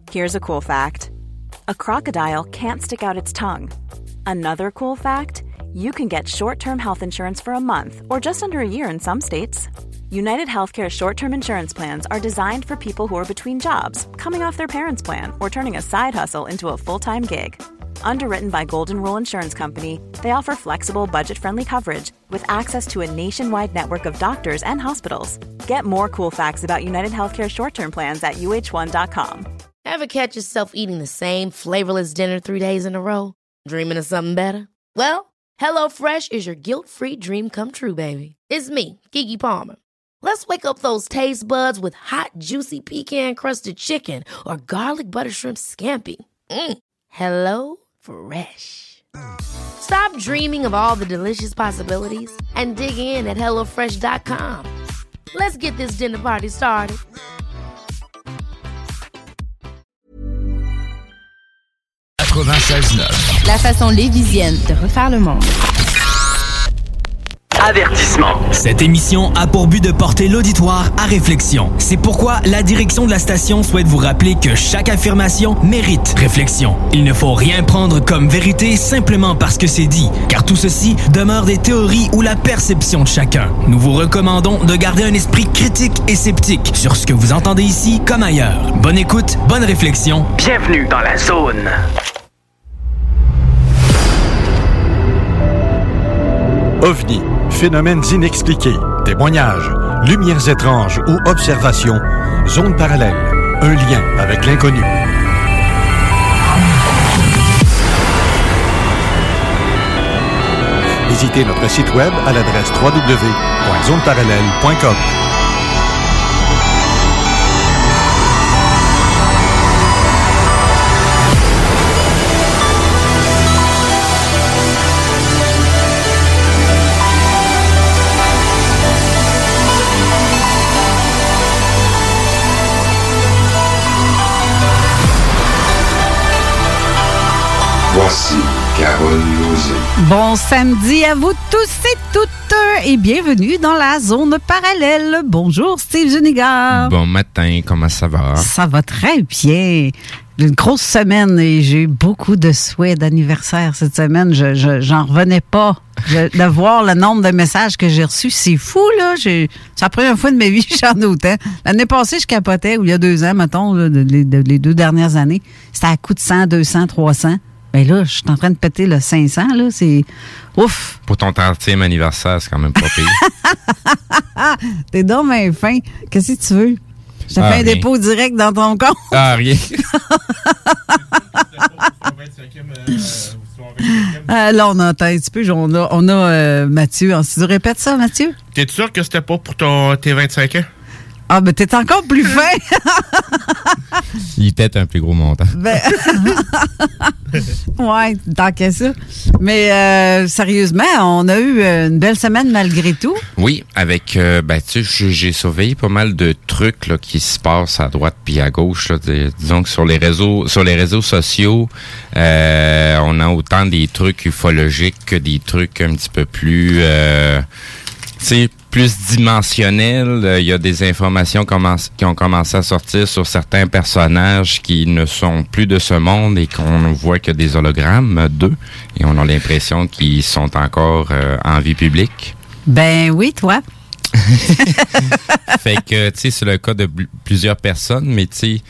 Here's a cool fact. A crocodile can't stick out its tongue. Another cool fact, you can get short-term health insurance for a month or just under a year in some states. United Healthcare short-term insurance plans are designed for people who are between jobs, coming off their parents' plan, or turning a side hustle into a full-time gig. Underwritten by Golden Rule Insurance Company, they offer flexible, budget-friendly coverage with access to a nationwide network of doctors and hospitals. Get more cool facts about United Healthcare short-term plans at uh1.com. Ever catch yourself eating the same flavorless dinner 3 days in a row? Dreaming of something better? Well, HelloFresh is your guilt-free dream come true, baby. It's me, Keke Palmer. Let's wake up those taste buds with hot, juicy pecan-crusted chicken or garlic butter shrimp scampi. Hello Fresh. Stop dreaming of all the delicious possibilities and dig in at HelloFresh.com. Let's get this dinner party started. La façon lévisienne de refaire le monde. Avertissement. Cette émission a pour but de porter l'auditoire à réflexion. C'est pourquoi la direction de la station souhaite vous rappeler que chaque affirmation mérite réflexion. Il ne faut rien prendre comme vérité simplement parce que c'est dit, car tout ceci demeure des théories ou la perception de chacun. Nous vous recommandons de garder un esprit critique et sceptique sur ce que vous entendez ici comme ailleurs. Bonne écoute, bonne réflexion. Bienvenue dans la zone. OVNI, phénomènes inexpliqués, témoignages, lumières étranges ou observations, zone parallèle, un lien avec l'inconnu. Visitez notre site web à l'adresse www.zoneparallèle.com. Voici Carole Lauzé. Bon samedi à vous tous et toutes et bienvenue dans la zone parallèle. Bonjour Steve Zuniga. Bon matin, comment ça va? Ça va très bien. Une grosse semaine et j'ai eu beaucoup de souhaits d'anniversaire cette semaine. J'en revenais pas de voir le nombre de messages que j'ai reçus. C'est fou, là. C'est la première fois de ma vie que j'en ai autant. L'année passée, je capotais, ou il y a 2 ans, mettons, là, les 2 dernières années. C'était à coup de 100, 200, 300. Ben là, je suis en train de péter le 500, là. C'est ouf. Pour ton 30e anniversaire, c'est quand même pas pire. T'es donc bien fin. Qu'est-ce que tu veux? Je te fais un dépôt direct dans ton compte. Ah, rien. Là, on entend un petit peu. On a Mathieu en studio. Répète ça, Mathieu. T'es sûr que c'était pas pour tes 25 ans? Ah, ben t'es encore plus fin. Il est peut-être un plus gros montant. Ben, ouais, tant qu'à ça. Mais sérieusement, on a eu une belle semaine malgré tout. Oui, avec, tu sais, j'ai surveillé pas mal de trucs là, qui se passent à droite puis à gauche. Là, disons que sur les réseaux sociaux, on a autant des trucs ufologiques que des trucs un petit peu plus, tu sais, plus dimensionnel. Il y a des informations qui ont commencé à sortir sur certains personnages qui ne sont plus de ce monde et qu'on voit que des hologrammes d'eux. Et on a l'impression qu'ils sont encore en vie publique. Ben oui, toi. Fait que, tu sais, c'est le cas de plusieurs personnes, mais tu sais...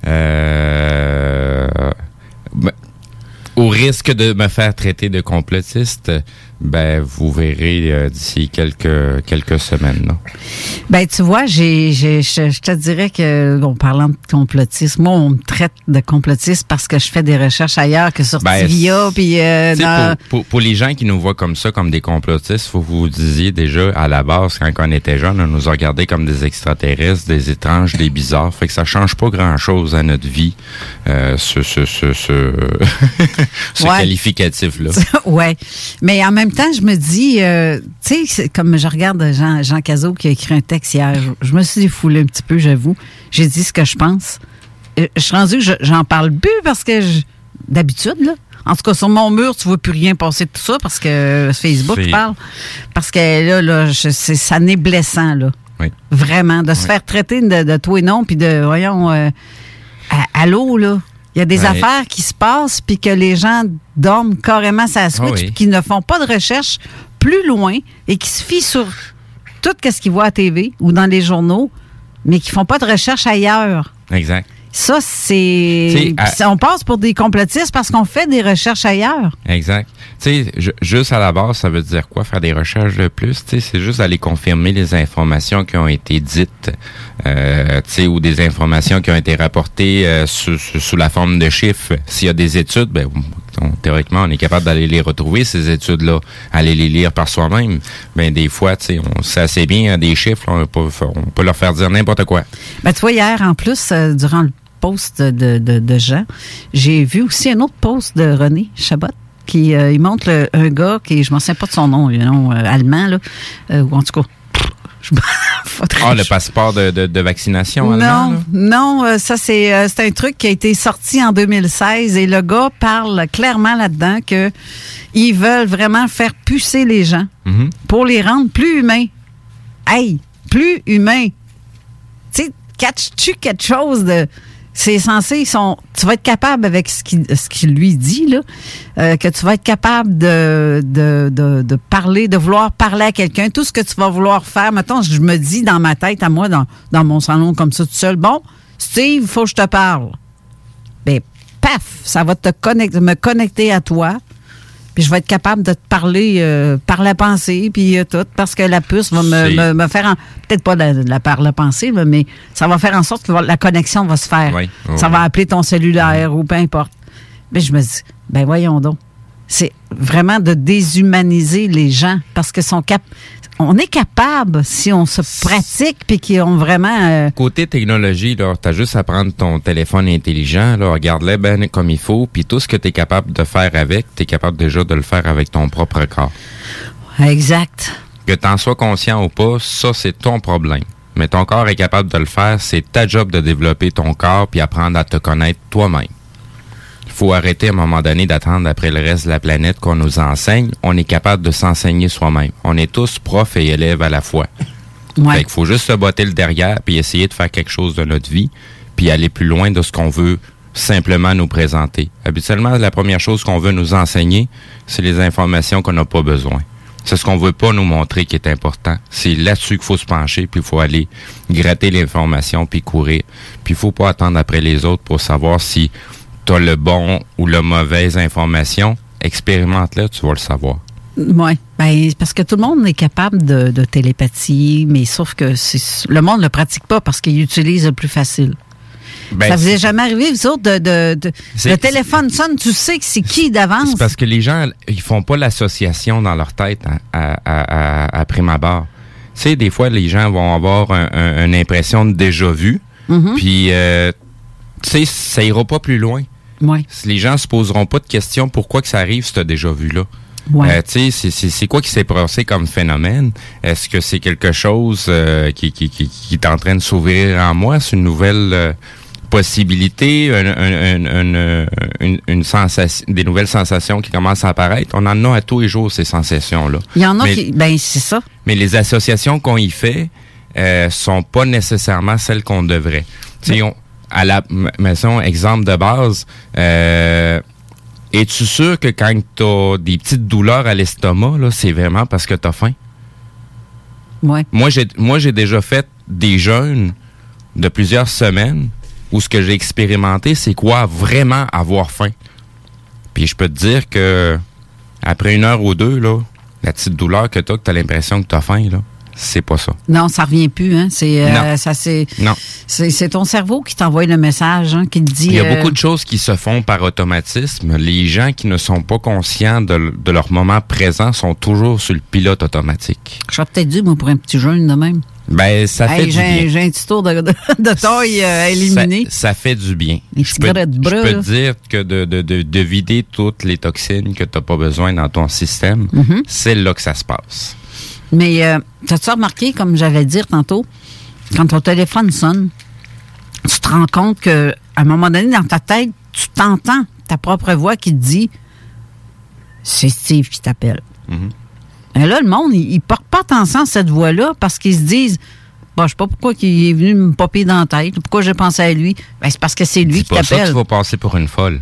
au risque de me faire traiter de complotiste, ben vous verrez d'ici quelques semaines. Là. Ben tu vois, je te dirais que, en parlant de complotisme, moi on me traite de complotiste parce que je fais des recherches ailleurs que sur Tivia. Puis pour les gens qui nous voient comme ça, comme des complotistes, faut que vous disiez déjà à la base, quand on était jeunes, on nous a regardés comme des extraterrestres, des étranges, des bizarres. Fait que ça change pas grand-chose à notre vie, ce qualificatif-là. Ouais. Mais en même temps, je me dis, tu sais, comme je regarde Jean Cazot qui a écrit un texte hier, je me suis défoulée un petit peu, j'avoue. J'ai dit ce que je pense. Je suis rendue que j'en parle plus parce que d'habitude, là. En tout cas, sur mon mur, tu vois plus rien passer de tout ça parce que Facebook parle. Parce que là, ça n'est blessant, là. Oui. Vraiment. De se faire traiter de tout et non, puis de, voyons... Allô, là? Il y a des affaires qui se passent puis que les gens dorment carrément sur la switch puis qui ne font pas de recherche plus loin et qui se fient sur tout ce qu'ils voient à TV ou dans les journaux, mais qui font pas de recherche ailleurs. Exact. Ça, c'est... On passe pour des complotistes parce qu'on fait des recherches ailleurs. Exact. Tu sais, juste à la base, ça veut dire quoi, faire des recherches de plus? Tu sais, c'est juste aller confirmer les informations qui ont été dites, tu sais, ou des informations qui ont été rapportées sous la forme de chiffres. S'il y a des études, ben théoriquement, on est capable d'aller les retrouver, ces études-là, aller les lire par soi-même. Ben des fois, tu sais, on sait assez bien des chiffres, on peut leur faire dire n'importe quoi. Ben tu vois, hier, en plus, durant le post de Jean, j'ai vu aussi un autre post de René Chabot qui il montre un gars qui, je ne me souviens pas de son nom, allemand, là, ou en tout cas, le passeport de vaccination allemand? Non, ça c'est un truc qui a été sorti en 2016 et le gars parle clairement là-dedans que ils veulent vraiment faire pucer les gens pour les rendre plus humains. Hey, plus humains. Tu sais, catches-tu quelque chose de... C'est censé, tu vas être capable avec ce qu'il lui dit, là, que tu vas être capable de parler, de vouloir parler à quelqu'un, tout ce que tu vas vouloir faire. Mettons, je me dis dans ma tête, à moi, dans mon salon comme ça, tout seul, bon, Steve, il faut que je te parle. Ben, paf, ça va me connecter à toi. Puis je vais être capable de te parler par la pensée, puis tout, parce que la puce va me faire... peut-être pas par la pensée, mais ça va faire en sorte que la connexion va se faire. Oui. Ça va appeler ton cellulaire ou peu importe. Mais je me dis, ben voyons donc. C'est vraiment de déshumaniser les gens, parce que on est capable, si on se pratique, puis qu'ils ont vraiment... Côté technologie, là, t'as juste à prendre ton téléphone intelligent, là, regarde-le ben comme il faut, puis tout ce que t'es capable de faire avec, t'es capable déjà de le faire avec ton propre corps. Exact. Que t'en sois conscient ou pas, ça, c'est ton problème. Mais ton corps est capable de le faire, c'est ta job de développer ton corps puis apprendre à te connaître toi-même. Il faut arrêter à un moment donné d'attendre après le reste de la planète qu'on nous enseigne. On est capable de s'enseigner soi-même. On est tous profs et élèves à la fois. Ouais. Fait qu'il faut juste se botter le derrière puis essayer de faire quelque chose de notre vie puis aller plus loin de ce qu'on veut simplement nous présenter. Habituellement, la première chose qu'on veut nous enseigner, c'est les informations qu'on n'a pas besoin. C'est ce qu'on veut pas nous montrer qui est important. C'est là-dessus qu'il faut se pencher, puis il faut aller gratter l'information, puis courir. Puis il faut pas attendre après les autres pour savoir si tu as le bon ou la mauvaise information. Expérimente-le, tu vas le savoir. Oui, ben, parce que tout le monde est capable de télépathie, mais sauf que le monde ne le pratique pas parce qu'il utilise le plus facile. Ben, ça vous est jamais arrivé, vous autres, le téléphone sonne, tu sais que c'est qui d'avance? C'est parce que les gens, ils font pas l'association dans leur tête à prime abord. Tu sais, des fois, les gens vont avoir une impression de déjà-vu, puis, tu sais, ça ira pas plus loin. Ouais. Les gens se poseront pas de questions pourquoi que ça arrive, ce déjà-vu-là. Ouais. Tu sais, c'est quoi qui s'est passé comme phénomène? Est-ce que c'est quelque chose qui est en train de s'ouvrir en moi? C'est une nouvelle possibilité, une sensation, des nouvelles sensations qui commencent à apparaître? On en a à tous les jours, ces sensations-là. Il y en a qui... Ben, c'est ça. Mais les associations qu'on y fait sont pas nécessairement celles qu'on devrait. Tu sais, à la maison, exemple de base... es-tu sûr que quand tu as des petites douleurs à l'estomac, là, c'est vraiment parce que tu as faim? Ouais. Moi, j'ai déjà fait des jeûnes de plusieurs semaines où ce que j'ai expérimenté, c'est quoi vraiment avoir faim. Puis je peux te dire que après 1 heure ou 2, là, la petite douleur que tu as l'impression que tu as faim, là, c'est pas ça. Non, ça revient plus, hein. Non. C'est ton cerveau qui t'envoie le message, hein, qui te dit... Il y a beaucoup de choses qui se font par automatisme. Les gens qui ne sont pas conscients de leur moment présent sont toujours sur le pilote automatique. J'aurais peut-être dû, moi, pour un petit jeûne de même. Ben, ça fait du bien. J'ai un petit tour de taille à éliminer. Ça fait du bien. Je peux te dire que de vider toutes les toxines que tu n'as pas besoin dans ton système, c'est là que ça se passe. Mais t'as-tu remarqué, comme j'allais dire tantôt, quand ton téléphone sonne, tu te rends compte qu'à un moment donné, dans ta tête, tu t'entends ta propre voix qui te dit « C'est Steve qui t'appelle ». Et là, le monde, il porte pas attention à cette voix-là parce qu'ils se disent « Bon, je sais pas pourquoi il est venu me popper dans la tête. Pourquoi j'ai pensé à lui? Ben, c'est parce que c'est lui qui t'appelle. C'est pas ça que tu vas passer pour une folle.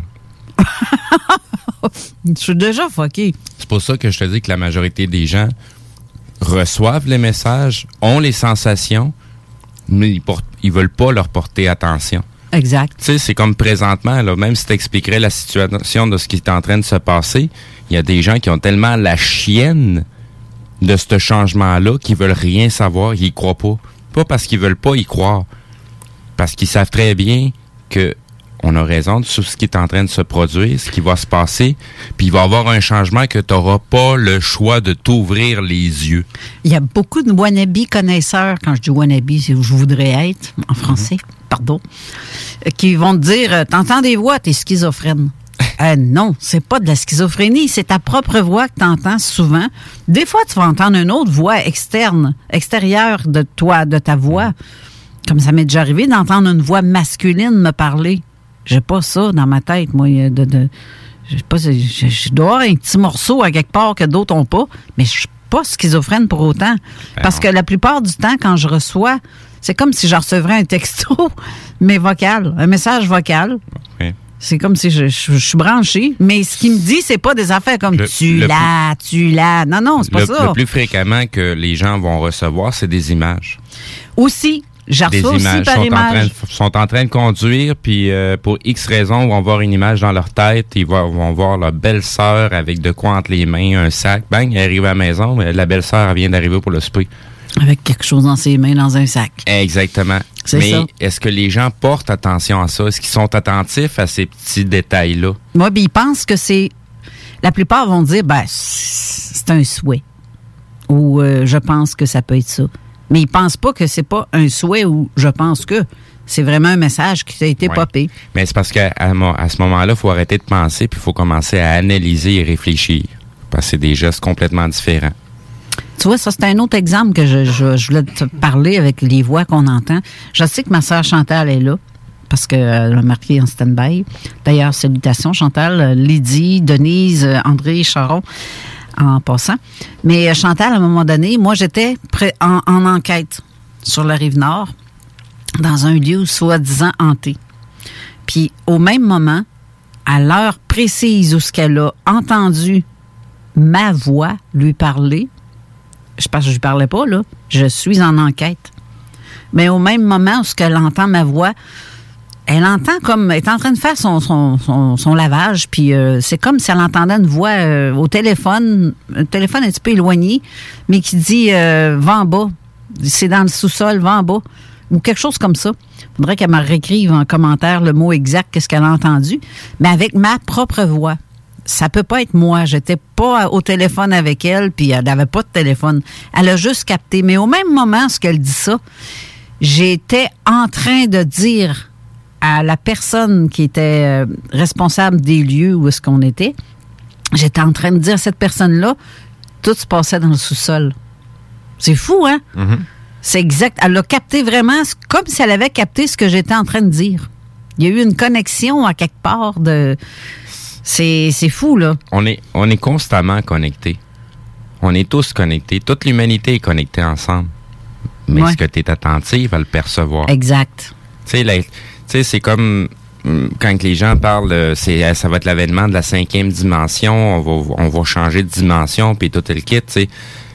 Je suis déjà fucké. C'est pour ça que je te dis que la majorité des gens reçoivent les messages, ont les sensations, mais ils veulent pas leur porter attention. Exact. Tu sais, c'est comme présentement, là, même si tu expliquerais la situation de ce qui est en train de se passer, il y a des gens qui ont tellement la chienne de ce changement-là qu'ils veulent rien savoir, ils y croient pas. Pas parce qu'ils veulent pas y croire, parce qu'ils savent très bien que on a raison sur ce qui est en train de se produire, ce qui va se passer, puis il va y avoir un changement que tu n'auras pas le choix de t'ouvrir les yeux. Il y a beaucoup de wannabe connaisseurs, quand je dis wannabe, c'est où je voudrais être, en français, pardon, qui vont te dire, t'entends des voix, t'es schizophrène. Non, c'est pas de la schizophrénie, c'est ta propre voix que t'entends souvent. Des fois, tu vas entendre une autre voix extérieure de toi, de ta voix. Comme ça m'est déjà arrivé d'entendre une voix masculine me parler. J'ai pas ça dans ma tête, moi. Je sais pas, je dois avoir un petit morceau à quelque part que d'autres n'ont pas, mais je suis pas schizophrène pour autant. Parce que la plupart du temps, quand je reçois, c'est comme si je recevrais un texto, mais vocal, un message vocal. Oui. C'est comme si je suis branché, mais ce qu'il me dit, c'est pas des affaires comme tu l'as. Non, c'est pas ça. Le plus fréquemment que les gens vont recevoir, c'est des images. Aussi. Des images sont en train de conduire, puis pour X raisons, vont voir une image dans leur tête, ils vont voir leur belle-sœur avec de quoi entre les mains, un sac, bang, elle arrive à la maison, mais la belle-sœur vient d'arriver pour le souper. Avec quelque chose dans ses mains, dans un sac. Exactement. Mais est-ce que les gens portent attention à ça? Est-ce qu'ils sont attentifs à ces petits détails-là? Moi, ils pensent que c'est... La plupart vont dire, c'est un souhait. Ou je pense que ça peut être ça. Mais ils pensent pas que c'est pas un souhait ou je pense que c'est vraiment un message qui a été popé. Mais c'est parce qu'à ce moment-là, il faut arrêter de penser puis il faut commencer à analyser et réfléchir. Parce que c'est des gestes complètement différents. Tu vois, ça, c'est un autre exemple que je voulais te parler avec les voix qu'on entend. Je sais que ma sœur Chantal est là parce qu'elle a marqué en stand-by. D'ailleurs, salutations, Chantal, Lydie, Denise, André, Charon. En passant. Mais Chantal, à un moment donné, moi, j'étais en enquête sur la Rive-Nord, dans un lieu soi-disant hanté. Puis, au même moment, à l'heure précise où ce qu'elle a entendu ma voix lui parler, je pense que je lui parlais pas, là, je suis en enquête. Mais au même moment où ce qu'elle entend ma voix, elle entend comme... Elle est en train de faire son lavage, puis c'est comme si elle entendait une voix au téléphone, un téléphone un petit peu éloigné, mais qui dit « Va en bas, c'est dans le sous-sol, va en bas », ou quelque chose comme ça. Il faudrait qu'elle me réécrive en commentaire le mot exact, qu'est-ce qu'elle a entendu, mais avec ma propre voix. Ça peut pas être moi. J'étais pas au téléphone avec elle, puis elle n'avait pas de téléphone. Elle a juste capté. Mais au même moment, ce qu'elle dit ça, j'étais en train de dire à la personne qui était responsable des lieux où est-ce qu'on était, j'étais en train de dire à cette personne-là, tout se passait dans le sous-sol. C'est fou, hein? Mm-hmm. C'est exact. Elle l'a capté vraiment comme si elle avait capté ce que j'étais en train de dire. Il y a eu une connexion à quelque part de... C'est fou, là. On est constamment connectés. On est tous connectés. Toute l'humanité est connectée ensemble. Mais est-ce que tu es attentive à le percevoir? Exact. Tu sais, c'est comme quand les gens parlent, ça va être l'avènement de la 5e dimension, on va changer de dimension, puis tout le kit, tu sais.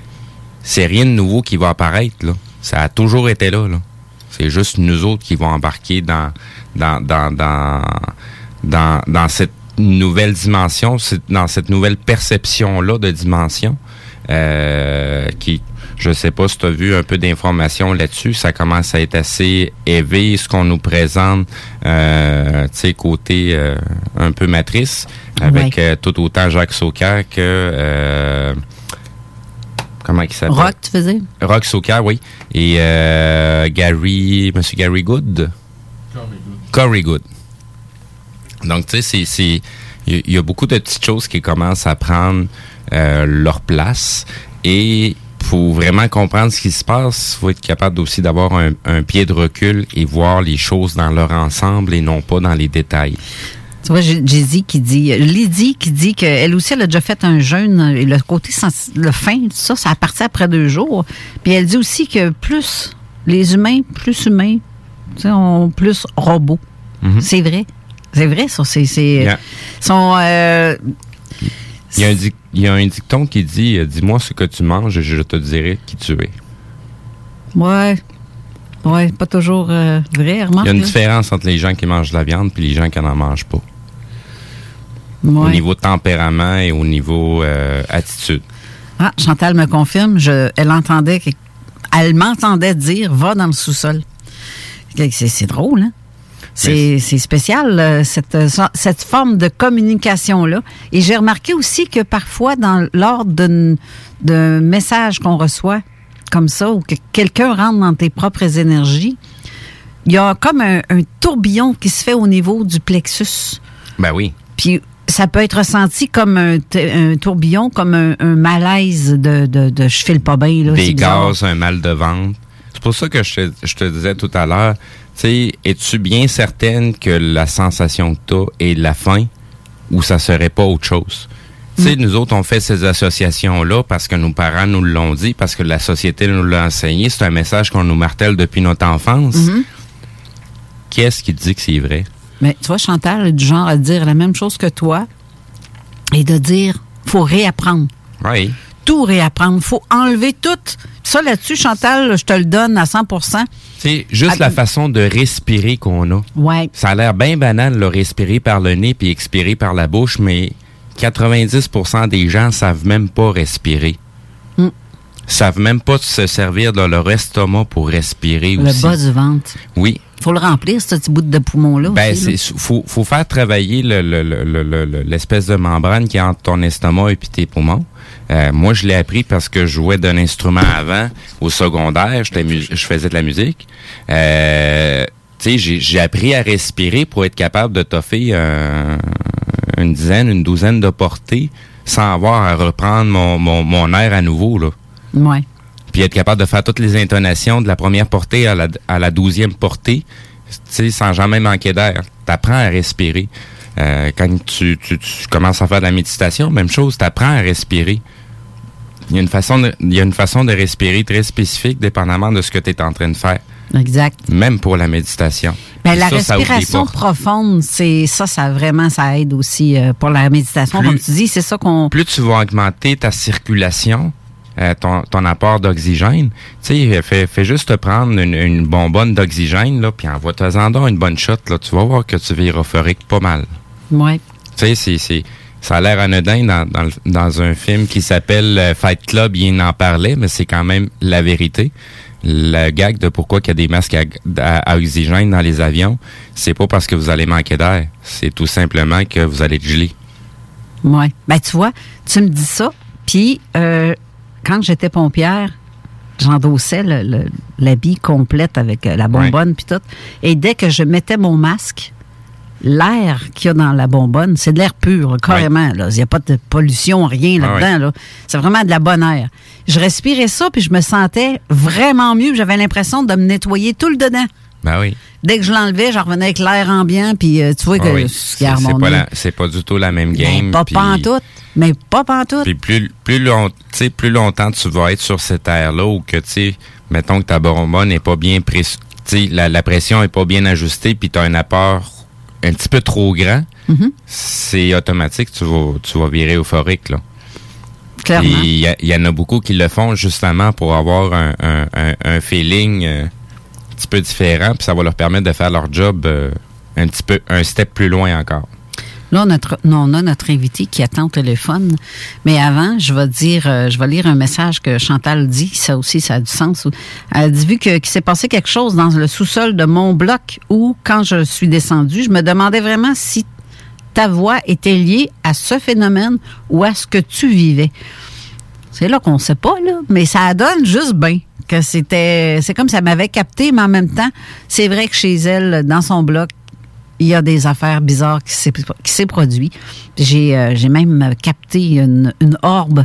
C'est rien de nouveau qui va apparaître, là. Ça a toujours été là, là. C'est juste nous autres qui vont embarquer dans cette nouvelle dimension, dans cette nouvelle perception-là de dimension, qui... Je sais pas si tu as vu un peu d'informations là-dessus. Ça commence à être assez élevé, ce qu'on nous présente, tu sais, côté un peu matrice, avec tout autant Jacques Saucard que... comment il s'appelle? Rock, tu faisais? Rock Saucard, oui. Et Monsieur Gary Good? Corey Good. Donc, tu sais, il y a beaucoup de petites choses qui commencent à prendre leur place. Et pour vraiment comprendre ce qui se passe, il faut être capable aussi d'avoir un pied de recul et voir les choses dans leur ensemble et non pas dans les détails. Tu vois, Lydie qui dit qu'elle aussi, elle a déjà fait un jeûne, et le côté le faim, ça a parti après 2 jours. Puis elle dit aussi que plus les humains, plus humains, tu sais, ont plus robots. Mhm. C'est vrai. C'est vrai, ça. Yeah. Sont, il y a un dicton qui dit « Dis-moi ce que tu manges et je te dirai qui tu es ». Ouais, pas toujours vrai, remarque. Il y a une différence entre les gens qui mangent de la viande et les gens qui n'en mangent pas. Ouais. Au niveau tempérament et au niveau attitude. Ah, Chantal me confirme, elle m'entendait dire « Va dans le sous-sol ». C'est drôle, hein? C'est spécial, cette forme de communication-là. Et j'ai remarqué aussi que parfois, lors d'un message qu'on reçoit comme ça, ou que quelqu'un rentre dans tes propres énergies, il y a comme un tourbillon qui se fait au niveau du plexus. Ben oui. Puis ça peut être ressenti comme un tourbillon, comme un malaise de je file pas bien. Là, des gaz, un mal de ventre. C'est pour ça que je te disais tout à l'heure, tu sais, es-tu bien certaine que la sensation que tu as est la faim ou ça serait pas autre chose? Tu sais, nous autres, on fait ces associations-là parce que nos parents nous l'ont dit, parce que la société nous l'a enseigné. C'est un message qu'on nous martèle depuis notre enfance. Mm-hmm. Qu'est-ce qui te dit que c'est vrai? Mais tu vois, Chantal est du genre à dire la même chose que toi et de dire, faut réapprendre. Oui. Tout réapprendre. Faut enlever tout. Ça, là-dessus, Chantal, je te le donne à 100%. C'est juste la façon de respirer qu'on a. Ouais. Ça a l'air bien banal, là, respirer par le nez puis expirer par la bouche, mais 90% des gens savent même pas respirer. Savent même pas se servir de leur estomac pour respirer aussi. Le bas du ventre. Oui. Faut le remplir, ce petit bout de poumon-là. Ben, aussi, faut faire travailler l'espèce de membrane qui est entre ton estomac et puis tes poumons. Moi, je l'ai appris parce que je jouais d'un instrument avant, au secondaire. Je faisais de la musique. Tu sais, j'ai appris à respirer pour être capable de toffer une douzaine de portées sans avoir à reprendre mon air à nouveau, là. Ouais. Puis être capable de faire toutes les intonations de la première portée à la 12e portée, tu sais, sans jamais manquer d'air. T'apprends à respirer. Quand tu commences à faire de la méditation, même chose, t'apprends à respirer. Il y a une façon de respirer très spécifique, dépendamment de ce que tu es en train de faire. Exact. Même pour la méditation. Ben, la respiration profonde, ça aide aussi pour la méditation, comme tu dis, c'est ça qu'on... Plus tu vas augmenter ta circulation, ton apport d'oxygène, tu sais, fais juste te prendre une bonbonne d'oxygène, là, puis envoie-toi-en donc une bonne shot, là, tu vas voir que tu viras euphorique pas mal. Ouais. Tu sais, ça a l'air anodin dans un film qui s'appelle Fight Club, il en parlait, mais c'est quand même la vérité. Le gag de pourquoi il y a des masques à oxygène dans les avions, c'est pas parce que vous allez manquer d'air, c'est tout simplement que vous allez être gelé. Oui. Ben, tu vois, tu me dis ça, puis quand j'étais pompière, j'endossais l'habit complète avec la bonbonne puis tout, et dès que je mettais mon masque, l'air qu'il y a dans la bonbonne, c'est de l'air pur, là, carrément. Il n'y a pas de pollution, rien là-dedans. Là. C'est vraiment de la bonne air. Je respirais ça, puis je me sentais vraiment mieux. J'avais l'impression de me nettoyer tout le dedans. Ben oui. Dès que je l'enlevais, j'en revenais avec l'air ambiant, puis tu vois que c'est pas du tout la même game. Mais pas pantoute. Puis plus longtemps tu vas être sur cet air-là, ou que, tu sais, mettons que ta bonbonne n'est pas bien la pression n'est pas bien ajustée, puis tu as un apport un petit peu trop grand, c'est automatique, tu vas virer euphorique, là. Clairement. Il y en a beaucoup qui le font justement pour avoir un feeling un petit peu différent, puis ça va leur permettre de faire leur job un step plus loin encore. Là, on a notre invité qui attend au téléphone. Mais avant, je vais lire un message que Chantal dit. Ça aussi, ça a du sens. Elle a dit, vu qu'il s'est passé quelque chose dans le sous-sol de mon bloc où, quand je suis descendue, je me demandais vraiment si ta voix était liée à ce phénomène ou à ce que tu vivais. C'est là qu'on ne sait pas, là. Mais ça donne juste bien que c'est comme ça m'avait capté, mais en même temps, c'est vrai que chez elle, dans son bloc, il y a des affaires bizarres qui s'est produit. J'ai même capté une orbe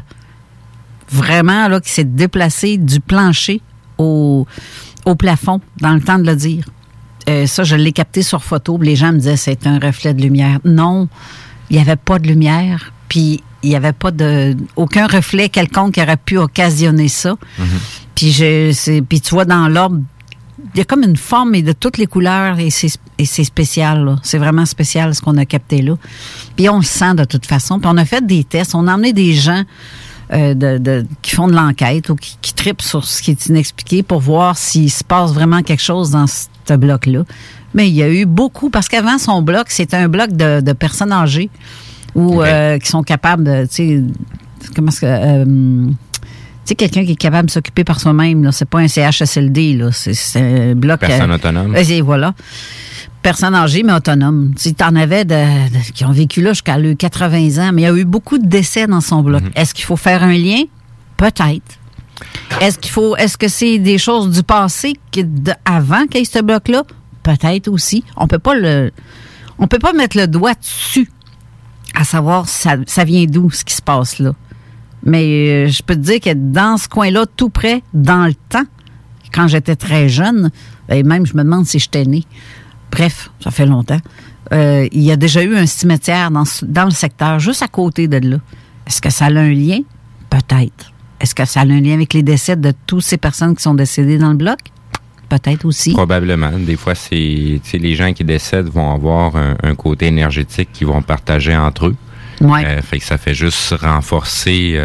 vraiment là qui s'est déplacée du plancher au plafond dans le temps de le dire. Ça, je l'ai capté sur photo. Les gens me disaient c'est un reflet de lumière. Non, il n'y avait pas de lumière. Puis il n'y avait pas aucun reflet quelconque qui aurait pu occasionner ça. Mm-hmm. Puis tu vois dans l'orbe y a comme une forme et de toutes les couleurs et c'est spécial, là. C'est vraiment spécial ce qu'on a capté là. Puis on le sent de toute façon. Puis on a fait des tests. On a emmené des gens qui font de l'enquête ou qui trippent sur ce qui est inexpliqué pour voir s'il se passe vraiment quelque chose dans ce bloc-là. Mais il y a eu beaucoup, parce qu'avant, son bloc, c'était un bloc de personnes âgées ou qui sont capables de, tu sais, comment est-ce que... tu sais, quelqu'un qui est capable de s'occuper par soi-même, là, c'est pas un CHSLD, là, c'est un bloc... Personne autonome. Et voilà. Personnes âgées, mais autonomes. Tu en avais qui ont vécu là jusqu'à 80 ans, mais il y a eu beaucoup de décès dans son bloc. Est-ce qu'il faut faire un lien? Peut-être. Est-ce que c'est des choses du passé avant qu'il y ait ce bloc-là? Peut-être aussi. On peut pas mettre le doigt dessus à savoir ça vient d'où, ce qui se passe là. Mais je peux te dire que dans ce coin-là, tout près, dans le temps, quand j'étais très jeune, et même je me demande si j'étais née. Bref, ça fait longtemps. Il y a déjà eu un cimetière dans le secteur, juste à côté de là. Est-ce que ça a un lien? Peut-être. Est-ce que ça a un lien avec les décès de toutes ces personnes qui sont décédées dans le bloc? Peut-être aussi. Probablement. Des fois, les gens qui décèdent vont avoir un côté énergétique qu'ils vont partager entre eux. Ouais. Fait que ça fait juste renforcer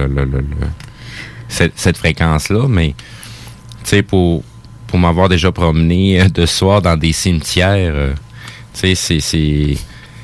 cette fréquence-là. Mais, tu sais, pour m'avoir déjà promené de soir dans des cimetières, tu sais, c'est...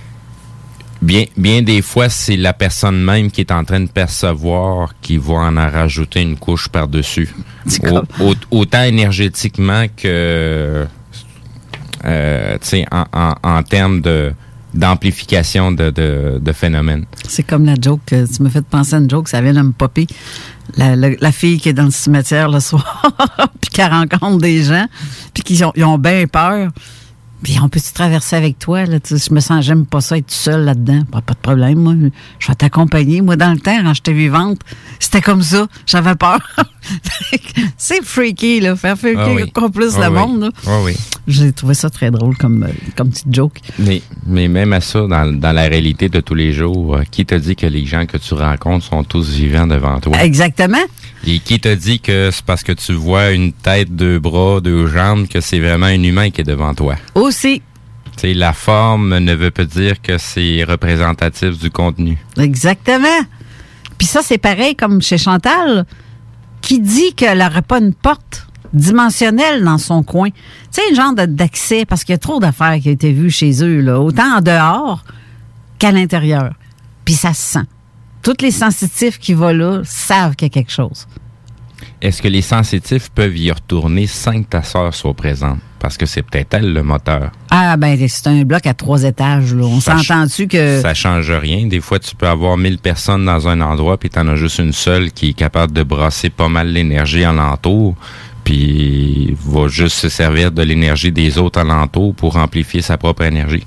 Bien des fois, c'est la personne même qui est en train de percevoir qui va en rajouter une couche par-dessus. Autant énergétiquement que tu sais, en termes d'amplification de phénomènes. C'est comme la joke, tu me fais penser à une joke, ça vient de me popper. La fille qui est dans le cimetière le soir, puis qui rencontre des gens, puis ils ont bien peur. Puis on peut-tu traverser avec toi? Là, je me sens, j'aime pas ça être tout seul là-dedans. Pas de problème, moi. Je vais t'accompagner. Moi, dans le temps, quand j'étais vivante, c'était comme ça. J'avais peur. C'est freaky, là. Faire freaky encore plus le monde. Là. Oh, oui. J'ai trouvé ça très drôle comme petite joke. Mais même à ça, dans la réalité de tous les jours, qui t'a dit que les gens que tu rencontres sont tous vivants devant toi? Exactement. Et qui t'a dit que c'est parce que tu vois une tête, 2 bras, 2 jambes, que c'est vraiment un humain qui est devant toi? Aussi. T'sais, la forme ne veut pas dire que c'est représentatif du contenu. Exactement. Puis ça, c'est pareil comme chez Chantal, qui dit qu'elle n'aurait pas une porte dimensionnelle dans son coin. Tu sais, un genre d'accès, parce qu'il y a trop d'affaires qui ont été vues chez eux, là, autant en dehors qu'à l'intérieur. Puis ça se sent. Tous les sensitifs qui vont là savent qu'il y a quelque chose. Est-ce que les sensitifs peuvent y retourner sans que ta sœur soit présente? Parce que c'est peut-être elle le moteur. Ah, ben c'est un bloc à 3 étages. Là. On s'entend-tu que... Ça change rien. Des fois, tu peux avoir 1000 personnes dans un endroit, puis t'en as juste une seule qui est capable de brasser pas mal l'énergie alentour, puis va juste se servir de l'énergie des autres alentours pour amplifier sa propre énergie.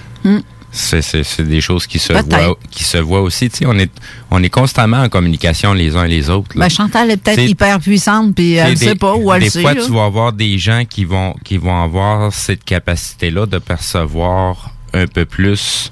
C'est des choses qui se voient aussi. Tu sais, on est constamment en communication les uns et les autres. Là. Ben, Chantal est peut-être hyper puissante, puis elle ne sait pas où elle sait. Des fois, tu vas avoir des gens qui vont avoir cette capacité-là de percevoir un peu plus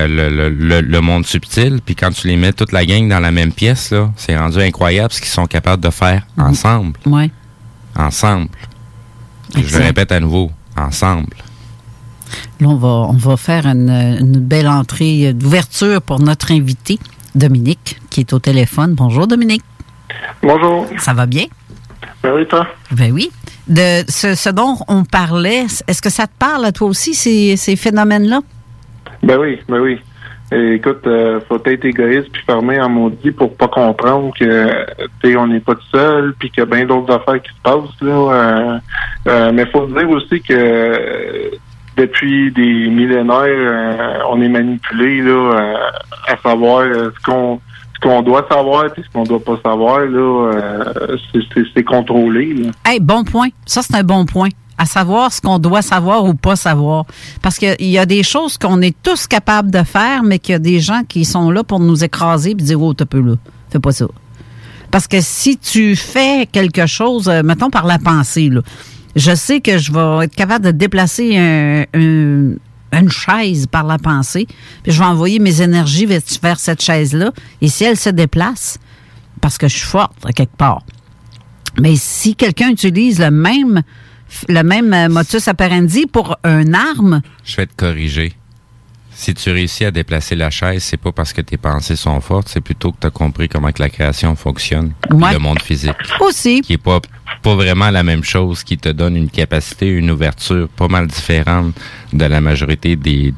le monde subtil. Puis quand tu les mets toute la gang dans la même pièce, là, c'est rendu incroyable ce qu'ils sont capables de faire ensemble. Oui. Ensemble. Exact. Je le répète à nouveau. Ensemble. Là, on va faire une belle entrée d'ouverture pour notre invité, Dominique, qui est au téléphone. Bonjour, Dominique. Bonjour. Ça va bien? Ben oui, toi? Ben oui. De ce dont on parlait, est-ce que ça te parle à toi aussi, ces phénomènes-là? Ben oui. Et écoute, faut être égoïste puis fermé en maudit pour pas comprendre que on n'est pas tout seul puis qu'il y a bien d'autres affaires qui se passent là. Mais faut dire aussi que depuis des millénaires, on est manipulé là à savoir ce qu'on doit savoir et ce qu'on doit pas savoir là. C'est contrôlé. Là. Hey, bon point. Ça c'est un bon point. À savoir ce qu'on doit savoir ou pas savoir. Parce qu'il y a des choses qu'on est tous capables de faire, mais qu'il y a des gens qui sont là pour nous écraser et dire « Oh, t'as peu là, fais pas ça. » Parce que si tu fais quelque chose, mettons par la pensée, là, je sais que je vais être capable de déplacer une chaise par la pensée, puis je vais envoyer mes énergies vers cette chaise-là, et si elle se déplace, parce que je suis forte à quelque part. Mais si quelqu'un utilise le même le même motus operandi pour une arme. Je vais te corriger. Si tu réussis à déplacer la chaise, c'est pas parce que tes pensées sont fortes, c'est plutôt que tu as compris comment que la création fonctionne, ouais. Le monde physique. Aussi. Qui est pas vraiment la même chose, qui te donne une capacité, une ouverture pas mal différente de la majorité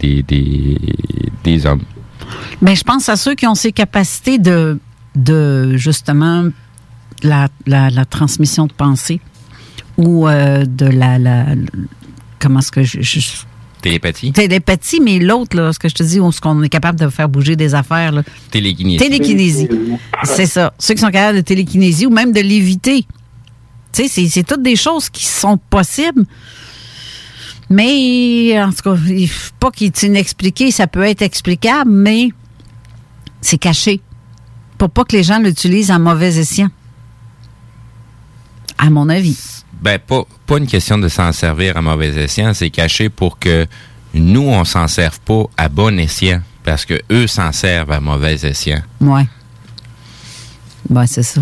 des hommes. Mais je pense à ceux qui ont ces capacités de justement la transmission de pensée ou de la comment est-ce que je télépathie. Télépathie, mais l'autre, là, ce que je te dis, où est-ce qu'on est capable de faire bouger des affaires. Là. Télékinésie. C'est ça. Ceux qui sont capables de télékinésie ou même de léviter. Tu sais, c'est toutes des choses qui sont possibles. Mais, en tout cas, pas qu'il est inexpliqué, ça peut être explicable, mais c'est caché. Pour pas que les gens l'utilisent en mauvais escient. À mon avis. Ben, pas une question de s'en servir à mauvais escient, c'est caché pour que nous, on s'en serve pas à bon escient, parce que eux s'en servent à mauvais escient. Ouais. Ben, c'est ça.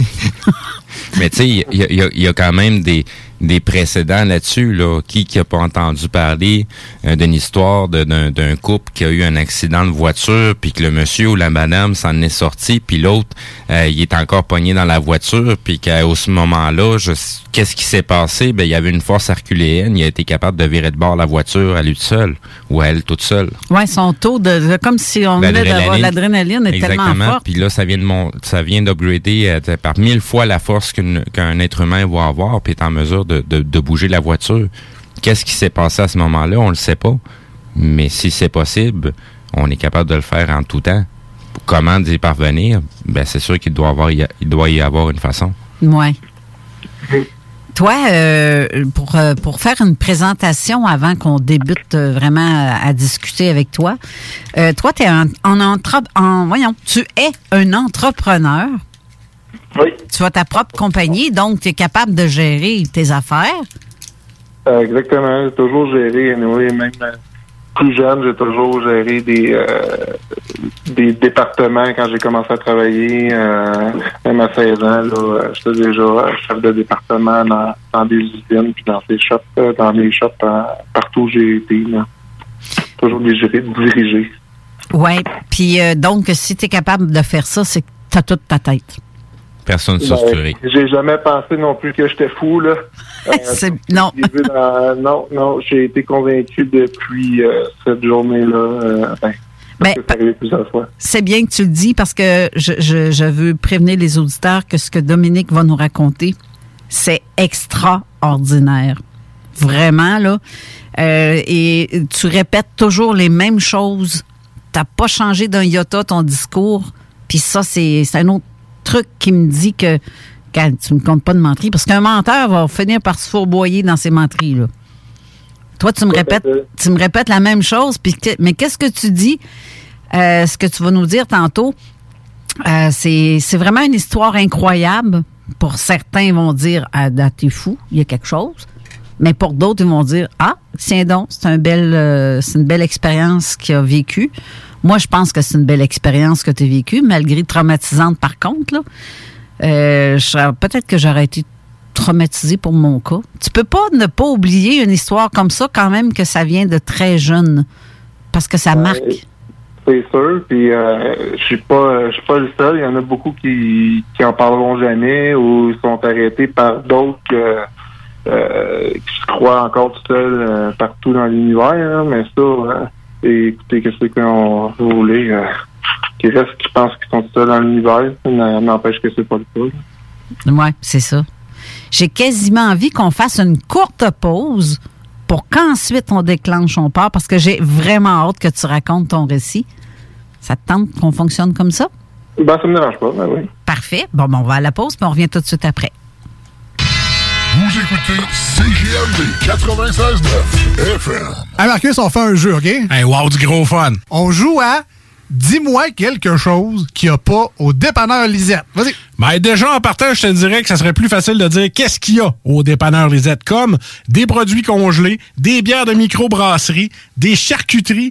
Mais tu sais, il y a quand même des précédents là-dessus, là. Qui a pas entendu parler d'une histoire d'un couple qui a eu un accident de voiture, puis que le monsieur ou la madame s'en est sorti, puis l'autre, il est encore pogné dans la voiture, puis qu'à ce moment-là, qu'est-ce qui s'est passé? Ben, il y avait une force herculéenne, il a été capable de virer de bord la voiture à lui tout seul, ou à elle toute seule. Ouais, son taux comme si on venait d'avoir l'adrénaline est tellement forte. Puis là, ça vient d'upgrader par 1000 fois la force qu'un être humain va avoir, puis est en mesure de bouger la voiture. Qu'est-ce qui s'est passé à ce moment-là? On le sait pas. Mais si c'est possible, on est capable de le faire en tout temps. Comment d'y parvenir? Ben, c'est sûr qu'il doit y avoir une façon. Ouais. Toi, pour faire une présentation avant qu'on débute vraiment à discuter avec toi, toi, tu es tu es un entrepreneur. Oui. Tu as ta propre compagnie, donc tu es capable de gérer tes affaires. Exactement. J'ai toujours géré, anyway, même plus jeune, j'ai toujours géré des départements quand j'ai commencé à travailler. Même à 16 ans, là, j'étais déjà chef de département dans des usines puis dans des shops, partout où j'ai été. Là. Toujours diriger. Oui. Puis donc, si tu es capable de faire ça, c'est que tu as toute ta tête. Personne structurée. J'ai jamais pensé non plus que j'étais fou, là. Non. Non, j'ai été convaincu depuis cette journée-là. C'est arrivé plusieurs fois. C'est bien que tu le dis parce que je veux prévenir les auditeurs que ce que Dominique va nous raconter, c'est extraordinaire. Vraiment, là. Et tu répètes toujours les mêmes choses. T'as pas changé d'un iota ton discours. Puis ça, c'est un autre truc qui me dit que tu me comptes pas de menterie, parce qu'un menteur va finir par se fourboyer dans ses menteries, là. Toi, tu me répètes la même chose, mais qu'est-ce que tu dis? Ce que tu vas nous dire tantôt, c'est vraiment une histoire incroyable. Pour certains, ils vont dire, t'es fou, il y a quelque chose. Mais pour d'autres, ils vont dire, tiens donc, c'est une belle expérience qu'il a vécue. Moi, je pense que c'est une belle expérience que tu as vécue, malgré traumatisante par contre, là. Peut-être que j'aurais été traumatisée pour mon cas. Tu peux pas ne pas oublier une histoire comme ça, quand même, que ça vient de très jeune, parce que ça marque. C'est sûr, puis je suis pas le seul. Il y en a beaucoup qui en parleront jamais ou sont arrêtés par d'autres qui se croient encore tout seuls partout dans l'univers, hein, mais ça, écoutez, qu'est-ce qu'on veut rouler, qui restent, qui pensent qu'ils sont tout seuls dans l'univers, ça n'empêche que c'est pas le cas. Oui, c'est ça. J'ai quasiment envie qu'on fasse une courte pause pour qu'ensuite on déclenche son part, parce que j'ai vraiment hâte que tu racontes ton récit. Ça te tente qu'on fonctionne comme ça? Ben, ça me dérange pas, ben oui. Parfait. Bon, on va à la pause, puis on revient tout de suite après. Vous écoutez CJMD 96.9 FM. Hey Marcus, on fait un jeu, OK? Hey, wow, du gros fun. On joue à Dis-moi quelque chose qu'il n'y a pas au dépanneur Lisette. Vas-y. Ben déjà, en partant, je te dirais que ça serait plus facile de dire qu'est-ce qu'il y a au dépanneur Lisette, comme des produits congelés, des bières de microbrasserie, des charcuteries,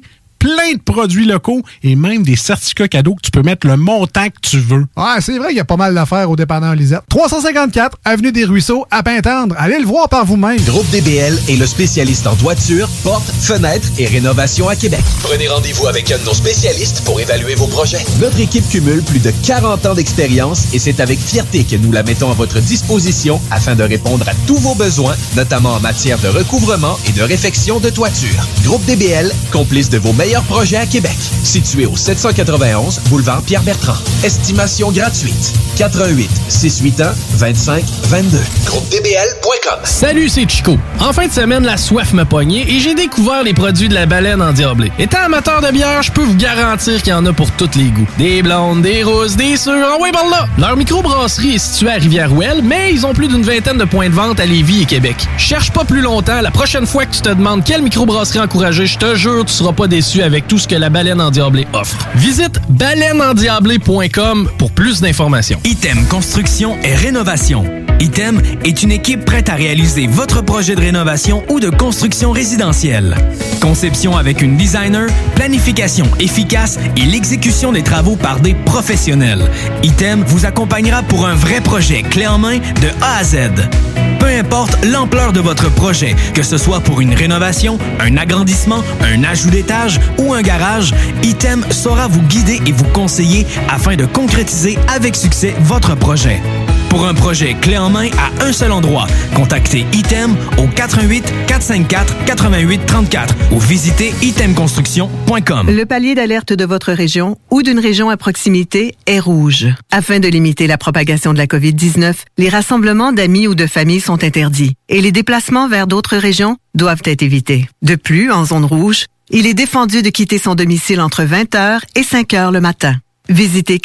plein de produits locaux et même des certificats cadeaux que tu peux mettre le montant que tu veux. Ouais, c'est vrai qu'il y a pas mal d'affaires au dépanneur Lisette. 354 Avenue des Ruisseaux, à Pintendre. Allez le voir par vous-même. Groupe DBL est le spécialiste en toiture, portes, fenêtres et rénovation à Québec. Prenez rendez-vous avec un de nos spécialistes pour évaluer vos projets. Notre équipe cumule plus de 40 ans d'expérience et c'est avec fierté que nous la mettons à votre disposition afin de répondre à tous vos besoins, notamment en matière de recouvrement et de réfection de toiture. Groupe DBL, complice de vos meilleurs projets à Québec. Situé au 791 boulevard Pierre-Bertrand. Estimation gratuite. 88 681 25 22. GroupeDBL.com. Salut, c'est Chico. En fin de semaine, la soif m'a pogné et j'ai découvert les produits de la Baleine Endiablée. Étant amateur de bière, je peux vous garantir qu'il y en a pour tous les goûts. Des blondes, des rousses, des sûres, en ouais par là. Leur microbrasserie est située à Rivière-Ouelle, mais ils ont plus d'une vingtaine de points de vente à Lévis et Québec. Cherche pas plus longtemps, la prochaine fois que tu te demandes quelle microbrasserie encourager, je te jure, tu seras pas déçu avec tout ce que la Baleine Endiablée offre. Visite baleineendiablée.com pour plus d'informations. Item Construction et Rénovation. Item est une équipe prête à réaliser votre projet de rénovation ou de construction résidentielle. Conception avec une designer, planification efficace et l'exécution des travaux par des professionnels. Item vous accompagnera pour un vrai projet clé en main de A à Z. Peu importe l'ampleur de votre projet, que ce soit pour une rénovation, un agrandissement, un ajout d'étage ou un garage, Item saura vous guider et vous conseiller afin de concrétiser avec succès votre projet. Pour un projet clé en main à un seul endroit, contactez Item au 88 454 88 34 ou visitez itemconstruction.com. Le palier d'alerte de votre région ou d'une région à proximité est rouge. Afin de limiter la propagation de la COVID-19, les rassemblements d'amis ou de familles sont interdits et les déplacements vers d'autres régions doivent être évités. De plus, en zone rouge, il est défendu de quitter son domicile entre 20h et 5h le matin. Visitez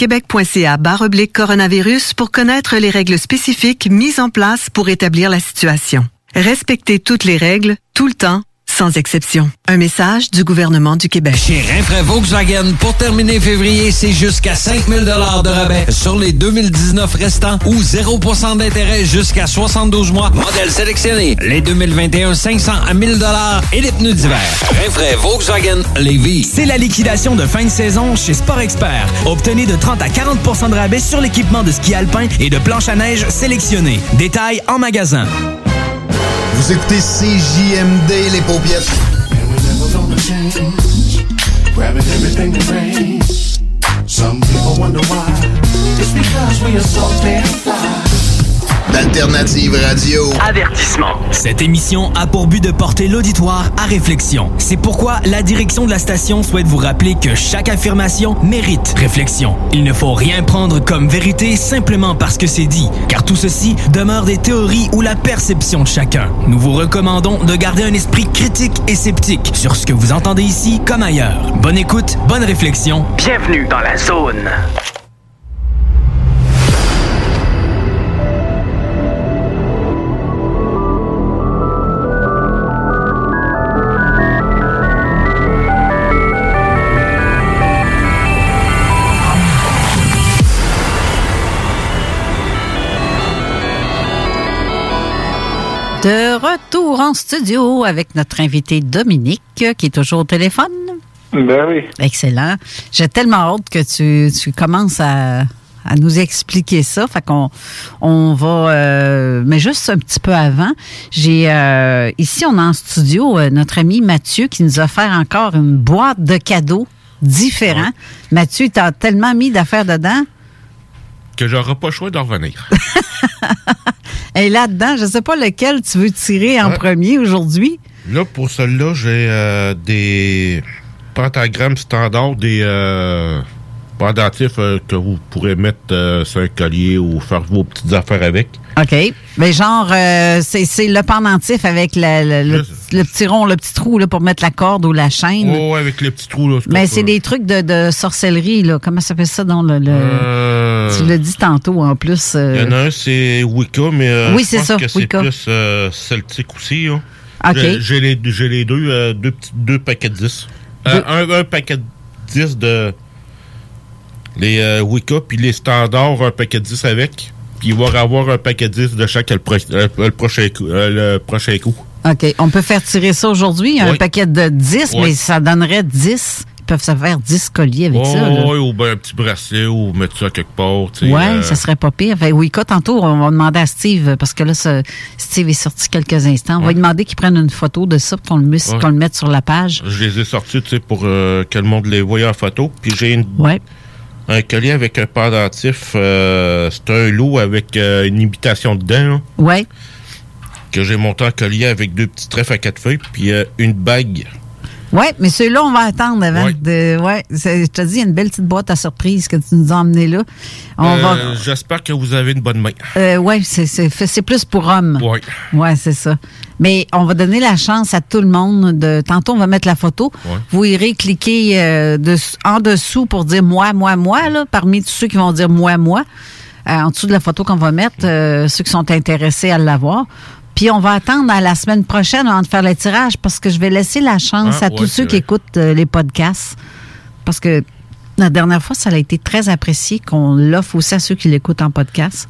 québec.ca/coronavirus pour connaître les règles spécifiques mises en place pour établir la situation. Respectez toutes les règles, tout le temps, sans exception. Un message du gouvernement du Québec. Chez Rinfraie Volkswagen, pour terminer février, c'est jusqu'à 5 000 de rabais sur les 2019 restants ou 0% d'intérêt jusqu'à 72 mois. Modèle sélectionné, les 2021 500 à 1 000 et les pneus d'hiver. Rinfraie Volkswagen Lévis. C'est la liquidation de fin de saison chez Sport Expert. Obtenez de 30 à 40% de rabais sur l'équipement de ski alpin et de planche à neige sélectionné. Détails en magasin. Vous écoutez CJMD, les paupiètes. D'Alternative Radio. Avertissement. Cette émission a pour but de porter l'auditoire à réflexion. C'est pourquoi la direction de la station souhaite vous rappeler que chaque affirmation mérite réflexion. Il ne faut rien prendre comme vérité simplement parce que c'est dit, car tout ceci demeure des théories ou la perception de chacun. Nous vous recommandons de garder un esprit critique et sceptique sur ce que vous entendez ici comme ailleurs. Bonne écoute, bonne réflexion. Bienvenue dans la zone. De retour en studio avec notre invité Dominique, qui est toujours au téléphone. Ben oui. Excellent. J'ai tellement hâte que tu commences à nous expliquer ça. Fait qu'on va... mais juste un petit peu avant, ici, on a en studio notre ami Mathieu qui nous a offert encore une boîte de cadeaux différents. Ouais. Mathieu, t'as tellement mis d'affaires dedans que j'aurai pas le choix d'en revenir. Et là-dedans, je ne sais pas lequel tu veux tirer en premier aujourd'hui. Là, pour celle-là, j'ai des pentagrammes standards, des pendentifs que vous pourrez mettre sur un collier ou faire vos petites affaires avec. OK. Mais genre, c'est le pendentif avec le petit rond, le petit trou là, pour mettre la corde ou la chaîne. Oh, avec les petits trous. Là, mais c'est des trucs de sorcellerie. Là. Comment ça s'appelle ça dans le... Tu l'as dit tantôt, en plus. Il y en a un, c'est Wicca, mais oui, je pense ça, que c'est Wicca. plus celtique aussi. Hein. OK. J'ai les deux paquets de 10. Un paquet de 10 de les Wicca, puis les standards, un paquet de 10 avec. Puis il va y avoir un paquet de 10 de chaque le prochain coup. OK. On peut faire tirer ça aujourd'hui, un paquet de 10, mais ça donnerait 10 peuvent se faire 10 colliers avec ça. Oui, ou bien un petit bracelet, ou mettre ça quelque part. Oui, ça serait pas pire. Fait, oui, tantôt, on va demander à Steve, parce que là, Steve est sorti quelques instants. On va lui demander qu'il prenne une photo de ça, qu'on le mette sur la page. Je les ai sortis, pour que le monde les voie en photo. Puis j'ai un collier avec un pendentif. C'est un loup avec une imitation dedans. Oui. Que j'ai monté en collier avec 2 petits trèfles à 4 feuilles, puis une bague. Oui, mais celui-là, on va attendre avant je te dis, il y a une belle petite boîte à surprise que tu nous as emmenée là. J'espère que vous avez une bonne main. Oui, c'est plus pour hommes. Oui. Oui, c'est ça. Mais on va donner la chance à tout le monde. Tantôt, on va mettre la photo. Ouais. Vous irez cliquer en dessous pour dire moi, là, parmi tous ceux qui vont dire moi. En dessous de la photo qu'on va mettre, ceux qui sont intéressés à l'avoir. Puis on va attendre à la semaine prochaine avant de faire le tirage parce que je vais laisser la chance à tous ceux qui écoutent les podcasts. Parce que la dernière fois, ça a été très apprécié qu'on l'offre aussi à ceux qui l'écoutent en podcast.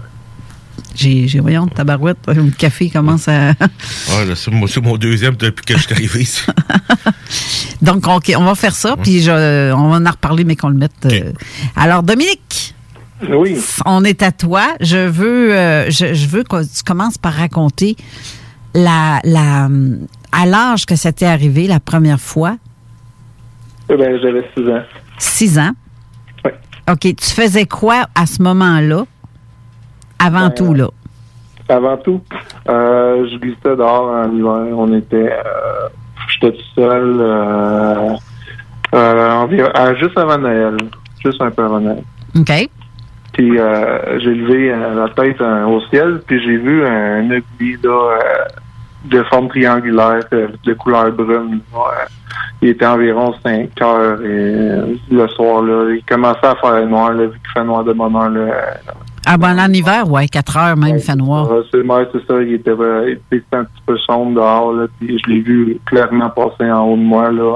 Voyons, tabarouette, le café commence à... c'est mon deuxième depuis que je suis arrivé ici. Donc, OK, on va faire ça, puis on va en reparler, mais qu'on le mette... Alors, Dominique... Oui. On est à toi. Je veux que tu commences par raconter à l'âge que ça t'est arrivé la première fois. J'avais 6 ans. 6 ans? Oui. OK. Tu faisais quoi à ce moment-là? Avant tout, là? Avant tout, je glissais dehors en hiver. On était... j'étais tout seul juste avant Noël. Juste un peu avant Noël. OK. Puis j'ai levé la tête au ciel, puis j'ai vu un ovni de forme triangulaire, de couleur brune. Il était environ 5 heures et le soir, là, il commençait à faire noir, là, vu qu'il fait noir de bonne heure. En hiver, 4 heures même, il fait noir. C'est ça, il était un petit peu sombre dehors, là, puis je l'ai vu clairement passer en haut de moi, là,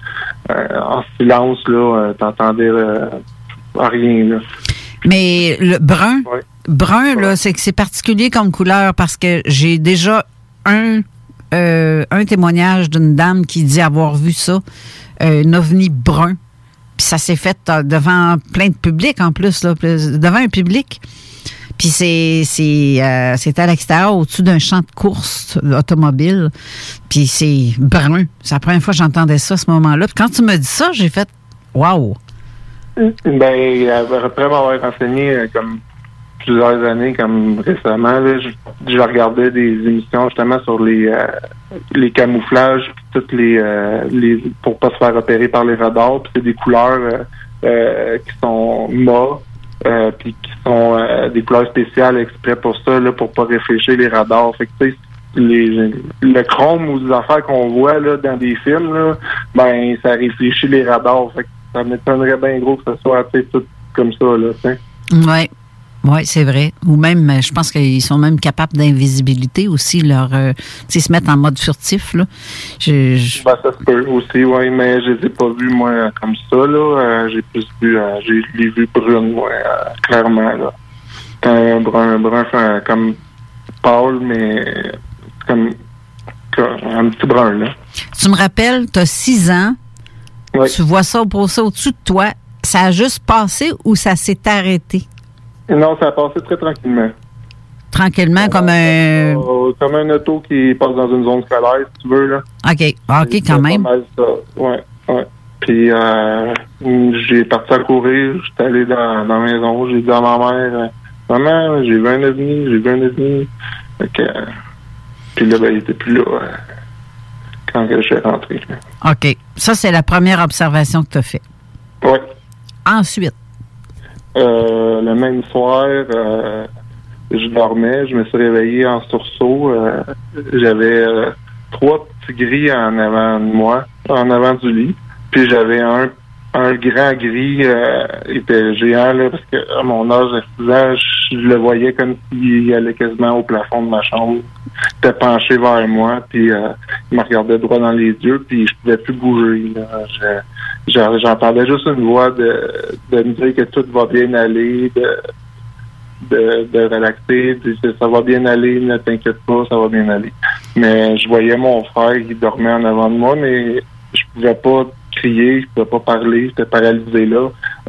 en silence, là, t'entendais rien, là. Mais le brun, là, c'est que c'est particulier comme couleur parce que j'ai déjà un témoignage d'une dame qui dit avoir vu ça, un ovni brun. Puis ça s'est fait devant plein de public en plus, là, devant un public. Puis c'était à l'extérieur, au-dessus d'un champ de course automobile. Puis c'est brun. C'est la première fois que j'entendais ça à ce moment-là. Puis quand tu me dis ça, j'ai fait « Wow! » Après m'avoir renseigné comme plusieurs années, comme récemment, là, je regardais des émissions justement sur les camouflages, puis toutes les pour pas se faire repérer par les radars, puis c'est des couleurs qui sont mâts, puis qui sont des couleurs spéciales exprès pour ça, là, pour pas réfléchir les radars. Fait que tu sais, le chrome ou des affaires qu'on voit là dans des films, là, ça réfléchit les radars. Fait que ça m'étonnerait bien gros que ça soit tout comme ça, là, tu sais. Oui, c'est vrai. Ou même, je pense qu'ils sont même capables d'invisibilité aussi, se mettre en mode furtif, là. Ça se peut aussi, oui, mais je les ai pas vus, moi, comme ça, là. J'ai plus vu, j'ai les vu brunes, moi, clairement, là. Un brun comme pâle, mais comme un petit brun, là. Tu me rappelles, tu as 6 ans. Oui. Tu vois ça au-dessus de toi. Ça a juste passé ou ça s'est arrêté? Non, ça a passé très tranquillement. Tranquillement, comme un... Comme un auto qui passe dans une zone scolaire, si tu veux, là. OK, quand même. Pas mal ça. Ouais. Puis, j'ai parti à courir, j'étais allé dans la maison, j'ai dit à ma mère, maman, j'ai vu un ovni. Puis là, il était plus là quand je suis rentré. OK. Ça, c'est la première observation que tu as faite. Oui. Ensuite? Le même soir, je dormais, je me suis réveillé en sursaut. J'avais 3 petits gris en avant de moi, en avant du lit. Puis j'avais un grand gris, il était géant, là, parce que à mon âge de 6 ans, je le voyais comme s'il allait quasiment au plafond de ma chambre. Il était penché vers moi, puis il me regardait droit dans les yeux, puis je pouvais plus bouger, là. J'entendais juste une voix de me dire que tout va bien aller, de relaxer, ça va bien aller, ne t'inquiète pas, ça va bien aller. Mais je voyais mon frère qui dormait en avant de moi, mais je pouvais pas crier, je pouvais pas parler, j'étais paralysé là.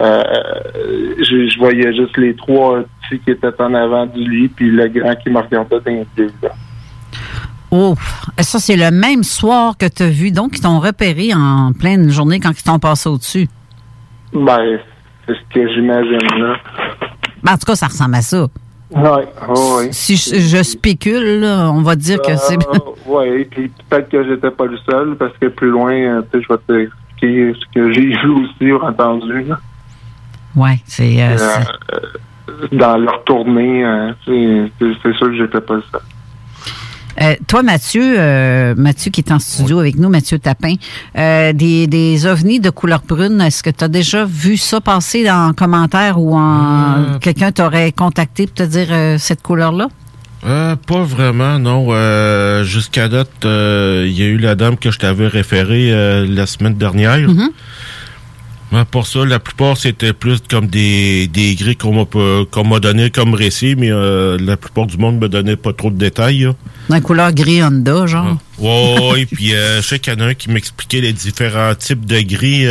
Je voyais juste les 3 petits qui étaient en avant du lit, puis le grand qui me regardait dans les yeux, là. Oh, ça, c'est le même soir que tu as vu. Donc, ils t'ont repéré en pleine journée quand ils t'ont passé au-dessus. Ben, c'est ce que j'imagine, là. Ben, en tout cas, ça ressemble à ça. Oui. Si je spécule, là, on va dire que c'est... Oui, puis peut-être que j'étais pas le seul, parce que plus loin, je vais t'expliquer ce que j'ai vu aussi, entendu, là. Oui, c'est... dans leur tournée, c'est sûr que j'étais pas le seul. Toi, Mathieu qui est en studio avec nous, Mathieu Tapin, des ovnis de couleur brune, est-ce que tu as déjà vu ça passer en commentaire ou quelqu'un t'aurait contacté pour te dire cette couleur-là? Pas vraiment, non. Jusqu'à date, il y a eu la dame que je t'avais référée la semaine dernière. Mm-hmm. Pour ça, la plupart, c'était plus comme des gris qu'on m'a donné comme récit, mais la plupart du monde me donnait pas trop de détails. Dans la couleur gris Honda, genre? Oui, puis je sais qu'il y en a un qui m'expliquait les différents types de gris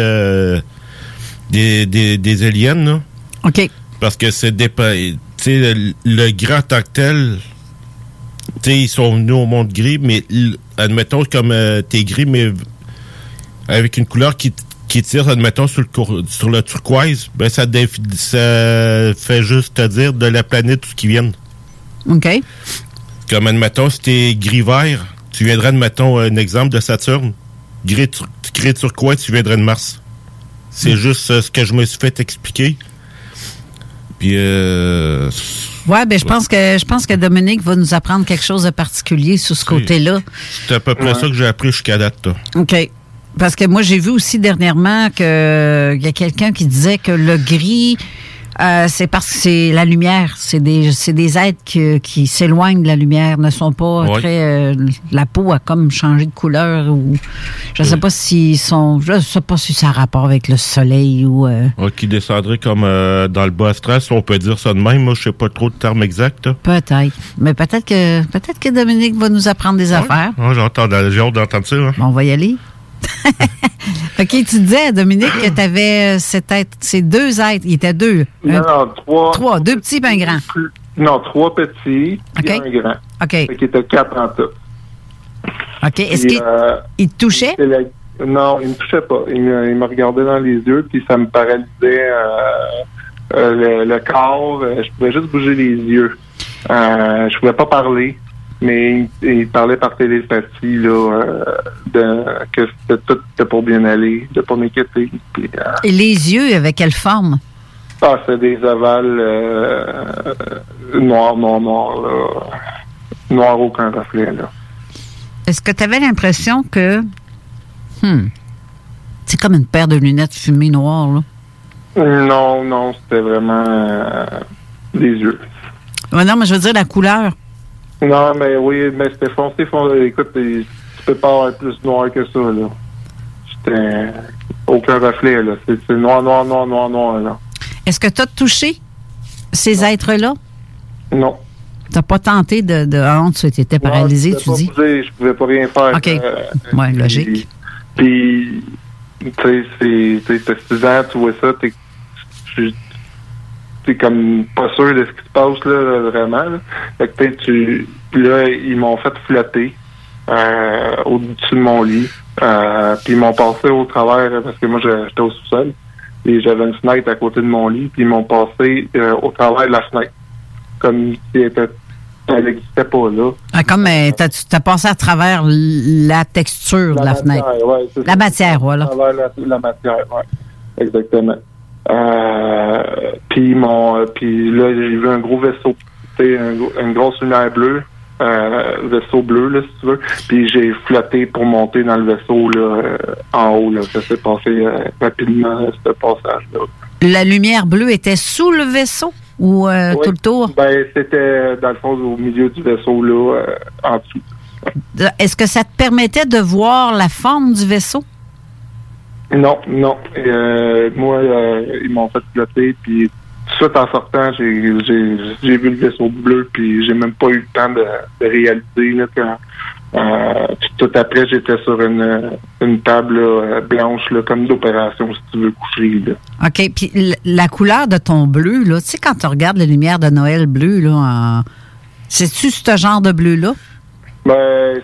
des aliens, là. OK. Parce que c'est le grand tant que tel, ils sont venus au monde gris, mais admettons comme t'es gris, mais avec une couleur qui tire, admettons, sur le turquoise, ben ça fait juste à dire de la planète où qui viennent. OK. Comme, admettons, si t'es gris-vert, tu viendrais, admettons, un exemple de Saturne. Gris turquoise, tu viendrais de Mars. C'est juste ce que je me suis fait expliquer. Puis, ouais, ben je pense que Dominique va nous apprendre quelque chose de particulier sur ce côté-là. C'est à peu près ça que j'ai appris jusqu'à date, là. OK. Parce que moi, j'ai vu aussi dernièrement qu'il y a quelqu'un qui disait que le gris, c'est parce que c'est la lumière. C'est des êtres qui s'éloignent de la lumière, ne sont pas très... la peau a comme changé de couleur ou... Je sais pas s'ils sont... Je sais pas si ça a rapport avec le soleil ou... qui descendrait comme dans le bas astral, si on peut dire ça de même. Moi, je sais pas trop de termes exacts. Là. Peut-être. Mais peut-être que Dominique va nous apprendre des affaires. J'ai hâte d'entendre ça. Hein. Bon, on va y aller. OK, tu disais, Dominique, que tu avais ces 2 êtres. Il était 2. Non, 3. 3, 2 petits et un grand. Non, 3 petits et un grand. OK. Fait qu'il était 4 en tout. OK. Est-ce qu'il te touchait? Non, il me touchait pas. Il me regardait dans les yeux, puis ça me paralysait le corps. Je pouvais juste bouger les yeux. Je pouvais pas parler. Mais il parlait par télépathie, là, que tout était pour bien aller, de pas m'inquiéter. Puis, et les yeux, avec quelle forme? C'est des ovales noirs, là. Noir, aucun reflet, là. Est-ce que tu avais l'impression que... c'est comme une paire de lunettes fumées noires, là? Non, c'était vraiment des yeux. Ouais, non, mais je veux dire la couleur. Non, mais oui, mais c'était foncé. Écoute, tu peux pas avoir plus noir que ça, là. C'était aucun reflet, là. C'est noir, là. Est-ce que tu as touché ces êtres-là? Non. T'as pas tenté de honte, tu étais paralysé, tu dis? Je pouvais pas rien faire. OK. Ouais, logique. Puis, tu sais, t'as 6 ans, tu vois ça, t'es comme pas sûr de ce qui se passe, là, vraiment, là. Fait que peut-être là, ils m'ont fait flotter au-dessus de mon lit. Puis ils m'ont passé au travers, parce que moi, j'étais au sous-sol. Et j'avais une fenêtre à côté de mon lit, puis ils m'ont passé au travers de la fenêtre. Comme si elle n'existait pas là. Comme t'as passé à travers la texture de la fenêtre. Ouais, la matière, voilà. À travers la matière, oui. Exactement. Puis là, j'ai vu un gros vaisseau. Une grosse lumière bleue. Vaisseau bleu, là, si tu veux. Puis j'ai flotté pour monter dans le vaisseau, là, en haut, là. Ça s'est passé rapidement, ce passage-là. La lumière bleue était sous le vaisseau ou oui. Tout le tour? Ben, c'était, dans le fond, au milieu du vaisseau, là, en dessous. Est-ce que ça te permettait de voir la forme du vaisseau? Non. Moi, ils m'ont fait flotter, puis tout de suite en sortant, j'ai vu le vaisseau bleu, puis j'ai même pas eu le temps de réaliser là, Puis tout après, j'étais sur une table là, blanche, là, comme d'opération, si tu veux coucher. Là. OK. Puis la couleur de ton bleu, là, tu sais, quand tu regardes les lumières de Noël bleu, là, c'est-tu ce genre de bleu-là? Ben,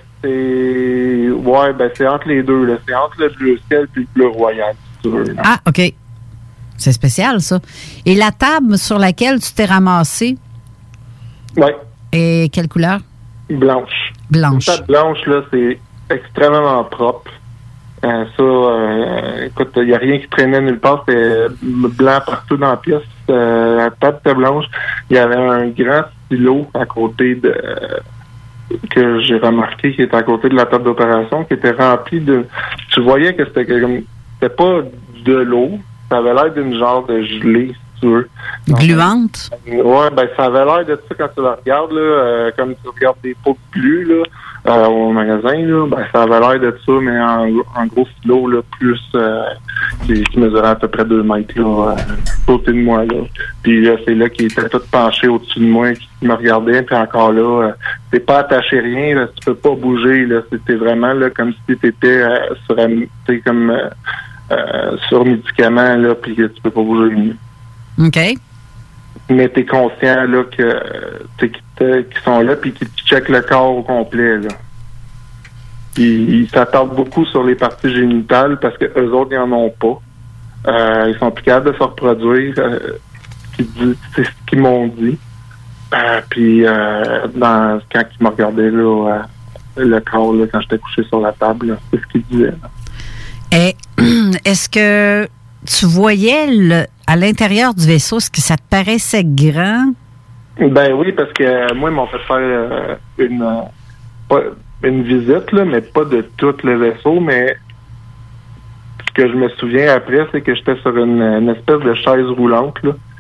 c'est entre les deux. Là. C'est entre le bleu ciel et le bleu royal, si tu veux. Là. Ah, OK. C'est spécial, ça. Et la table sur laquelle tu t'es ramassé? Oui. Et quelle couleur? Blanche. Blanche. La table blanche, là, c'est extrêmement propre. Écoute, il n'y a rien qui traînait nulle part. C'était blanc partout dans la pièce. La table était blanche. Il y avait un grand stylo à côté que j'ai remarqué qui était à côté de la table d'opération, qui était rempli de... Tu voyais que c'était pas de l'eau, ça avait l'air d'une genre de gelée, si tu veux. Gluante? Ouais, ben ça avait l'air de ça quand tu la regardes, là, comme tu regardes des pots de glu, là, au magasin, là, ben ça avait l'air de ça, mais en gros stylo, là, plus qui mesurait à peu près 2 mètres, là, à côté de moi, là. Puis là, c'est là qu'il était tout penché au-dessus de moi, qui me regardait, puis encore là, t'es pas attaché rien, là, tu peux pas bouger, là, c'était vraiment, là, comme si t'étais sur médicaments, là, puis que tu peux pas bouger. OK. Mais t'es conscient, là, qu'ils sont là, puis qu'ils checkent le corps au complet, là. Puis ils s'attardent beaucoup sur les parties génitales parce que eux autres, ils en ont pas. Ils sont plus capables de se reproduire. C'est ce qu'ils m'ont dit. Puis quand ils me regardaient, là, le corps, là, quand j'étais couché sur la table, là, c'est ce qu'ils disaient, là. Et est-ce que tu voyais à l'intérieur du vaisseau, est-ce que ça te paraissait grand? Ben oui, parce que moi, ils m'ont fait faire une visite, là, mais pas de tout le vaisseau, mais ce que je me souviens après, c'est que j'étais sur une espèce de chaise roulante,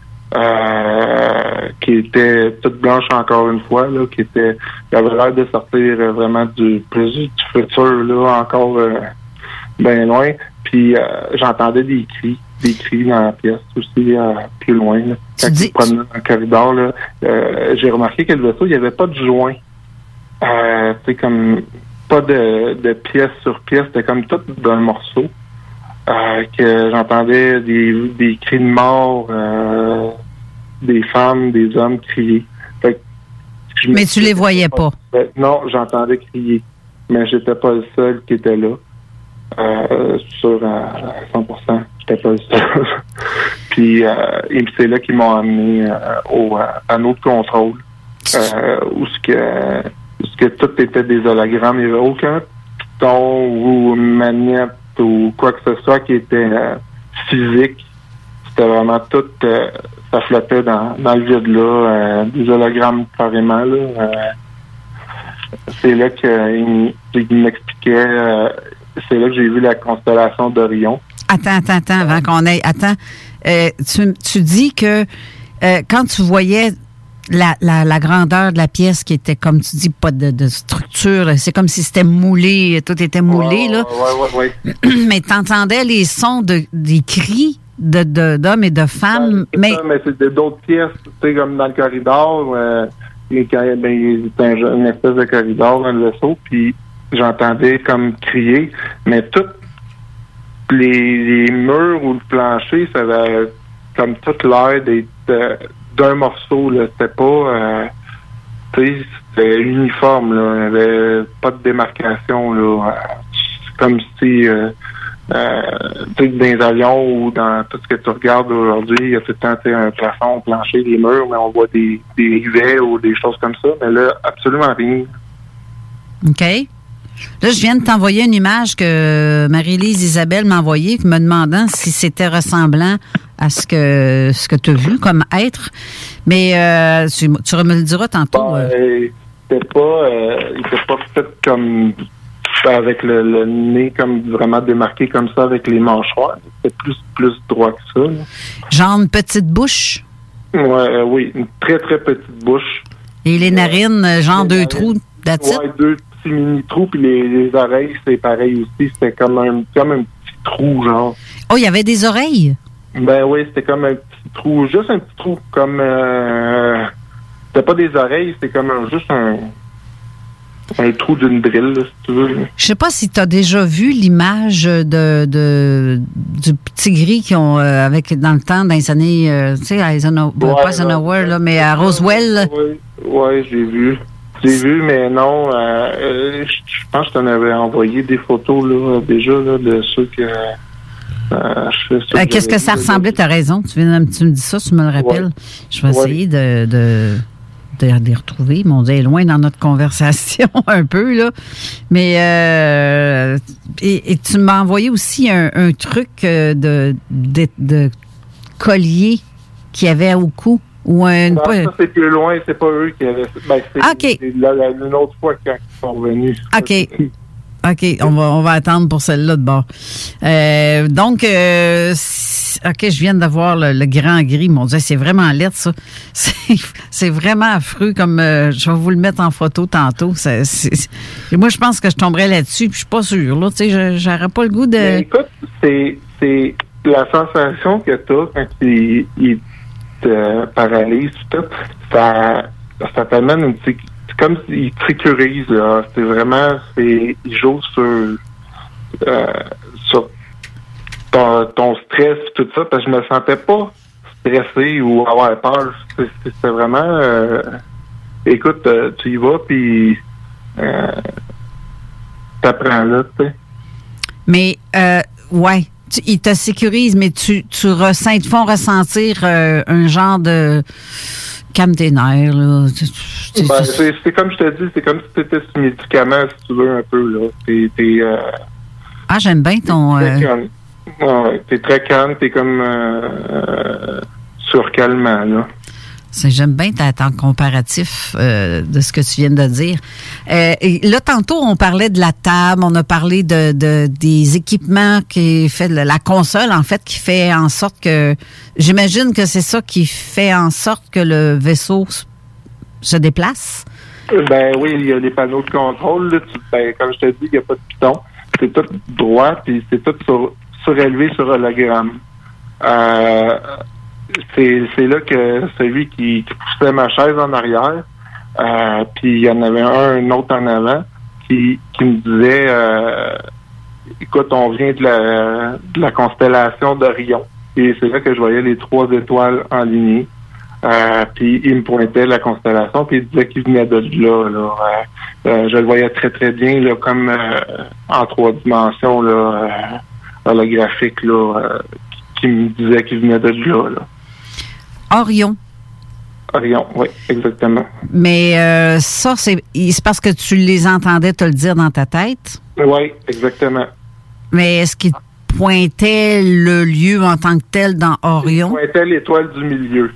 là, qui était toute blanche encore une fois, là, qui avait l'air de sortir vraiment du futur, là, encore bien loin. Puis j'entendais des cris dans la pièce aussi, plus loin. Là. Quand je promenais dans le corridor, là, j'ai remarqué que le vaisseau, il n'y avait pas de joint. C'est comme pas de pièce sur pièce, c'était comme tout d'un morceau. Que j'entendais des cris de mort, des femmes, des hommes crier. Mais tu les voyais pas? Non, j'entendais crier. Mais j'étais pas le seul qui était là. Sur à 100%, j'étais pas le seul. Puis c'est là qu'ils m'ont amené à notre contrôle, où ce que tout était des hologrammes. Il n'y avait aucun piton ou manette ou quoi que ce soit qui était physique. C'était vraiment tout, ça flottait dans le vide là, des hologrammes carrément là. C'est là qu'il m'expliquait. C'est là que j'ai vu la constellation d'Orion. Attends, avant qu'on aille. Attends. Tu dis que quand tu voyais la grandeur de la pièce qui était, comme tu dis, pas de structure, là, c'est comme si c'était moulé, tout était moulé, là. Ouais. Mais t'entendais les sons des cris d'hommes et de femmes. Mais c'est d'autres pièces, tu sais, comme dans le corridor. C'était une espèce de corridor dans le vaisseau, puis j'entendais comme crier, mais tous les murs ou le plancher, ça avait comme toute l'air d'être d'un morceau, là. C'était pas tu sais, c'était uniforme, là. Il n'y avait pas de démarcation, là. Comme si dans les avions ou dans tout ce que tu regardes aujourd'hui, il y a tout le temps un plafond, un plancher, des murs, mais on voit des rivets ou des choses comme ça, mais là, absolument rien. OK. Là, je viens de t'envoyer une image que Marie-Lise Isabelle m'a envoyée, me demandant si c'était ressemblant à ce que tu as vu comme être. Mais tu me le diras tantôt. Il était pas fait comme avec le nez comme vraiment démarqué comme ça avec les mâchoires. C'était plus droit que ça. Là. Genre une petite bouche? Oui, une très, très petite bouche. Et les narines, genre deux trous, that's it? Ouais, 2 petits mini-trous, puis les oreilles, c'est pareil aussi. C'était comme un petit trou, genre. Oh, il y avait des oreilles? Ben oui, c'était comme un petit trou, juste un petit trou, comme... c'était pas des oreilles, c'était comme juste un... un trou d'une drill, là, si tu veux. Je sais pas si tu as déjà vu l'image du petit gris qu'ils ont avec dans le temps, dans les années, tu sais, à pas Eisenhower, là, mais à Roswell. Oui, j'ai vu. Mais non, je pense que tu en avais envoyé des photos là, déjà là, de ceux que... qu'est-ce que ça ressemblait? Tu as raison. Tu me dis ça, tu me le rappelles. Ouais. Je vais essayer de les retrouver. Mon Dieu, est loin dans notre conversation un peu, là. Mais et tu m'as envoyé aussi un truc de collier qu'il y avait au cou. Ou un, non, ça, c'est plus loin. C'est pas eux qui avaient... c'est une autre fois quand ils sont revenus. OK. OK, on va attendre pour celle-là de bord. Donc, OK, je viens de voir le grand gris. Mon Dieu, c'est vraiment laid, ça. C'est vraiment affreux, comme je vais vous le mettre en photo tantôt. Moi, je pense que je tomberais là-dessus, puis je suis pas sûre. Là, tu sais, j'aurais pas le goût de... Mais écoute, c'est la sensation que tu as quand il te paralyse, tout, ça t'amène une petite... C'est comme s'il te sécurise, là. C'est vraiment... Il joue sur ton stress et tout ça, parce que je me sentais pas stressé ou avoir peur. C'était vraiment... écoute, tu y vas, puis t'apprends là, tu sais. Mais, ouais, il te sécurise, mais tu ressens, ils te font ressentir un genre de... calme tes nerfs, là. C'est comme je te dis, c'est comme si tu étais sous médicament, si tu veux, un peu, là. Ah, j'aime bien ton... t'es très calme, t'es comme surcalmant, là. J'aime bien ton comparatif de ce que tu viens de dire. Et là, tantôt, on parlait de la table, on a parlé des équipements qui fait la console, en fait, qui fait en sorte que... J'imagine que c'est ça qui fait en sorte que le vaisseau se déplace? Ben oui, il y a des panneaux de contrôle. Là. Comme je te dis, il n'y a pas de piton. C'est tout droit, puis c'est tout surélevé sur hologramme. C'est là que celui qui poussait ma chaise en arrière, puis il y en avait un autre en avant, qui me disait écoute, on vient de la constellation d'Orion. Et c'est là que je voyais les 3 étoiles enlignées. Puis il me pointait la constellation, puis il disait qu'il venait de là. Je le voyais très très bien, là, comme en 3 dimensions là, holographiques, là, qui me disait qu'il venait de là. Orion. Orion, oui, exactement. Mais ça, c'est parce que tu les entendais te le dire dans ta tête? Oui, exactement. Mais est-ce qu'il pointait le lieu en tant que tel dans Orion? Il pointait l'étoile du milieu.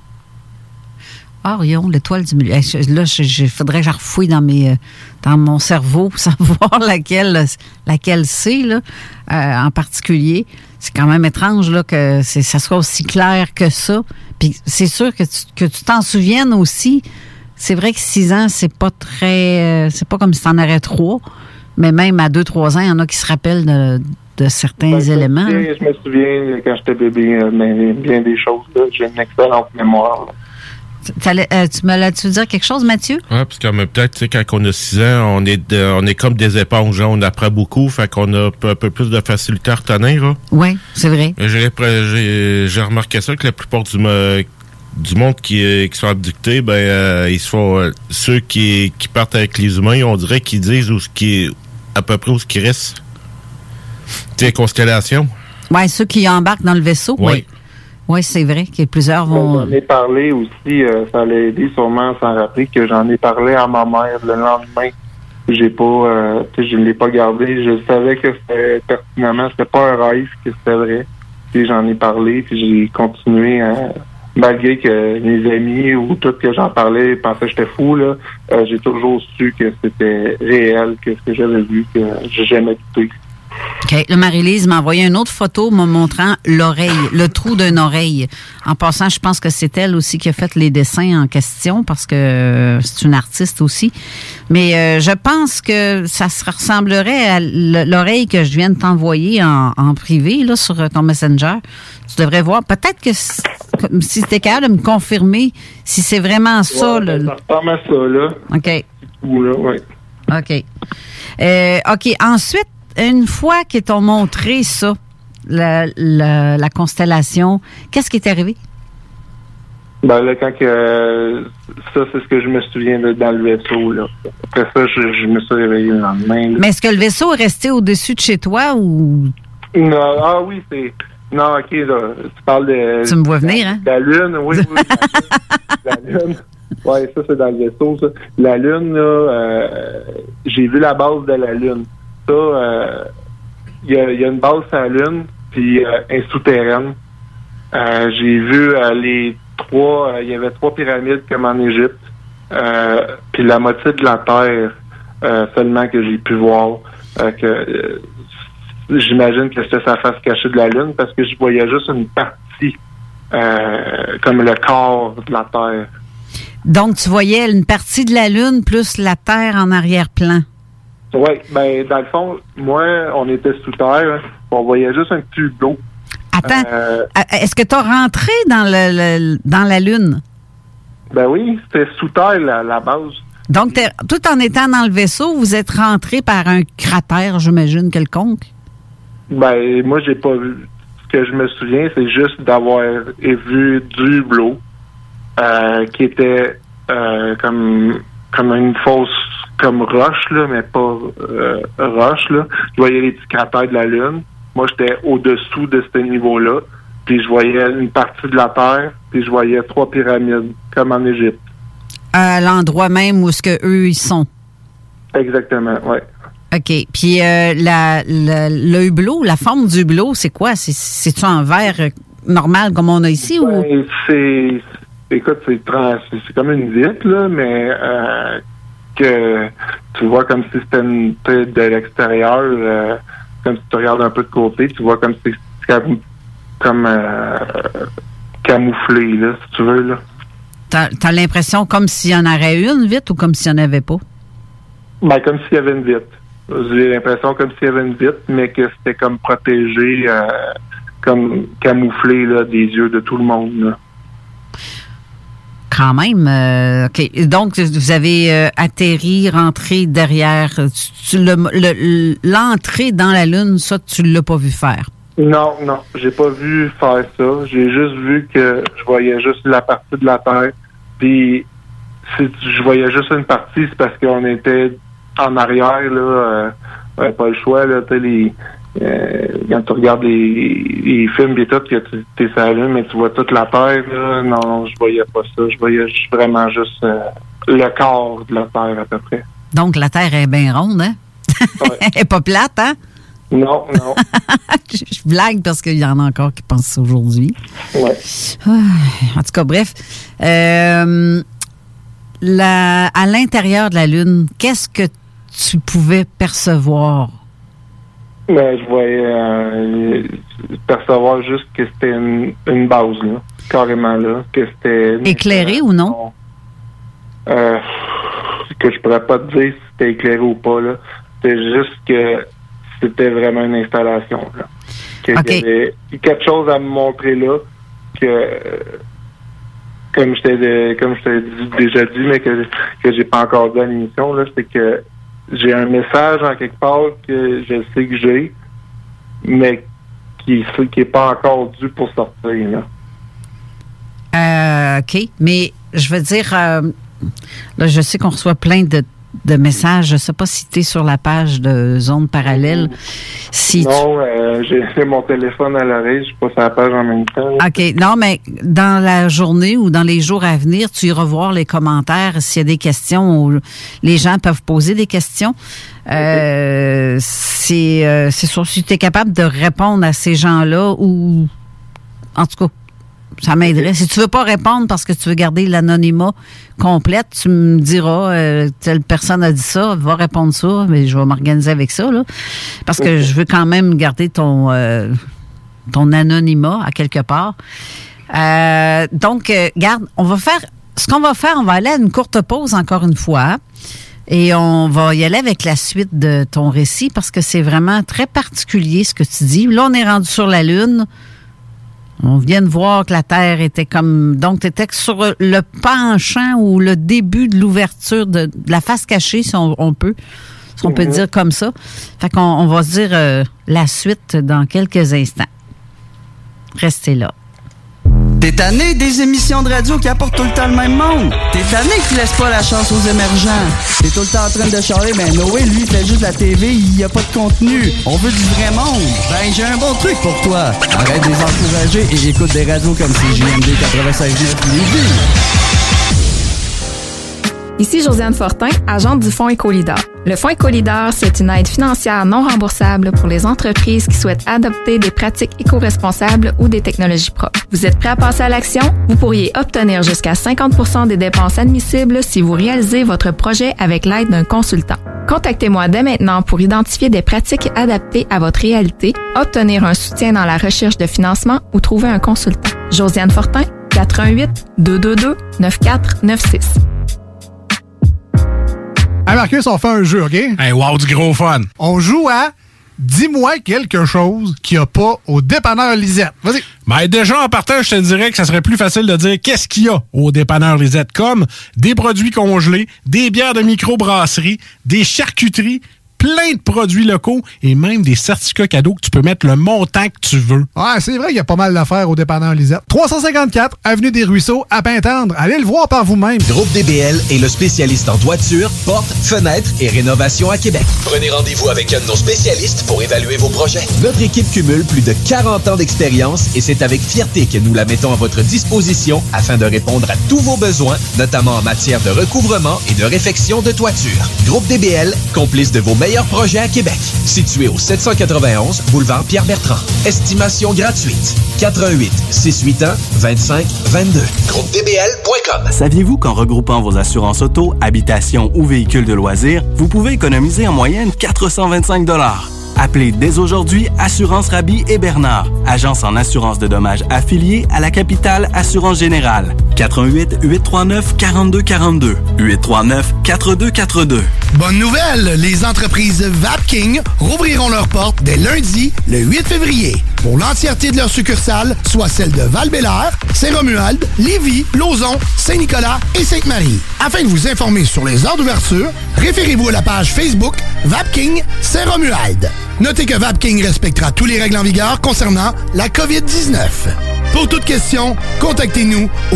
Orion, l'étoile du milieu. Là, il faudrait que je refouille dans mon cerveau pour savoir laquelle c'est, là, en particulier. C'est quand même étrange là, que ça soit aussi clair que ça. Puis c'est sûr que tu t'en souviennes aussi. C'est vrai que 6 ans, c'est pas très... c'est pas comme si t'en aurais 3. Mais même à 2-3 ans, il y en a qui se rappellent de certains éléments. Je me souviens, quand j'étais bébé, bien des choses. Là. J'ai une excellente mémoire. Là. Tu me l'as-tu dire quelque chose, Mathieu? Oui, parce que peut-être, tu sais, quand on a 6 ans, on est comme des éponges, hein, on apprend beaucoup, fait qu'on a un peu plus de facilité à retenir. Oui, c'est vrai. J'ai remarqué ça, que la plupart du monde qui sont abductés, ils se font... ceux qui partent avec les humains, on dirait qu'ils disent à peu près où ce qui reste. Tu sais, constellation. Oui, ceux qui embarquent dans le vaisseau, oui. Oui, c'est vrai que plusieurs vont... J'en ai parlé aussi, ça allait aider sûrement à s'en rappeler que j'en ai parlé à ma mère le lendemain. J'ai pas, je ne l'ai pas gardé. Je savais que c'était pertinemment, c'était pas un rêve, que c'était vrai. Puis j'en ai parlé, puis j'ai continué malgré que mes amis ou tout que j'en parlais pensaient que j'étais fou, là, j'ai toujours su que c'était réel, que ce que j'avais vu, que j'ai jamais douté. OK. Le Marie-Lise m'a envoyé une autre photo me montrant l'oreille, le trou d'une oreille. En passant, je pense que c'est elle aussi qui a fait les dessins en question parce que c'est une artiste aussi. Mais je pense que ça se ressemblerait à l'oreille que je viens de t'envoyer en privé là, sur ton Messenger. Tu devrais voir. Peut-être que si tu es capable de me confirmer si c'est vraiment ça. Ouais, ça ressemble à ça, là. OK. Ou là, ouais. OK. OK. Ensuite, une fois qu'ils t'ont montré ça, la constellation, qu'est-ce qui est arrivé? Ben là, quand que ça, c'est ce que je me souviens dans le vaisseau, là. Après ça, je me suis réveillé le lendemain. Là. Mais est-ce que le vaisseau est resté au-dessus de chez toi ou... Non, oui, c'est... Non, OK, là, tu parles de... Tu me vois venir, hein? La Lune, oui, la Lune. Oui, ça, c'est dans le vaisseau, ça. La Lune, là, j'ai vu la base de la Lune. Ça, il y a une base sur la Lune, puis elle est souterraine. J'ai vu il y avait 3 pyramides comme en Égypte, puis la moitié de la Terre seulement que j'ai pu voir. J'imagine que c'était sa face cachée de la Lune parce que je voyais juste une partie, comme le corps de la Terre. Donc, tu voyais une partie de la Lune plus la Terre en arrière-plan. Oui, ben dans le fond, moi, on était sous terre, on voyait juste un petit hublot. Attends, est-ce que tu as rentré dans la Lune? Ben oui, c'était sous terre, la base. Donc, tout en étant dans le vaisseau, vous êtes rentré par un cratère, j'imagine, quelconque? Ben, moi, j'ai pas vu. Ce que je me souviens, c'est juste d'avoir vu du hublot qui était comme une fausse comme roche, là, mais pas roche, là. Je voyais les petits cratères de la Lune. Moi, j'étais au-dessous de ce niveau-là. Puis je voyais une partie de la Terre, puis je voyais 3 pyramides, comme en Égypte. À l'endroit même où est-ce que eux ils sont. Exactement, oui. OK. Puis le hublot, la forme du hublot, c'est quoi? C'est-tu en verre normal comme on a ici? Ben, écoute, c'est comme une vitre, là, mais que tu vois comme si c'était de l'extérieur, comme si tu regardes un peu de côté, tu vois comme si c'est comme camouflé, là, si tu veux, là. T'as l'impression comme s'il y en aurait une vitre ou comme s'il n'y en avait pas? Ben, comme s'il y avait une vitre. J'ai l'impression comme s'il y avait une vitre, mais que c'était comme protégé, comme camouflé, là, des yeux de tout le monde, là. Quand même. OK. Donc, vous avez atterri, rentré derrière. L'entrée dans la Lune, ça, tu l'as pas vu faire? Non, j'ai pas vu faire ça. J'ai juste vu que je voyais juste la partie de la Terre. Puis, si je voyais juste une partie, c'est parce qu'on était en arrière, là. Pas le choix, là. Tu sais, quand tu regardes les films et tout, que tu t'es sur la Lune, mais tu vois toute la Terre, là. Non, je voyais pas ça. Je voyais vraiment juste le corps de la Terre, à peu près. Donc, la Terre est bien ronde, hein? Ouais. Elle est pas plate, hein? Non. Je blague parce qu'il y en a encore qui pensent ça aujourd'hui. Ouais. En tout cas, bref. À l'intérieur de la Lune, qu'est-ce que tu pouvais percevoir? Ben, je voyais percevoir juste que c'était une base, là. Carrément, là. Que c'était... Éclairé ou non? Que je pourrais pas te dire si c'était éclairé ou pas, là. C'était juste que c'était vraiment une installation, là. Il y avait quelque chose à me montrer là que comme je t'ai déjà dit, mais que j'ai pas encore dit à l'émission, là, c'est que j'ai un message en quelque part que je sais que j'ai, mais qui est pas encore dû pour sortir, là. OK. Mais je veux dire, là, je sais qu'on reçoit plein de messages. Je ne sais pas si tu es sur la page de Zone Parallèle. J'ai mon téléphone à l'oreille. Je suis pas sur la page en même temps. OK. Non, mais dans la journée ou dans les jours à venir, tu iras voir les commentaires s'il y a des questions où les gens peuvent poser des questions. C'est sûr, si tu es capable de répondre à ces gens-là ou... En tout cas, ça m'aiderait. Si tu veux pas répondre parce que tu veux garder l'anonymat complète, tu me diras, telle personne a dit ça, va répondre ça, mais je vais m'organiser avec ça, là. Parce que je veux quand même garder ton anonymat à quelque part. Donc, garde, ce qu'on va faire, on va aller à une courte pause encore une fois. Et on va y aller avec la suite de ton récit parce que c'est vraiment très particulier ce que tu dis. Là, on est rendu sur la Lune. On vient de voir que la Terre était comme... Donc, tu étais sur le penchant ou le début de l'ouverture de la face cachée, si on peut dire comme ça. Fait qu'on va se dire la suite dans quelques instants. Restez là. T'es tanné des émissions de radio qui apportent tout le temps le même monde? T'es tanné qui laisse pas la chance aux émergents? T'es tout le temps en train de charler, mais Noé, lui, fait juste la TV, il y a pas de contenu. On veut du vrai monde. Ben, j'ai un bon truc pour toi. Arrête de les encourager et écoute des radios comme CJMD 96.9 Lévis. Ici Josiane Fortin, agente du Fonds Écolidar. Le Fonds Écolidar, c'est une aide financière non remboursable pour les entreprises qui souhaitent adopter des pratiques éco-responsables ou des technologies propres. Vous êtes prêt à passer à l'action? Vous pourriez obtenir jusqu'à 50% des dépenses admissibles si vous réalisez votre projet avec l'aide d'un consultant. Contactez-moi dès maintenant pour identifier des pratiques adaptées à votre réalité, obtenir un soutien dans la recherche de financement ou trouver un consultant. Josiane Fortin, 418-222-9496. Hey Marcus, on fait un jeu, OK? Hey, wow, du gros fun! On joue à Dis-moi quelque chose qu'il n'y a pas au dépanneur Lisette. Vas-y. Ben déjà, en partant, je te dirais que ça serait plus facile de dire qu'est-ce qu'il y a au dépanneur Lisette, comme des produits congelés, des bières de microbrasserie, des charcuteries, plein de produits locaux et même des certificats cadeaux que tu peux mettre le montant que tu veux. Ouais, c'est vrai qu'il y a pas mal d'affaires au dépanneur Lisette. 354 Avenue des Ruisseaux, à Pintendre. Allez le voir par vous-même. Groupe DBL est le spécialiste en toiture, portes, fenêtres et rénovation à Québec. Prenez rendez-vous avec un de nos spécialistes pour évaluer vos projets. Notre équipe cumule plus de 40 ans d'expérience et c'est avec fierté que nous la mettons à votre disposition afin de répondre à tous vos besoins, notamment en matière de recouvrement et de réfection de toiture. Groupe DBL, complice de vos meilleurs projets à Québec. Situé au 791 boulevard Pierre-Bertrand. Estimation gratuite. 88-681-2522. GroupeDBL.com. Saviez-vous qu'en regroupant vos assurances auto, habitation ou véhicules de loisirs, vous pouvez économiser en moyenne 425 $? Appelez dès aujourd'hui Assurance Rabi et Bernard, agence en assurance de dommages affiliée à la Capitale Assurance Générale. 88-839-4242. 839-4242. Bonne nouvelle! Les entreprises Vapking rouvriront leurs portes dès lundi, le 8 février. Pour l'entièreté de leurs succursales, soit celles de Val-Bélair, Saint-Romuald, Lévis, Lauson, Saint-Nicolas et Sainte-Marie. Afin de vous informer sur les heures d'ouverture, référez-vous à la page Facebook Vapking Saint-Romuald. Notez que Vapking respectera tous les règles en vigueur concernant la COVID-19. Pour toute question, contactez-nous au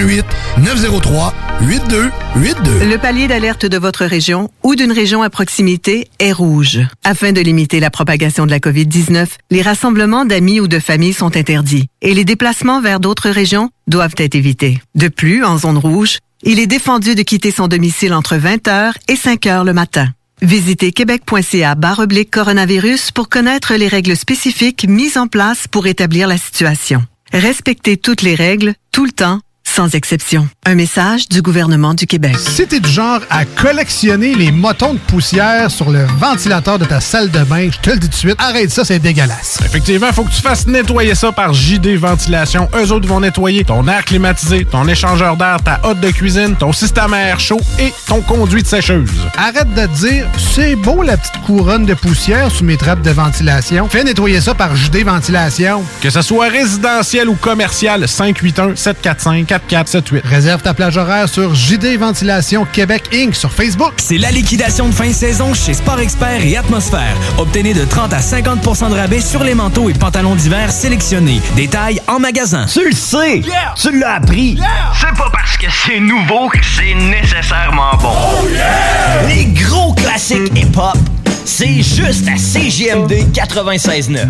418-903-8282. Le palier d'alerte de votre région ou d'une région à proximité est rouge. Afin de limiter la propagation de la COVID-19, les rassemblements d'amis ou de familles sont interdits et les déplacements vers d'autres régions doivent être évités. De plus, en zone rouge, il est défendu de quitter son domicile entre 20h et 5h le matin. Visitez québec.ca/coronavirus pour connaître les règles spécifiques mises en place pour établir la situation. Respectez toutes les règles, tout le temps, sans exception. Un message du gouvernement du Québec. Si t'es du genre à collectionner les motons de poussière sur le ventilateur de ta salle de bain, je te le dis tout de suite, arrête ça, c'est dégueulasse. Effectivement, il faut que tu fasses nettoyer ça par JD Ventilation. Eux autres vont nettoyer ton air climatisé, ton échangeur d'air, ta hotte de cuisine, ton système à air chaud et ton conduit de sécheuse. Arrête de te dire, c'est beau la petite couronne de poussière sous mes trappes de ventilation. Fais nettoyer ça par JD Ventilation. Que ce soit résidentiel ou commercial, 581-745-4478. Réserve ta plage horaire sur JD Ventilation Québec Inc. sur Facebook. C'est la liquidation de fin de saison chez Sport Expert et Atmosphère. Obtenez de 30 à 50 % de rabais sur les manteaux et pantalons d'hiver sélectionnés. Détails en magasin. Tu le sais! Yeah! Tu l'as appris! Yeah! C'est pas parce que c'est nouveau que c'est nécessairement bon. Oh yeah! Les gros classiques hip-hop, c'est juste à CJMD 96.9.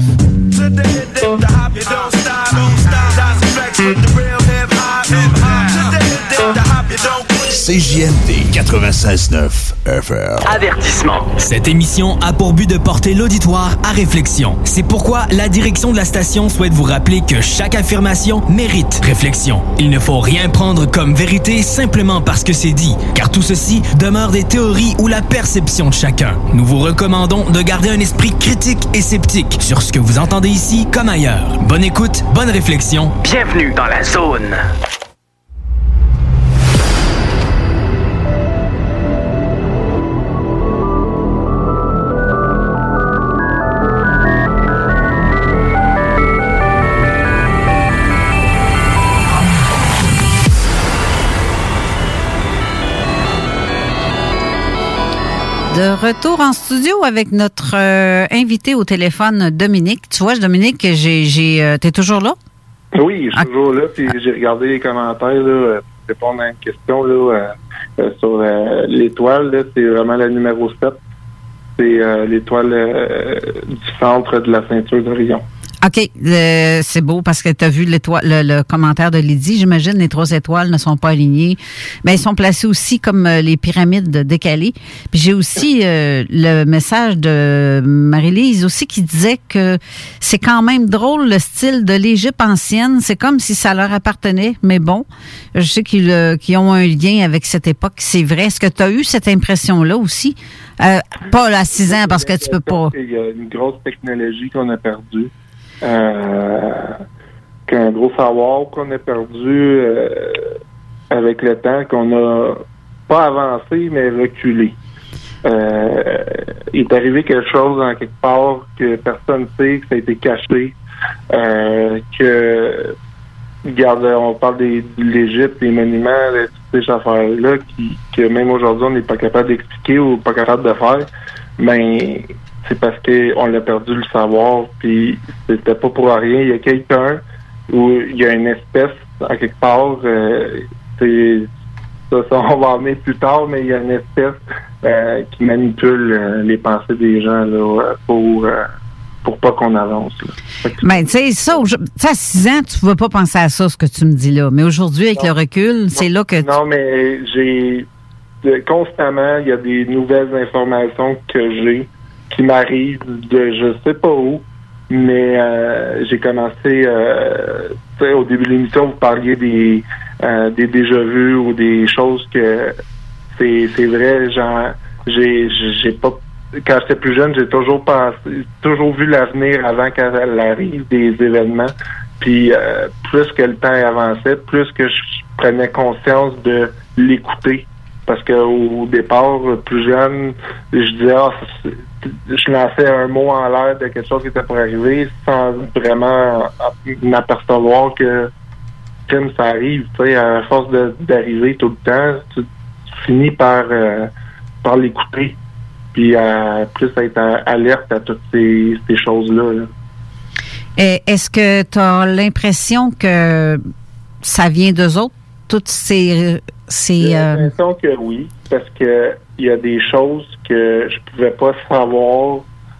CJMD 96.9 FM. Avertissement. Cette émission a pour but de porter l'auditoire à réflexion. C'est pourquoi la direction de la station souhaite vous rappeler que chaque affirmation mérite réflexion. Il ne faut rien prendre comme vérité simplement parce que c'est dit, car tout ceci demeure des théories ou la perception de chacun. Nous vous recommandons de garder un esprit critique et sceptique sur ce que vous entendez ici comme ailleurs. Bonne écoute, bonne réflexion. Bienvenue dans la zone. De retour en studio avec notre invité au téléphone, Dominique. Tu vois, Dominique, t'es toujours là? Oui, je suis toujours là, puis j'ai regardé les commentaires là, pour répondre à une question là, sur l'étoile. Là, c'est vraiment la numéro 7. C'est l'étoile du centre de la ceinture d'Orion. OK, c'est beau parce que tu as vu le commentaire de Lydie. J'imagine les 3 étoiles ne sont pas alignées. Mais ils sont placés aussi comme les pyramides décalées. Puis j'ai aussi le message de Marie-Lise aussi qui disait que c'est quand même drôle le style de l'Égypte ancienne. C'est comme si ça leur appartenait. Mais bon, je sais qu'ils ont un lien avec cette époque. C'est vrai. Est-ce que tu as eu cette impression-là aussi? Pas à 6 ans parce que tu peux pas. Il y a une grosse technologie qu'on a perdue. Qu'un gros savoir qu'on a perdu avec le temps, qu'on n'a pas avancé, mais reculé. Il est arrivé quelque chose en quelque part que personne ne sait, que ça a été caché, que, regarde, on parle de l'Égypte, des monuments, de toutes ces affaires-là, que même aujourd'hui, on n'est pas capable d'expliquer ou pas capable de faire, mais c'est parce qu'on l'a perdu le savoir, puis c'était pas pour rien. Il y a quelqu'un où il y a une espèce, à quelque part, ça, on va en venir plus tard, mais il y a une espèce qui manipule les pensées des gens là, pour pas qu'on avance. Mais tu sais, ça, à 6 ans, tu ne vas pas penser à ça, ce que tu me dis là. Mais aujourd'hui, avec le recul, c'est là que... Non, mais constamment, il y a des nouvelles informations que j'ai qui m'arrive de je sais pas où, mais j'ai commencé au début de l'émission, vous parliez des déjà-vus ou des choses que c'est vrai, genre j'ai pas, quand j'étais plus jeune, j'ai toujours vu l'avenir avant qu'elle arrive des événements, puis plus que le temps avançait, plus que je prenais conscience de l'écouter, parce que au départ, plus jeune, je disais je lançais un mot en l'air de quelque chose qui était pour arriver sans vraiment m'apercevoir que ça arrive. Tu sais, à force d'arriver tout le temps, tu finis par l'écouter. Puis plus être alerte à toutes ces choses-là. Là. Est-ce que tu as l'impression que ça vient d'eux autres, toutes ces J'ai l'impression que oui, parce que il y a des choses que je pouvais pas savoir.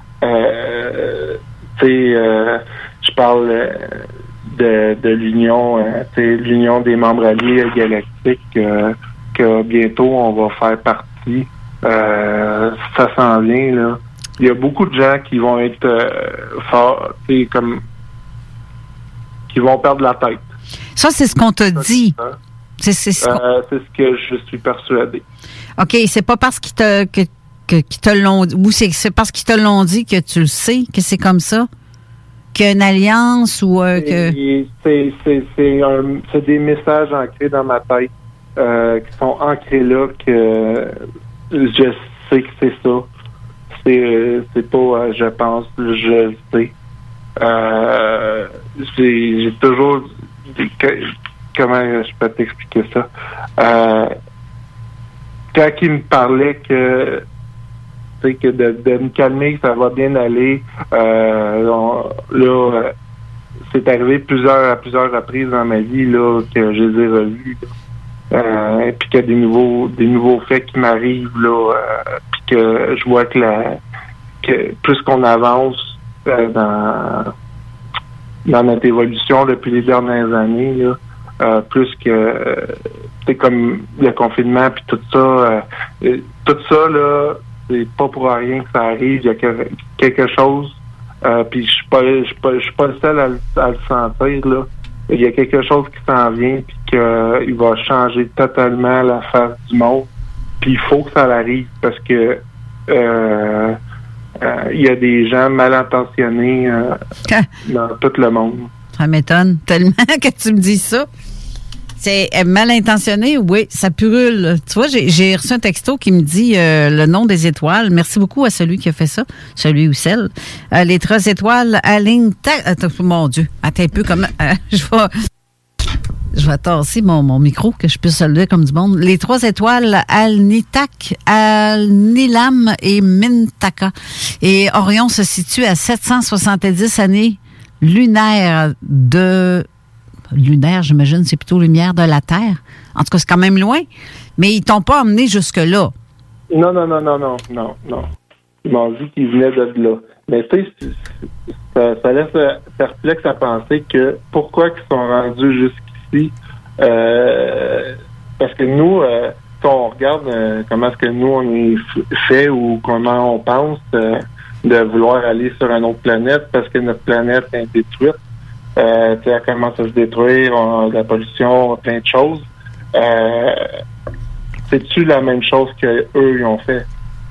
Je parle de l'union, l'union des membres alliés galactiques, que bientôt on va faire partie. Ça s'en vient là. Il y a beaucoup de gens qui vont être forts, comme qui vont perdre la tête. Ça, c'est ce qu'on t'a dit. C'est ce que je suis persuadé. OK, c'est pas parce qu'ils te l'ont dit, ou c'est parce qu'ils te l'ont dit que tu le sais, que c'est comme ça? Qu'il y a une alliance ou que... C'est des messages ancrés dans ma tête qui sont ancrés là, que je sais que c'est ça. C'est pas je pense, je le sais. J'ai toujours... Comment je peux t'expliquer ça? Quand il me parlait que de me calmer, que ça va bien aller, c'est arrivé à plusieurs reprises dans ma vie là, que je les ai revus. Puis qu'il y a des nouveaux faits qui m'arrivent là, puis que je vois que plus qu'on avance dans notre évolution depuis les dernières années, là, plus que c'est comme le confinement puis tout ça là, c'est pas pour rien que ça arrive. Il y a quelque chose, puis je suis pas le seul à le sentir là. Il y a quelque chose qui s'en vient puis qu'il va changer totalement la face du monde. Puis il faut que ça arrive parce que il y a des gens mal intentionnés dans tout le monde. Ça m'étonne tellement que tu me dises ça. C'est mal intentionné, oui, ça brûle. Tu vois, j'ai reçu un texto qui me dit le nom des étoiles. Merci beaucoup à celui qui a fait ça, celui ou celle. Les 3 étoiles alignent... mon Dieu, attends un peu, comment... je vais... Je vais tasser mon micro, que je puisse se lever comme du monde. Les 3 étoiles, Al-Nitak, Al-Nilam et Mintaka. Et Orion se situe à 770 années lunaires lunaire, j'imagine, c'est plutôt lumière de la Terre. En tout cas, c'est quand même loin. Mais ils t'ont pas emmené jusque-là. Non. Ils m'ont dit qu'ils venaient de là. Mais tu sais, ça laisse perplexe à penser que pourquoi ils sont rendus jusqu'ici. Parce que nous, quand on regarde comment est-ce que nous, on est fait ou comment on pense de vouloir aller sur une autre planète parce que notre planète est détruite, elle commence à se détruire, on a de la pollution, plein de choses. C'est-tu la même chose qu'eux, ils ont fait?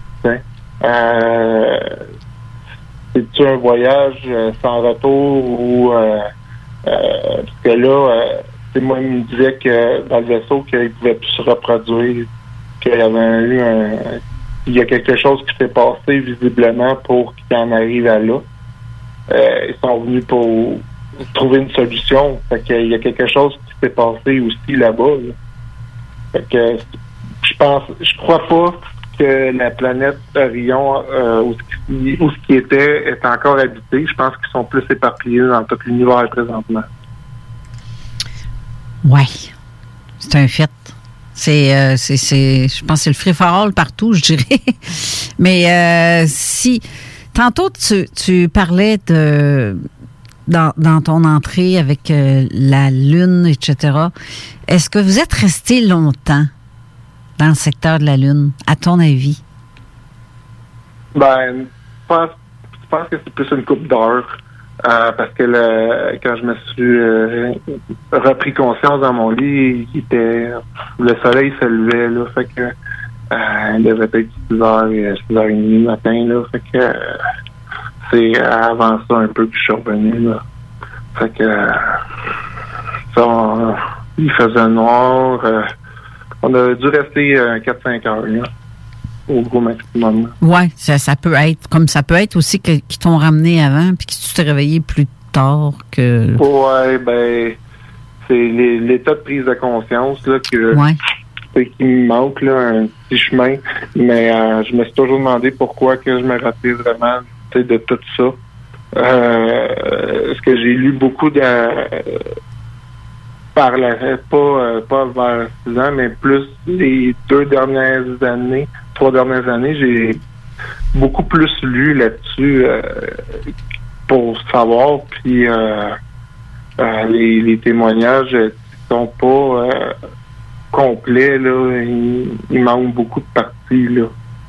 C'est-tu un voyage sans retour ou... parce que là, moi, il me disait que dans le vaisseau, qu'il ne pouvait plus se reproduire, qu'il y avait eu il y a quelque chose qui s'est passé visiblement pour qu'il en arrive à là. Ils sont venus pour trouver une solution. Fait qu'il y a quelque chose qui s'est passé aussi là-bas. Là. Fait que je crois pas que la planète Orion, où ce qui était, est encore habité. Je pense qu'ils sont plus éparpillés dans tout l'univers présentement. Ouais, c'est un fait. Je pense que c'est le free-for-all partout, je dirais. Mais si tantôt tu parlais dans ton entrée avec la Lune, etc. Est-ce que vous êtes resté longtemps dans le secteur de la Lune, à ton avis? Ben, je pense que c'est plus une couple d'heures. Parce que quand je me suis repris conscience dans mon lit, le soleil se levait, là, fait que il devait être 6h30 du matin, là, fait que c'est avant ça un peu que je suis revenu, là. Fait que il faisait noir, on a dû rester 4-5 heures, là, au gros maximum. Oui, ça peut être. Comme ça peut être aussi qu'ils t'ont ramené avant puis que tu t'es réveillé plus tard que... Oui, ben, c'est l'état de prise de conscience là, qui me manque, là, un petit chemin. Mais je me suis toujours demandé pourquoi que je me rappelais vraiment de tout ça. Parce que j'ai lu beaucoup pas vers 6 ans, mais plus les 3 dernières années, j'ai beaucoup plus lu là-dessus pour savoir, puis les témoignages sont pas complets, là. Il manque beaucoup de parties, là.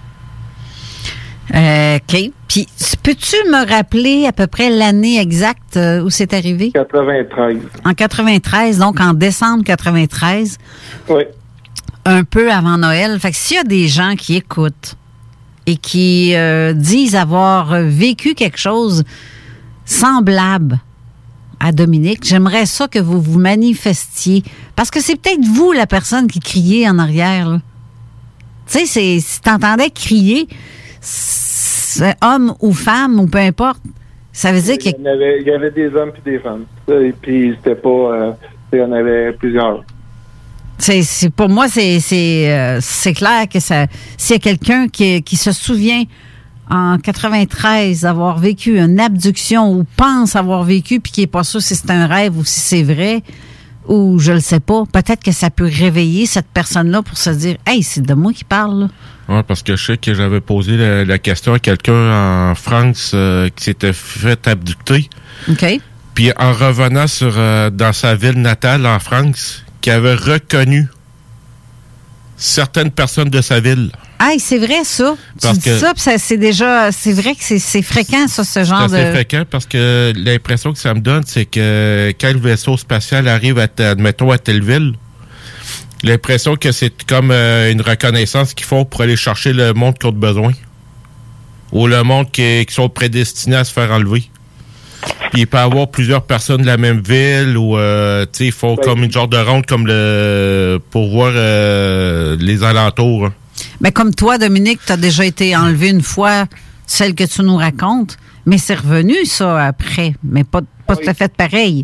OK. Puis, peux-tu me rappeler à peu près l'année exacte où c'est arrivé? 93. En 93, donc en décembre 93. Oui. Un peu avant Noël. Fait que s'il y a des gens qui écoutent et qui disent avoir vécu quelque chose semblable à Dominique, j'aimerais ça que vous vous manifestiez. Parce que c'est peut-être vous, la personne qui criait en arrière, là. Tu sais, si t'entendais crier, homme ou femme ou peu importe, ça veut dire qu'il y avait des hommes puis des femmes. Et puis c'était pas... il y en avait plusieurs. Pour moi, c'est clair que s'il y a quelqu'un qui se souvient en 93 avoir vécu une abduction ou pense avoir vécu puis qui n'est pas sûr si c'est un rêve ou si c'est vrai ou je le sais pas, peut-être que ça peut réveiller cette personne-là pour se dire « Hey, c'est de moi qui parle, là. » Oui, parce que je sais que j'avais posé la question à quelqu'un en France qui s'était fait abducter. OK. Puis en revenant dans sa ville natale en France, qui avait reconnu certaines personnes de sa ville. Hey, c'est vrai, ça. Tu dis ça, puis c'est vrai que c'est fréquent, ça, ce genre de... C'est fréquent parce que l'impression que ça me donne, c'est que quand le vaisseau spatial arrive, admettons, à telle ville, l'impression que c'est comme une reconnaissance qu'ils font pour aller chercher le monde qui a besoin. Ou le monde qui sont prédestinés à se faire enlever. Puis il peut y avoir plusieurs personnes de la même ville ou ils font comme une genre de ronde comme pour voir les alentours. Hein. Mais comme toi, Dominique, tu as déjà été enlevé une fois, celle que tu nous racontes, mais c'est revenu ça après, mais pas tout à fait pareil.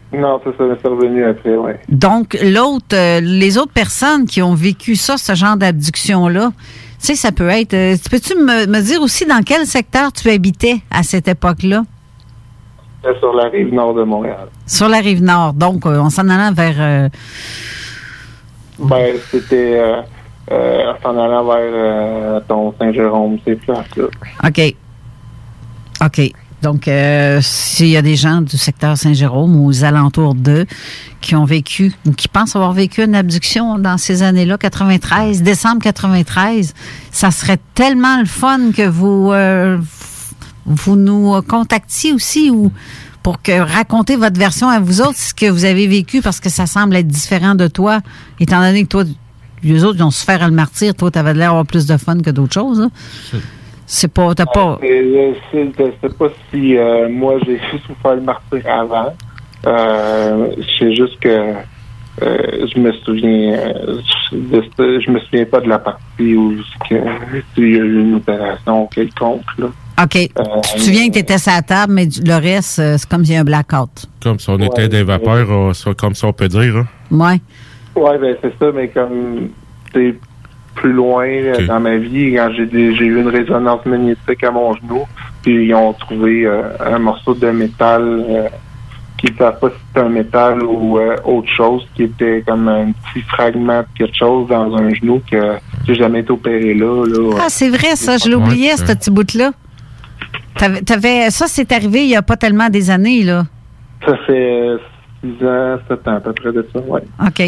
Non, ça m'est revenu après, oui. Donc, les autres personnes qui ont vécu ça, ce genre d'abduction-là, tu sais, ça peut être... peux-tu me dire aussi dans quel secteur tu habitais à cette époque-là? C'était sur la rive nord de Montréal. Sur la rive nord. Donc, on s'en allant vers... c'était... en s'en allant vers Saint-Jérôme, ces places-là. OK. Donc, s'il y a des gens du secteur Saint-Jérôme ou aux alentours d'eux qui ont vécu ou qui pensent avoir vécu une abduction dans ces années-là, décembre 93, ça serait tellement le fun que vous nous contactiez aussi ou pour raconter votre version à vous autres, ce que vous avez vécu, parce que ça semble être différent de toi, étant donné que toi, les autres, ils ont souffert à le martyr. Toi, tu avais l'air d'avoir plus de fun que d'autres choses. Là. C'est pas... T'as pas... Je sais pas si moi, j'ai souffert le martyr avant. C'est juste que je me souviens pas de la partie où il y a eu une opération quelconque. Là. OK. Tu te souviens que tu étais sur la table, mais le reste, c'est comme s'il y a un blackout. Comme si on était des vapeurs, comme ça on peut dire. Hein? Oui. Oui, c'est ça, mais comme t'es plus loin dans ma vie, quand j'ai eu une résonance magnétique à mon genou, puis ils ont trouvé un morceau de métal qui ne savait pas si c'était un métal ou autre chose, qui était comme un petit fragment de quelque chose dans un genou que j'ai jamais été opéré là. Ah, c'est vrai, ça, je l'oubliais, ce petit bout-là. Ça, c'est arrivé il n'y a pas tellement des années, là. Ça fait 6 ans, 7 ans à peu près de ça, oui. OK.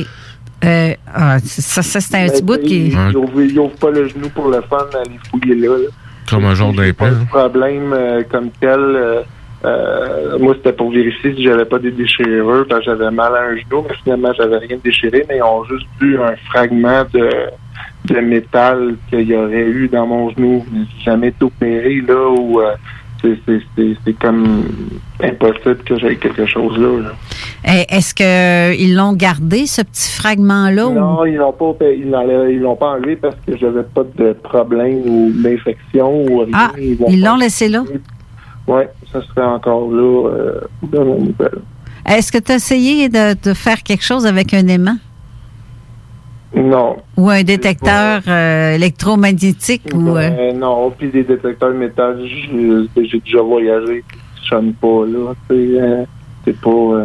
Ça c'était un petit bout qui... Ils n'ouvrent pas le genou pour le fun, aller fouiller là. Comme un genre d'implant. Pas de problème comme tel. Moi, c'était pour vérifier si j'avais pas des déchirures, parce que j'avais mal à un genou, mais finalement, j'avais rien déchiré, mais ils ont juste vu un fragment de métal qu'il y aurait eu dans mon genou. J'ai jamais été opéré, là, où c'est comme impossible que j'aie quelque chose là. Est-ce qu'ils l'ont gardé, ce petit fragment-là? Non, ils l'ont pas enlevé parce que j'avais pas de problème ou d'infection ou rien. Ah, ils l'ont laissé là? Oui, ça serait encore là dans mon nouvelle. Est-ce que tu as essayé de faire quelque chose avec un aimant? Non. Ou un détecteur électromagnétique? Non, puis des détecteurs de métal, j'ai déjà voyagé, je ne pas là. C'est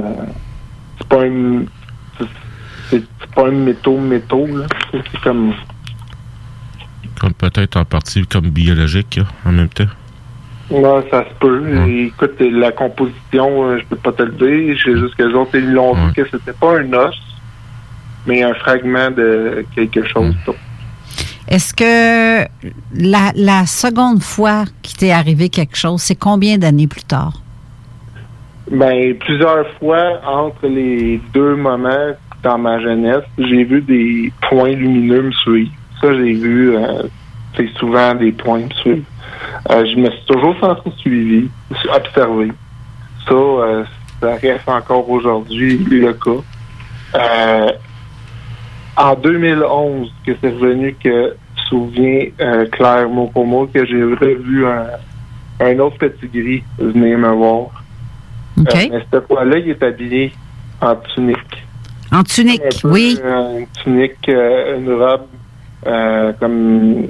pas un métaux, là. C'est comme... Comme peut-être en partie comme biologique, là, en même temps. Non, ça se peut. Écoute, la composition, je peux pas te le dire. C'est juste que les autres, ils l'ont dit que c'était pas un os, mais un fragment de quelque chose. Est-ce que la seconde fois qu'il t'est arrivé quelque chose, c'est combien d'années plus tard? Ben, plusieurs fois entre les deux moments dans ma jeunesse, j'ai vu des points lumineux me suivre. Ça, j'ai vu, c'est souvent des points me suivre. Je me suis toujours senti suivi, observé. Ça reste encore aujourd'hui le cas. En 2011, que c'est revenu que souviens Claire mot pour mot que j'ai revu un autre petit gris venir me voir. Okay. Mais cette fois-là, il est habillé en tunique. En tunique, oui. Une tunique, une robe comme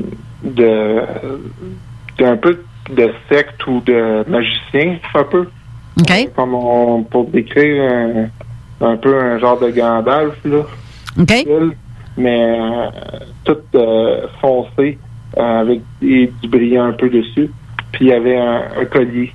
d'un peu de secte ou de magicien, un peu. OK. Comme pour décrire un peu un genre de Gandalf, là. OK. Mais tout foncé, avec du brillant un peu dessus. Puis il y avait un collier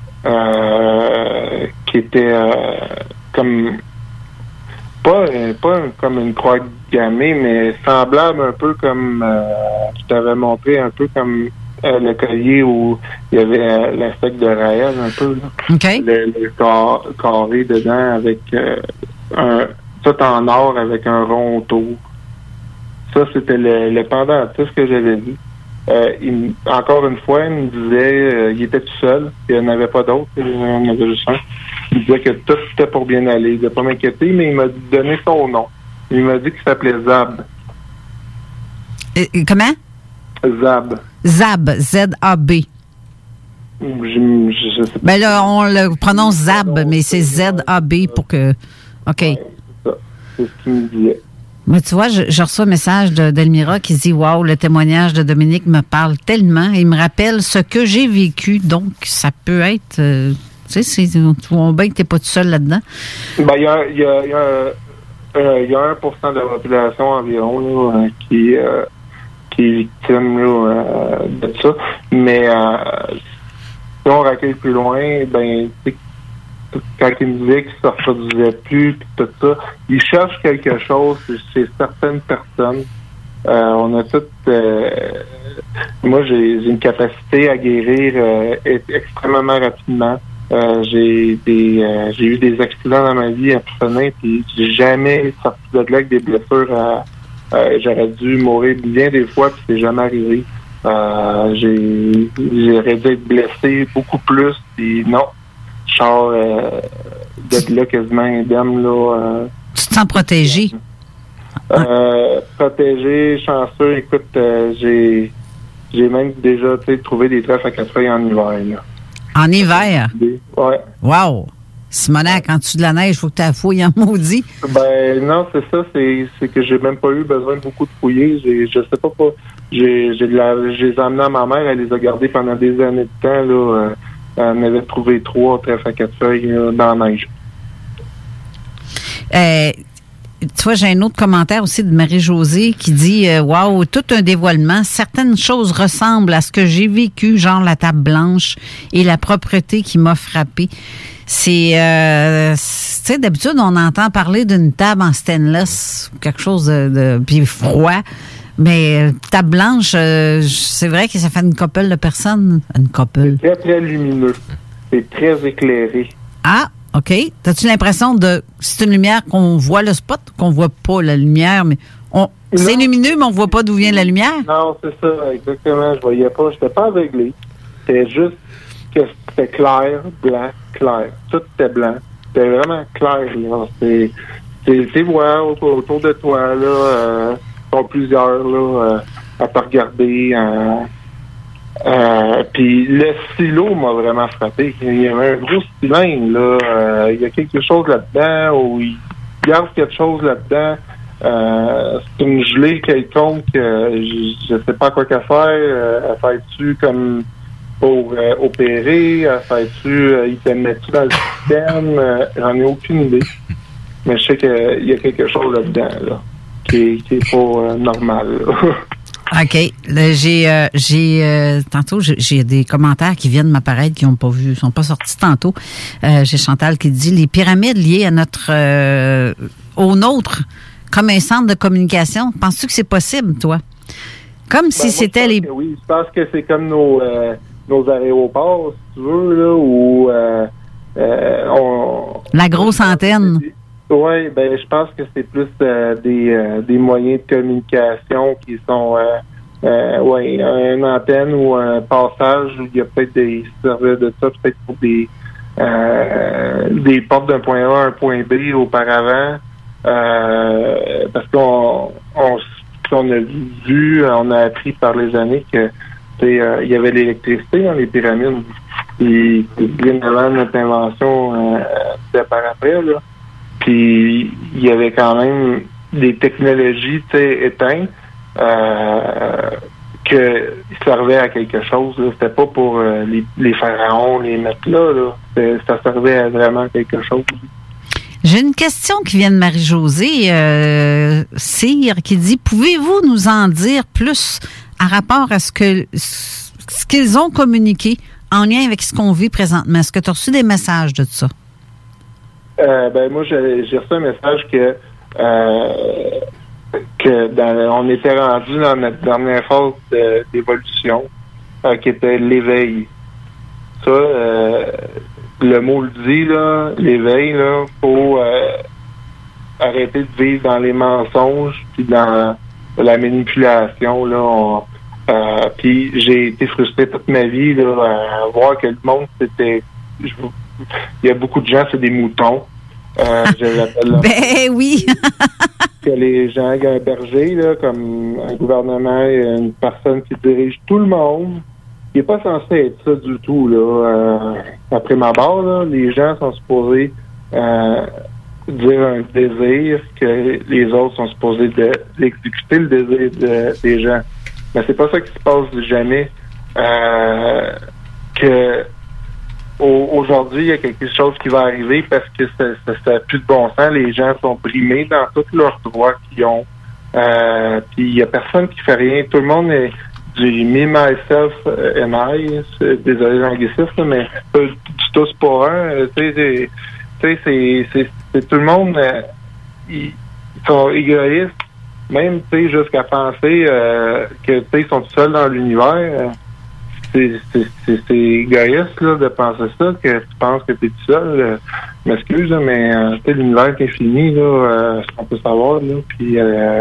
qui était comme pas comme une croix gammée, mais semblable un peu comme je t'avais montré un peu comme le collier où il y avait l'insecte de Raël un peu là. Okay. Le carré dedans avec tout en or avec un rond autour. Ça, c'était le pendentif que j'avais vu. Encore une fois, il me disait il était tout seul, il n'y en avait pas d'autres, il y en avait juste un. Il me disait que tout était pour bien aller. Il n'a pas m'inquiéter, mais il m'a donné son nom. Il m'a dit qu'il s'appelait Zab. Comment? Zab. Zab, Z-A-B. Je sais pas. Ben là, on le prononce ZAB, mais c'est Z-A-B pour que... OK. Ouais, c'est ça. C'est ce qu'il me disait. Mais tu vois, je reçois un message d'Elmira qui dit « Wow, le témoignage de Dominique me parle tellement. Il me rappelle ce que j'ai vécu. » Donc, ça peut être... tu sais, tu vois bien que tu n'es pas tout seul là-dedans. Ben, il y a 1% de la population environ là, qui est victime là, de ça. Mais si on recueille plus loin, ben, quand il me disait que ça ne se reproduisait plus, puis tout ça, il cherche quelque chose chez certaines personnes. On a tout... moi, j'ai une capacité à guérir extrêmement rapidement. J'ai eu des accidents dans ma vie à Piffonin, puis j'ai jamais sorti de là avec des blessures. J'aurais dû mourir bien des fois, puis c'est jamais arrivé. J'aurais dû être blessé beaucoup plus, puis non. Je sors de là quasiment indemne. Là, tu te sens protégé? Protégé, chanceux. Écoute, j'ai même déjà trouvé des trèfles à 4 feuilles en hiver. Là. En hiver? Ouais. Wow! Simonac, en dessous de la neige, il faut que tu la fouilles en maudit. Ben non, c'est ça. C'est que j'ai même pas eu besoin de beaucoup de fouiller. Je sais pas. Je les ai amenés à ma mère. Elle les a gardés pendant des années de temps. Là, elle m'avait trouvé 3 trèfles à 4 feuilles dans la neige. Tu vois, j'ai un autre commentaire aussi de Marie-Josée qui dit « Wow, tout un dévoilement. Certaines choses ressemblent à ce que j'ai vécu, genre la table blanche et la propreté qui m'a frappée. » C'est, tu sais, d'habitude, on entend parler d'une table en stainless, quelque chose puis froid. Mais table blanche, c'est vrai que ça fait une couple de personnes. Une couple. C'est très, très lumineux. C'est très éclairé. Ah, OK. T'as-tu l'impression de... C'est une lumière qu'on voit le spot, qu'on voit pas la lumière, mais c'est lumineux, mais on voit pas d'où vient la lumière? Non, c'est ça, exactement. Je voyais pas. J'étais pas aveuglé. C'était juste que c'était clair, blanc, clair. Tout était blanc. C'était vraiment clair, là. C'est voir autour de toi, là... sont plusieurs là, à te regarder. Puis le stylo m'a vraiment frappé. Il y avait un gros styline, là. Il y a quelque chose là-dedans, ou il garde quelque chose là-dedans. C'est une gelée quelconque. Je sais pas quoi qu'à faire. Elle fait-tu comme pour opérer? Elle fait-tu... il te met-tu dans le système? J'en ai aucune idée. Mais je sais qu'il y a quelque chose là-dedans, là. Qui est pas normal. OK. Tantôt, j'ai des commentaires qui viennent m'apparaître qui n'ont pas vu, sont pas sortis tantôt. J'ai Chantal qui dit les pyramides liées à au nôtre, comme un centre de communication. Penses-tu que c'est possible, toi? Comme si c'était les... Oui, je pense que c'est comme nos aéroports, si tu veux, là, où la grosse antenne. Oui, ben je pense que c'est plus des moyens de communication qui sont une antenne ou un passage où il y a peut-être des serveurs de ça, peut-être pour des portes d'un point A à un point B auparavant. Parce qu'on a vu, on a appris par les années que il y avait l'électricité dans les pyramides. Puis bien avant notre invention par après, là. Puis il y avait quand même des technologies éteintes qui servaient à quelque chose. Là. C'était pas pour les pharaons, les mettre là. Ça servait à vraiment quelque chose. J'ai une question qui vient de Marie-Josée Cyr qui dit « Pouvez-vous nous en dire plus en rapport à ce qu'ils ont communiqué en lien avec ce qu'on vit présentement? Est-ce que tu as reçu des messages de ça? » Moi, j'ai reçu un message que on était rendu dans notre dernière phase d'évolution, qui était l'éveil. Ça, le mot le dit, là, l'éveil, là, faut arrêter de vivre dans les mensonges puis dans la manipulation, là. Puis j'ai été frustré toute ma vie, là, à voir que le monde, c'était... Il y a beaucoup de gens, c'est des moutons. Je l'appelle ben oui! que les gens, un berger, là, comme un gouvernement, une personne qui dirige tout le monde, n'est pas censé être ça du tout, là. Après ma barre, là, les gens sont supposés dire un désir que les autres sont supposés d'exécuter le désir des gens. Mais c'est pas ça qui se passe jamais. Que aujourd'hui, il y a quelque chose qui va arriver parce que ça n'a plus de bon sens. Les gens sont brimés dans tous leurs droits qu'ils ont. Puis il y a personne qui fait rien. Tout le monde est du me, myself and I. Désolé l'anglicisme, mais du tous pour un. Tu sais, c'est tout le monde. Ils sont égoïstes. Même, tu sais, jusqu'à penser que, tu sais, ils sont tout seuls dans l'univers. C'est égoïste, là, de penser ça, que tu penses que tu es tout seul. M'excuse, là, mais, tu sais, l'univers est infini, là, on peut savoir, là, puis...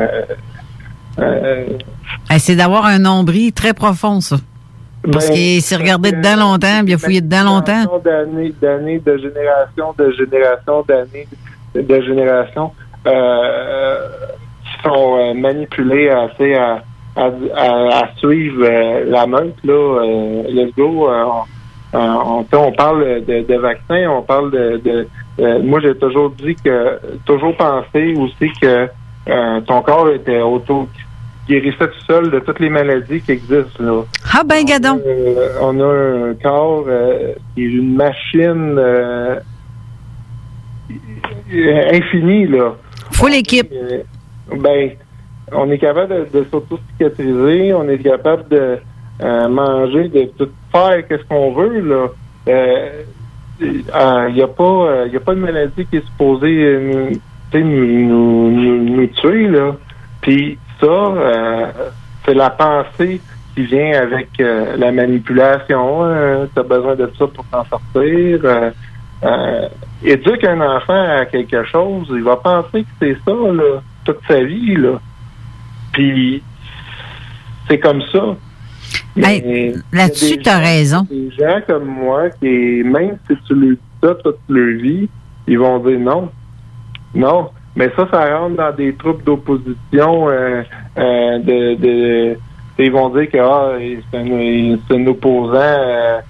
c'est d'avoir un nombril très profond, ça. Parce qu'il s'est regardé dedans longtemps, puis il a fouillé dedans longtemps. D'années, de génération, d'années, de génération, qui sont manipulés assez à suivre la meute, là. Let's go. On parle de vaccins, on parle de moi, j'ai toujours dit toujours pensé aussi que ton corps était guérissait tout seul de toutes les maladies qui existent, là. Ah ben, gadon! On a un corps qui est une machine infinie, là. Faut l'équipe. On est capable de s'auto-cicatriser, on est capable de manger, de tout faire qu'est-ce qu'on veut, là. Il n'y a pas de maladie qui est supposée nous tuer, là. Puis ça, c'est la pensée qui vient avec la manipulation. Tu as besoin de ça pour t'en sortir. Éduque un enfant à quelque chose, il va penser que c'est ça, là, toute sa vie, là. Puis c'est comme ça. Hey, là-dessus, tu as raison. Des gens comme moi, qui, même si tu leur dis ça toute leur vie, ils vont dire non. Non. Mais ça rentre dans des troupes d'opposition. Ils vont dire que c'est un opposant.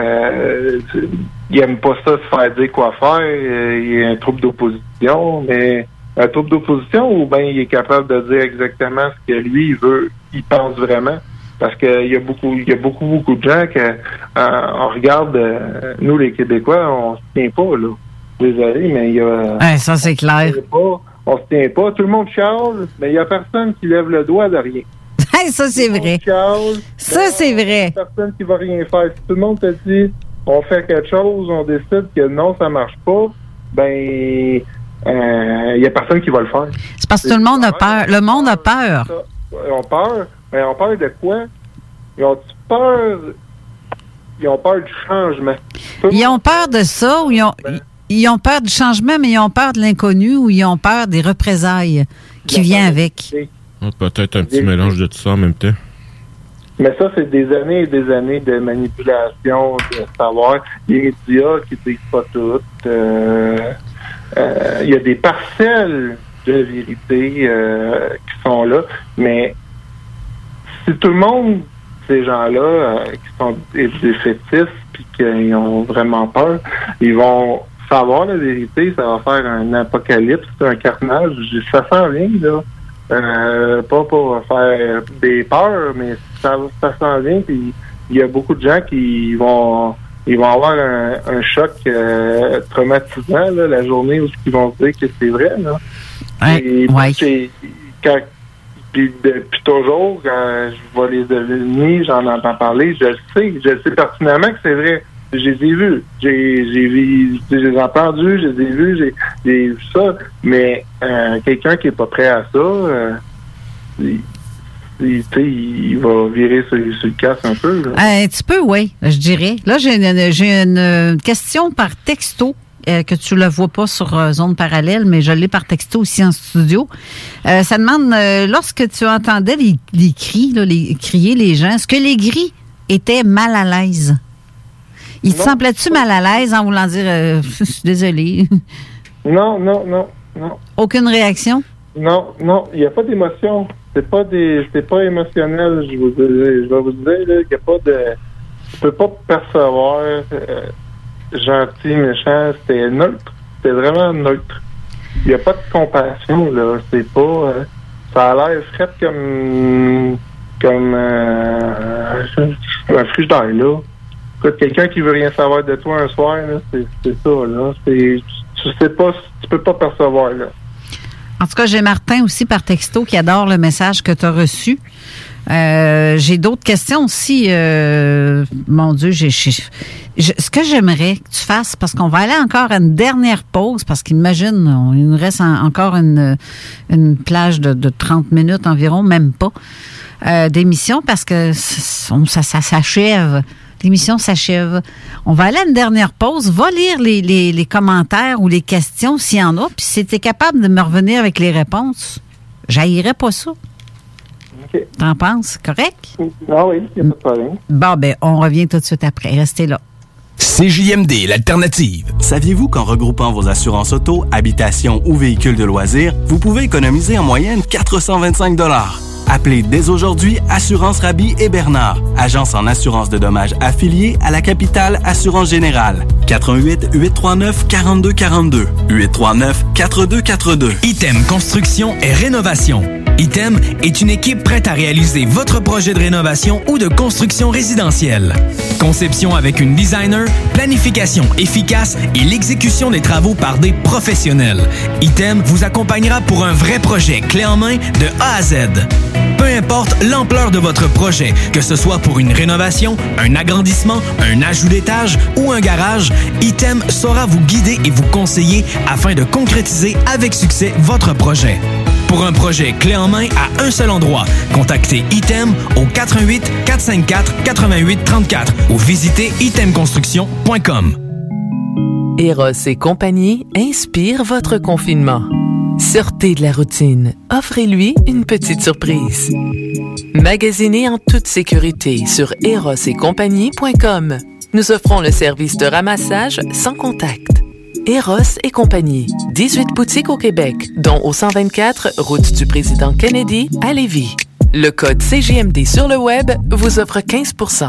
Il aime pas ça se faire dire quoi faire. Il y a un troupe d'opposition, mais un troupe d'opposition ou bien il est capable de dire exactement ce que lui il veut, il pense vraiment. Parce qu'il y a beaucoup de gens que on regarde, nous les Québécois, on se tient pas, là. Désolé, mais il y a... ça, c'est clair. On se tient pas. Tout le monde chiale, mais il y a personne qui lève le doigt de rien. Ça, c'est vrai. Ça, c'est vrai. Il y a personne qui va rien faire. Si tout le monde te dit, on fait quelque chose, on décide que non, ça marche pas, ben, il y a personne qui va le faire. C'est parce que tout le monde a peur. Le monde a peur. Ils ont peur. Mais ils ont peur de quoi? Ils ont peur du changement. Ils ont peur de ça ou ils ont peur du changement, mais ils ont peur de l'inconnu ou ils ont peur des représailles qui viennent avec. Peut-être un petit mélange de tout ça en même temps. Mais ça, c'est des années et des années de manipulation, de savoir. Les médias qui disent pas tout. Il y a des parcelles de vérité qui sont là, mais si tout le monde, ces gens-là, qui sont des fétistes puis qu'ils ont vraiment peur, ils vont savoir la vérité, ça va faire un apocalypse, un carnage. Ça s'en vient, là. Pas pour faire des peurs, mais ça s'en vient, puis il y a beaucoup de gens qui vont avoir un choc traumatisant, là, la journée où ils vont se dire que c'est vrai, là. Puis depuis toujours, quand je vois les ovnis, j'en entends parler, je sais pertinemment que c'est vrai. Je les ai vus. Je les ai entendus, je les ai vus, j'ai vu ça. Mais quelqu'un qui est pas prêt à ça, il va virer sur le casse un peu. Là. Un petit peu, oui, je dirais. Là, j'ai une question par texto. Que tu le vois pas sur Zone Parallèle, mais je l'ai par texto aussi en studio. Ça demande, lorsque tu entendais les cris, là, crier les gens, est-ce que les gris étaient mal à l'aise? Te semblait-tu mal à l'aise en voulant dire je suis désolé? Non. Aucune réaction? Non, il n'y a pas d'émotion. C'est pas émotionnel, je vais vous dire, là, qu'il n'y a pas de... tu peux pas percevoir gentil, méchant, c'était neutre. C'était vraiment neutre. Il n'y a pas de compassion, là. C'est pas... ça a l'air frais comme un frigidaire, là. Écoute, quelqu'un qui veut rien savoir de toi un soir, là, c'est ça, là. Tu sais pas, tu peux pas percevoir, là. En tout cas, j'ai Martin aussi par texto qui adore le message que tu as reçu. J'ai d'autres questions aussi. Mon Dieu, ce que j'aimerais que tu fasses, parce qu'on va aller encore à une dernière pause, parce qu'imagine, il nous reste encore une plage de 30 minutes environ, même pas, d'émission, parce que ça s'achève. L'émission s'achève. On va aller à une dernière pause. Va lire les commentaires ou les questions s'il y en a. Puis si tu es capable de me revenir avec les réponses, j'haïrais pas ça. OK. T'en penses? Correct? Ah oui, il n'y a pas de problème. Bon, ben, on revient tout de suite après. Restez là. CJMD, l'alternative. Saviez-vous qu'en regroupant vos assurances auto, habitation ou véhicules de loisirs, vous pouvez économiser en moyenne 425 $? Appelez dès aujourd'hui Assurance Rabi et Bernard, agence en assurance de dommages affiliée à la Capitale Assurance Générale. 88 839 42 42 839 42 42. Item Construction et Rénovation. Item est une équipe prête à réaliser votre projet de rénovation ou de construction résidentielle. Conception avec une designer, planification efficace et l'exécution des travaux par des professionnels. Item vous accompagnera pour un vrai projet clé en main de A à Z. Peu importe l'ampleur de votre projet, que ce soit pour une rénovation, un agrandissement, un ajout d'étage ou un garage, Item saura vous guider et vous conseiller afin de concrétiser avec succès votre projet. Pour un projet clé en main à un seul endroit, contactez Item au 88 454 88 34 ou visitez itemconstruction.com. Eros et compagnie inspire votre confinement. Sortez de la routine. Offrez-lui une petite surprise. Magasinez en toute sécurité sur erosetcompagnie.com. Nous offrons le service de ramassage sans contact. Eros et compagnie. 18 boutiques au Québec, dont au 124 route du Président Kennedy à Lévis. Le code CJMD sur le web vous offre 15%.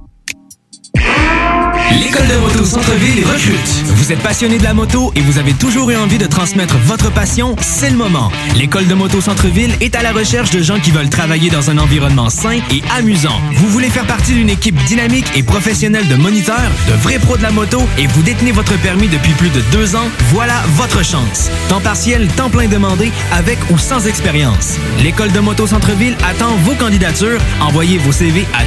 L'école de moto Centre-Ville recrute. Vous êtes passionné de la moto et vous avez toujours eu envie de transmettre votre passion, c'est le moment. L'école de moto Centre-Ville est à la recherche de gens qui veulent travailler dans un environnement sain et amusant. Vous voulez faire partie d'une équipe dynamique et professionnelle de moniteurs, de vrais pros de la moto et vous détenez votre permis depuis plus de 2 ans? Voilà votre chance. Temps partiel, temps plein demandé, avec ou sans expérience. L'école de moto Centre-Ville attend vos candidatures. Envoyez vos CV à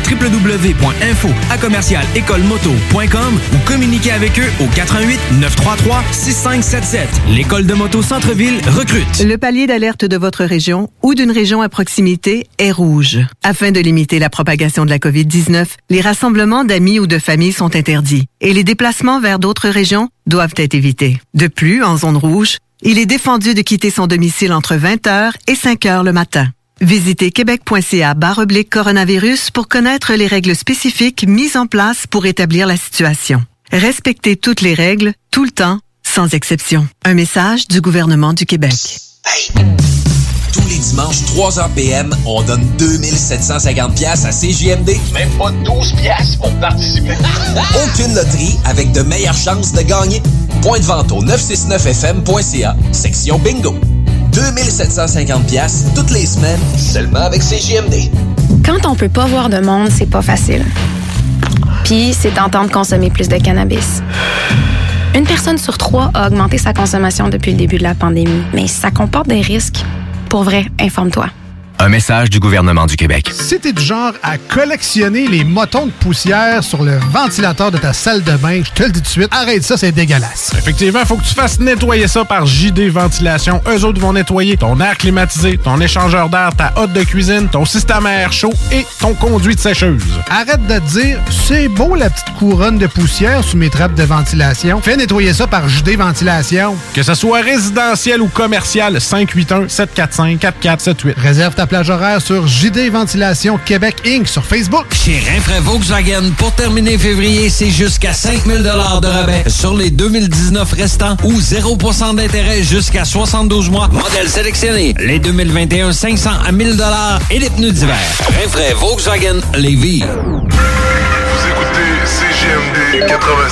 www.info@écolemoto.com ou communiquez avec eux au 88 933 6577. L'école de moto Centre-Ville recrute. Le palier d'alerte de votre région ou d'une région à proximité est rouge. Afin de limiter la propagation de la COVID-19, les rassemblements d'amis ou de familles sont interdits et les déplacements vers d'autres régions doivent être évités. De plus, en zone rouge, il est défendu de quitter son domicile entre 20h et 5h le matin. Visitez québec.ca/coronavirus pour connaître les règles spécifiques mises en place pour établir la situation. Respectez toutes les règles, tout le temps, sans exception. Un message du gouvernement du Québec. Hey. Tous les dimanches, 3h PM, on donne 2750$ à CJMD. Même pas 12$ pour participer. Aucune loterie avec de meilleures chances de gagner. Point de vente au 969fm.ca, section bingo. 2750$ toutes les semaines, seulement avec CJMD. Quand on peut pas voir de monde, c'est pas facile. Puis, c'est tentant de consommer plus de cannabis. Une personne sur 3 a augmenté sa consommation depuis le début de la pandémie, mais ça comporte des risques. Pour vrai, informe-toi. Un message du gouvernement du Québec. Si t'es du genre à collectionner les motons de poussière sur le ventilateur de ta salle de bain, je te le dis tout de suite, arrête ça, c'est dégueulasse. Effectivement, il faut que tu fasses nettoyer ça par JD Ventilation. Eux autres vont nettoyer ton air climatisé, ton échangeur d'air, ta hotte de cuisine, ton système à air chaud et ton conduit de sécheuse. Arrête de te dire, c'est beau la petite couronne de poussière sous mes trappes de ventilation. Fais nettoyer ça par JD Ventilation. Que ce soit résidentiel ou commercial, 581-745-4478. Réserve ta plage horaire sur JD Ventilation Québec Inc. sur Facebook. Chez Rinfraie Volkswagen, pour terminer février, c'est jusqu'à 5 000 $ de rabais sur les 2019 restants ou 0% d'intérêt jusqu'à 72 mois. Modèle sélectionné. Les 2021, 500 à 1000 $ et les pneus d'hiver. Rinfraie Volkswagen Lévis. Vous écoutez CJMD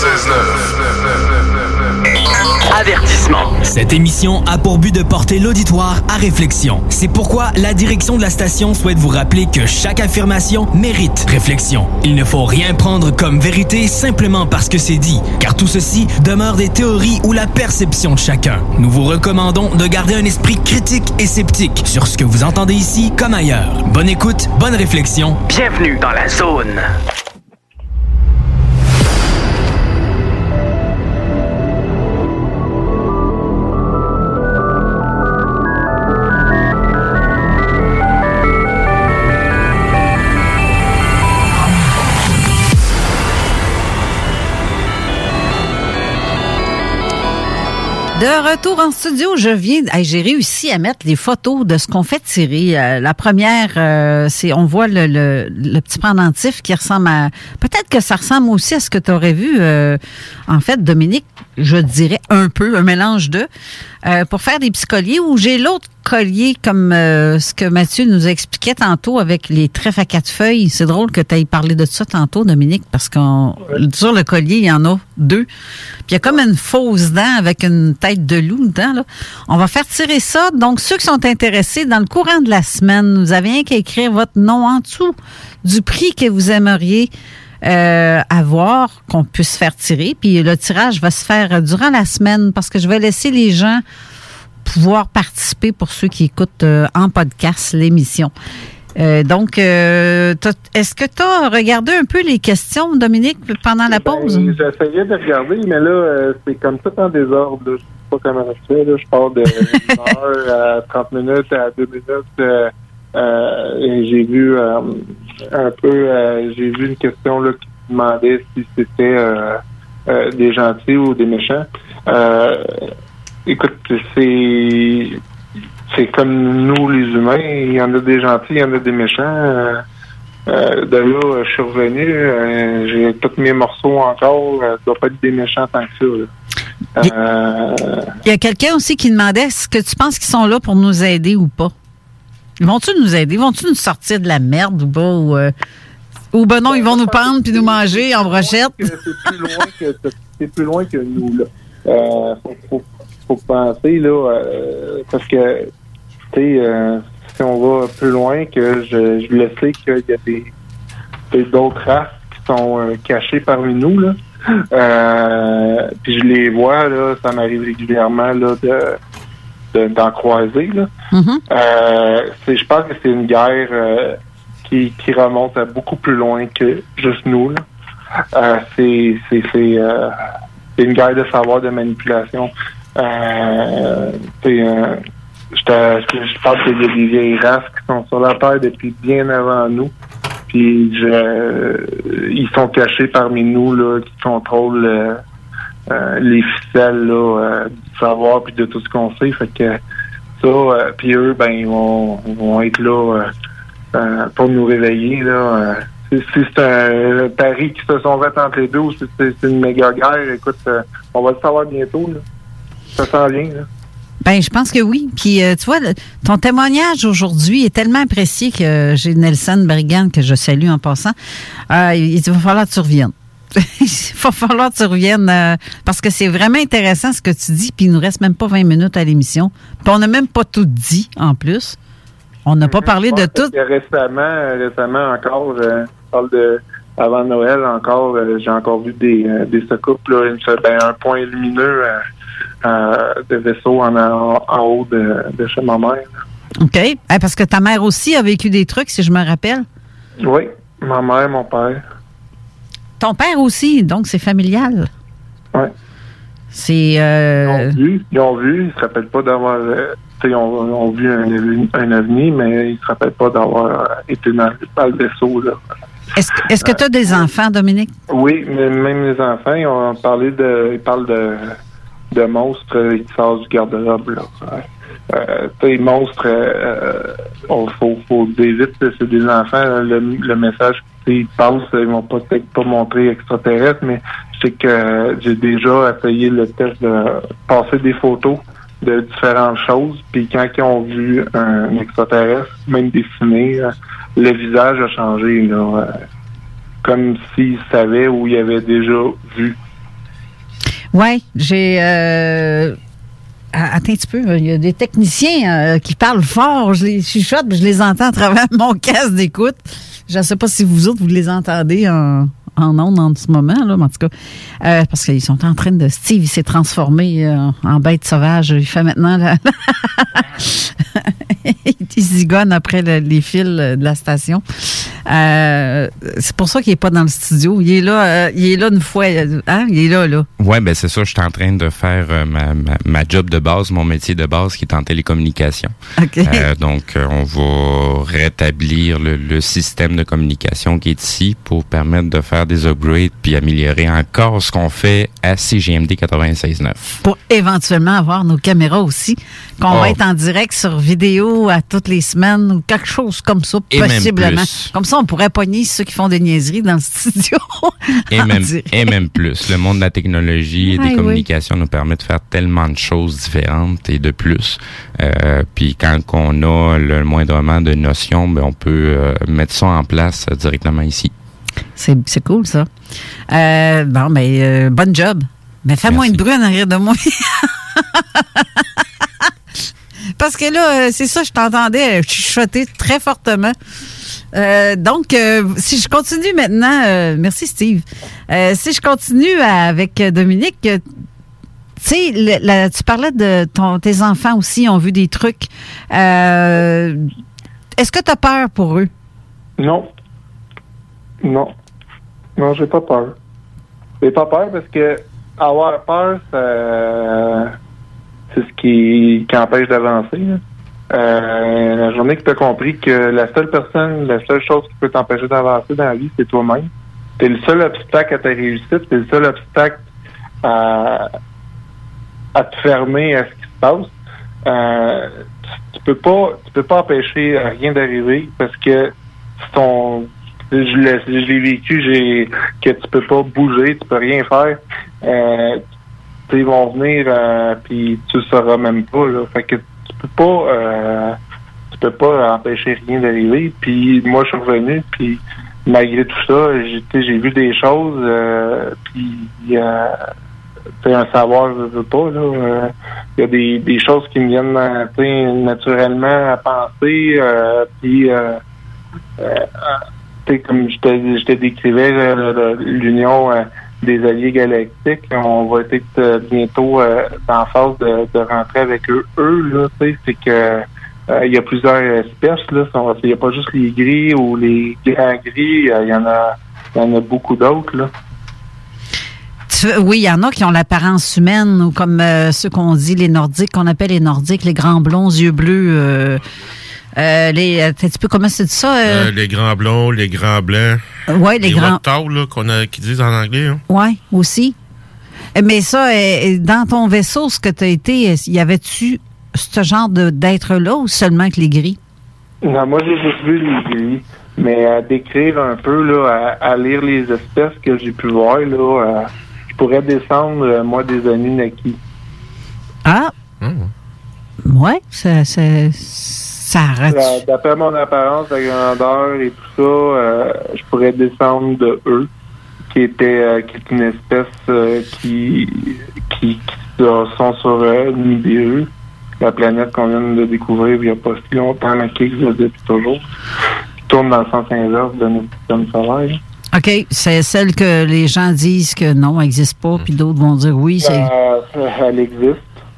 96.9. Avertissement. Cette émission a pour but de porter l'auditoire à réflexion. C'est pourquoi la direction de la station souhaite vous rappeler que chaque affirmation mérite réflexion. Il ne faut rien prendre comme vérité simplement parce que c'est dit, car tout ceci demeure des théories ou la perception de chacun. Nous vous recommandons de garder un esprit critique et sceptique sur ce que vous entendez ici comme ailleurs. Bonne écoute, bonne réflexion. Bienvenue dans la zone. De retour en studio, j'ai réussi à mettre les photos de ce qu'on fait tirer. La première, c'est on voit le petit pendentif qui ressemble à... Peut-être que ça ressemble aussi à ce que tu aurais vu, en fait, Dominique, je dirais un peu, un mélange de, pour faire des petits colliers, où j'ai l'autre collier comme ce que Mathieu nous expliquait tantôt avec les trèfles à 4 feuilles. C'est drôle que tu aies parlé de ça tantôt, Dominique, parce sur le collier, il y en a 2. Puis il y a comme une fausse dent avec une tête de loup dedans. Là. On va faire tirer ça. Donc, ceux qui sont intéressés, dans le courant de la semaine, vous avez rien qu'à écrire votre nom en dessous du prix que vous aimeriez avoir, qu'on puisse faire tirer. Puis le tirage va se faire durant la semaine parce que je vais laisser les gens pouvoir participer pour ceux qui écoutent en podcast l'émission. Donc, est-ce que tu as regardé un peu les questions, Dominique, pendant la pause? J'essayais de regarder, mais là, c'est comme tout en désordre. Là. Je sais pas comment je fais. Là. Je pars de 1 heure à 30 minutes à 2 minutes. Et j'ai vu j'ai vu une question là, qui demandait si c'était des gentils ou des méchants. Écoute, c'est comme nous, les humains. Il y en a des gentils, il y en a des méchants. De là, je suis revenu. J'ai tous mes morceaux encore. Ça doit pas être des méchants tant que ça. Il y a quelqu'un aussi qui demandait est-ce que tu penses qu'ils sont là pour nous aider ou pas? Vont-tu nous aider? Vont-tu nous sortir de la merde ou pas? Ou ben non, ils vont nous pendre puis nous manger en brochette? C'est plus loin que nous, là. Faut penser, là, parce que, tu sais, si on va plus loin, que je le sais qu'il y a d'autres races qui sont cachées parmi nous, là. Puis je les vois, là, ça m'arrive régulièrement, là, d'en croiser, là. Je pense que c'est une guerre qui remonte à beaucoup plus loin que juste nous, là. C'est une guerre de savoir, de manipulation. Je pense qu'il y a des vieilles races qui sont sur la Terre depuis bien avant nous. Puis ils sont cachés parmi nous, là, qui contrôlent les ficelles là, du savoir puis de tout ce qu'on sait. Fait que ça, puis eux, ben ils vont être là pour nous réveiller. Là. Si c'est un pari qui se sont fait entre les deux ou si c'est une méga guerre, écoute, on va le savoir bientôt. Là. Ça s'en vient, là. Ben, je pense que oui. Puis, tu vois, ton témoignage aujourd'hui est tellement apprécié que j'ai Nelson Brigand, que je salue en passant. Il va falloir que tu reviennes. Il va falloir que tu reviennes parce que c'est vraiment intéressant ce que tu dis. Puis, il nous reste même pas 20 minutes à l'émission. Puis, on n'a même pas tout dit, en plus. On n'a pas parlé de tout. Récemment encore, je parle de... Avant Noël, encore, j'ai encore vu des secoupes, là, un point lumineux de vaisseau en haut de chez ma mère. OK. Parce que ta mère aussi a vécu des trucs, si je me rappelle. Oui, ma mère, mon père. Ton père aussi, donc c'est familial. Oui. C'est... Ils ont vu, ils ne se rappellent pas d'avoir... ils ont vu un avenir, mais ils ne se rappellent pas d'avoir été dans le vaisseau, là. Est-ce que tu as des enfants, Dominique? Oui, mais même les enfants, ils parlent de monstres qui sortent du garde-robe. Les monstres, faut dire vite que c'est des enfants. Le message qu'ils passent, ils vont peut-être pas montrer extraterrestre, mais c'est que j'ai déjà essayé le test de passer des photos de différentes choses. Puis quand ils ont vu un extraterrestre, même dessiné, le visage a changé. Là. comme s'ils savaient ou ils avaient déjà vu. Oui, j'ai... Attends un petit peu, il y a des techniciens qui parlent fort, je les chuchote, mais je les entends à travers mon casque d'écoute. Je ne sais pas si vous autres, vous les entendez en ondes en ce moment, là, mais en tout cas, parce qu'ils sont en train de... Steve, il s'est transformé en bête sauvage. Il fait maintenant... il zigonne après les fils de la station. C'est pour ça qu'il n'est pas dans le studio. Il est là une fois. Hein? Il est là. Oui, ben c'est ça. Je suis en train de faire ma job de base, mon métier de base qui est en télécommunication. Okay. Donc, on va rétablir le système de communication qui est ici pour permettre de faire des upgrades puis améliorer encore ce qu'on fait à CJMD 96.9. Pour éventuellement avoir nos caméras aussi, qu'on va être en direct sur vidéo à toutes les semaines ou quelque chose comme ça, et possiblement. Même plus. Comme ça, on pourrait pogner ceux qui font des niaiseries dans le studio. et même plus. Le monde de la technologie et des communications nous permet de faire tellement de choses différentes et de plus. Puis quand on a le moindrement de notions, ben on peut mettre ça en place directement ici. C'est cool, ça. Bonne job. Mais fais-moi une bruit en arrière de moi. Parce que là, c'est ça, je t'entendais chuchoter très fortement. Donc, si je continue maintenant, merci Steve. Si je continue avec Dominique, tu sais, tu parlais de tes enfants aussi ont vu des trucs. Est-ce que tu as peur pour eux? Non, j'ai pas peur. J'ai pas peur parce que avoir peur, c'est ce qui empêche d'avancer. La journée que tu as compris que la seule chose qui peut t'empêcher d'avancer dans la vie, c'est toi-même. T'es le seul obstacle à ta réussite, t'es le seul obstacle à te fermer à ce qui se passe. Tu peux pas empêcher rien d'arriver parce que je l'ai vécu, que tu peux pas bouger, tu peux rien faire. Ils vont venir puis tu le sauras même pas, là. Fait que tu peux pas empêcher rien d'arriver. Puis moi je suis revenu, puis malgré tout ça, j'ai vu des choses, puis un savoir je veux pas, là. Il y a des choses qui me viennent naturellement à penser, puis comme je te décrivais, l'union des alliés galactiques, on va être bientôt en phase de rentrer avec eux là, c'est que il y a plusieurs espèces, là, il n'y a pas juste les gris ou les grands gris, il y en a beaucoup d'autres, là. Oui, il y en a qui ont l'apparence humaine, ou comme ceux qu'on dit, les Nordiques, qu'on appelle les Nordiques, les grands blonds, yeux bleus, comment c'est ça? Les grands blonds, les grands blancs. Oui, les grands. Là, qui disent en anglais. Hein? Oui, aussi. Mais ça, dans ton vaisseau, ce que tu as été, y avait-tu ce genre d'être-là ou seulement que les gris? Non, moi, j'ai juste vu les gris. Mais à décrire un peu, là, à lire les espèces que j'ai pu voir, là, je pourrais descendre, moi, des Anunnaki. Ah! Ouais, ça d'après mon apparence, la grandeur et tout ça, je pourrais descendre de eux, qui est une espèce qui sont sur Nibiru, la planète qu'on vient de découvrir il n'y a pas si longtemps, mais qui existe depuis toujours, qui tourne dans le sens inverse de notre système solaire. OK, c'est celle que les gens disent que non, elle n'existe pas, puis d'autres vont dire oui. Elle existe.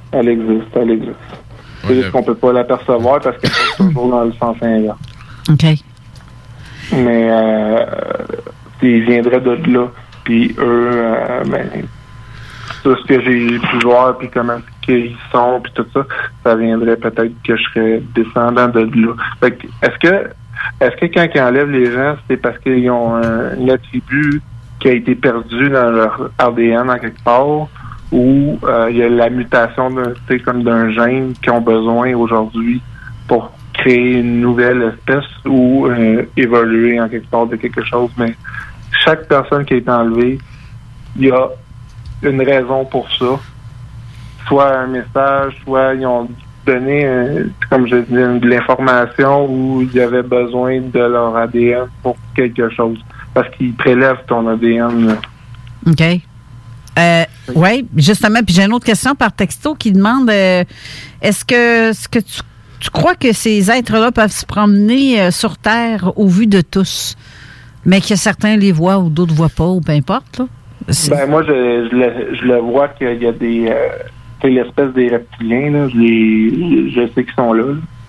C'est juste qu'on peut pas l'apercevoir parce qu'elle est toujours dans le sens inverse. OK. Mais ils viendraient de là. Puis eux, tout ce que j'ai pu voir, puis comment ils sont, puis tout ça, ça viendrait peut-être que je serais descendant de là. Fait que, est-ce que quand ils enlèvent les gens, c'est parce qu'ils ont un attribut qui a été perdu dans leur ADN en quelque part, ou il y a la mutation d'un gène qu'ils ont besoin aujourd'hui pour créer une nouvelle espèce ou évoluer en quelque part de quelque chose. Mais chaque personne qui a été enlevée, il y a une raison pour ça. Soit un message, soit ils ont donné, comme je dis, de l'information où ils avaient besoin de leur ADN pour quelque chose. parce qu'ils prélèvent ton ADN. Là. OK. Oui, justement, puis j'ai une autre question par texto qui demande est-ce que tu crois que ces êtres-là peuvent se promener sur Terre au vu de tous, mais que certains les voient ou d'autres ne voient pas, ou peu importe, là? Ben moi, je le vois qu'il y a des... l'espèce des reptiliens, là, je sais qu'ils sont là.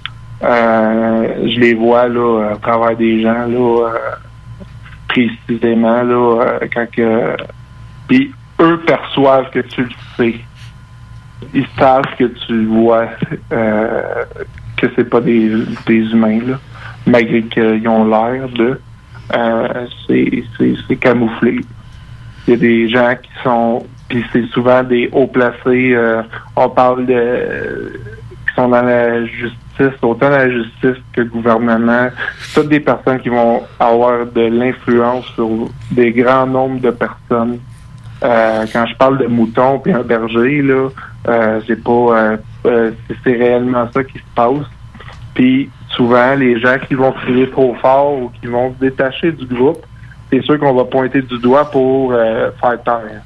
Je les vois là, à travers des gens, là, précisément, là, quand que... Puis eux perçoivent que tu le sais. Ils savent que tu vois que c'est pas des humains, là, malgré qu'ils ont l'air de... c'est camouflé. Il y a des gens qui sont... Puis c'est souvent des hauts placés. On parle qui sont dans la justice, autant dans la justice que le gouvernement. Toutes des personnes qui vont avoir de l'influence sur des grands nombres de personnes. Quand je parle de moutons puis un berger, là, c'est pas... c'est réellement ça qui se passe. Puis souvent, les gens qui vont crier trop fort ou qui vont se détacher du groupe, c'est sûr qu'on va pointer du doigt pour faire taire.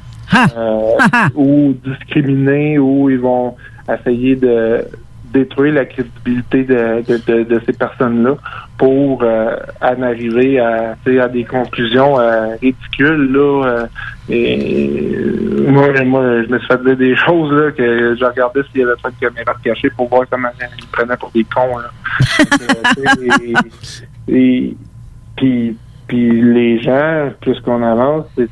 Ou discriminer, ou ils vont essayer de détruire la crédibilité de ces personnes-là pour en arriver à des conclusions ridicules. Là, et moi, je me suis fait dire des choses là, que je regardais s'il y avait pas de caméra cachée pour voir comment ils me prenaient pour des cons. Là. Puis les gens, plus qu'on avance, c'est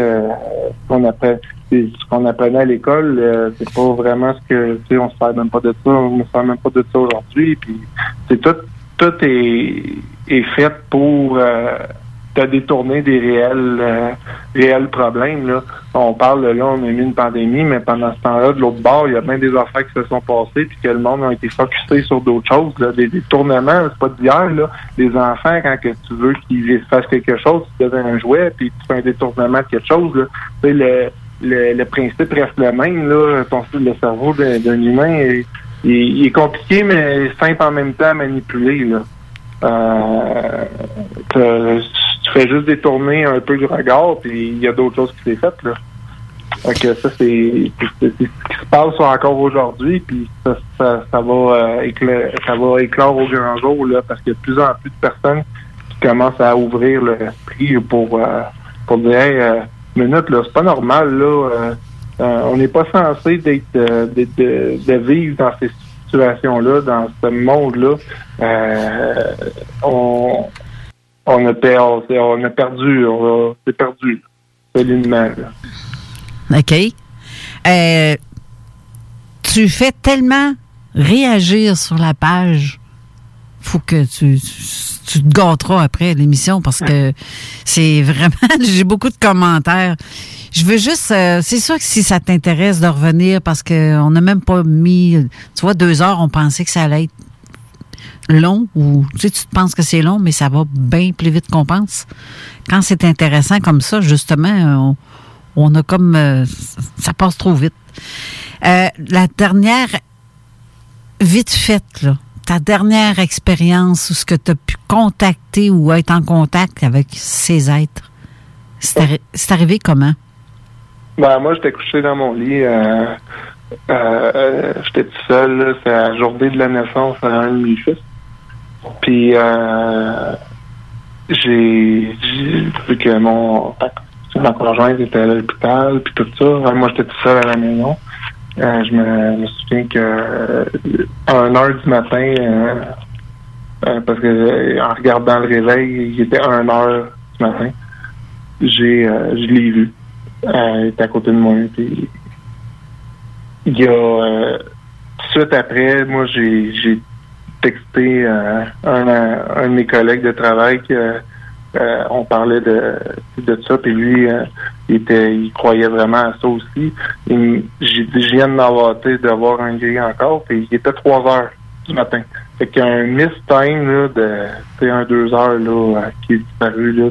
ce qu'on apprenait à l'école, c'est pas vraiment ce que on se sert même pas de ça, on ne se sert même pas de ça aujourd'hui. Puis c'est tout est fait pour te détourner des réels problèmes. Là. On parle là, on a mis une pandémie, mais pendant ce temps-là, de l'autre bord, il y a bien des affaires qui se sont passées, puis que le monde a été focusé sur d'autres choses. Là. Des détournements, c'est pas d'hier. Là. Les enfants, quand que tu veux qu'ils fassent quelque chose, tu deviens un jouet, puis tu fais un détournement de quelque chose. Là. Le principe reste le même. Là. Le cerveau d'un humain, il est compliqué, mais simple en même temps à manipuler. Là. Tu fais juste détourner un peu du regard, puis il y a d'autres choses qui s'est faites, là. Donc, ça, c'est ce qui se passe encore aujourd'hui, puis ça va éclore au grand jour, là, parce qu'il y a de plus en plus de personnes qui commencent à ouvrir leur esprit pour dire, hey, minute, là, c'est pas normal, là, on n'est pas censé de vivre dans ces situation-là, dans ce monde-là, on a perdu, c'est perdu, solidement. OK. Tu fais tellement réagir sur la page, faut que tu te gâteras après l'émission parce que c'est vraiment, j'ai beaucoup de commentaires. Je veux juste, c'est sûr que si ça t'intéresse de revenir, parce qu'on n'a même pas mis, tu vois, 2 heures, on pensait que ça allait être long, ou tu te penses que c'est long, mais ça va bien plus vite qu'on pense. Quand c'est intéressant comme ça, justement, on a comme, ça passe trop vite. La dernière, vite faite, là, ta dernière expérience où ce que tu as pu contacter ou être en contact avec ces êtres, c'est arrivé comment? Ben, moi, j'étais couché dans mon lit. J'étais tout seul. Là, c'est la journée de la naissance à un de mes fils. Puis, j'ai vu que ma conjointe était à l'hôpital, puis tout ça. Moi, j'étais tout seul à la maison. Je me souviens que 1h du matin, parce que en regardant le réveil, il était 1h du matin. Je l'ai vu. Il était à côté de moi. Puis il y a tout de suite après, moi j'ai texté un de mes collègues de travail que on parlait de ça, puis lui il croyait vraiment à ça aussi. J'ai dit, je viens de voir un gris encore, puis il était 3h du matin. Fait qu'il y a un miss time là, de 1-2 heures là, qui est disparu là,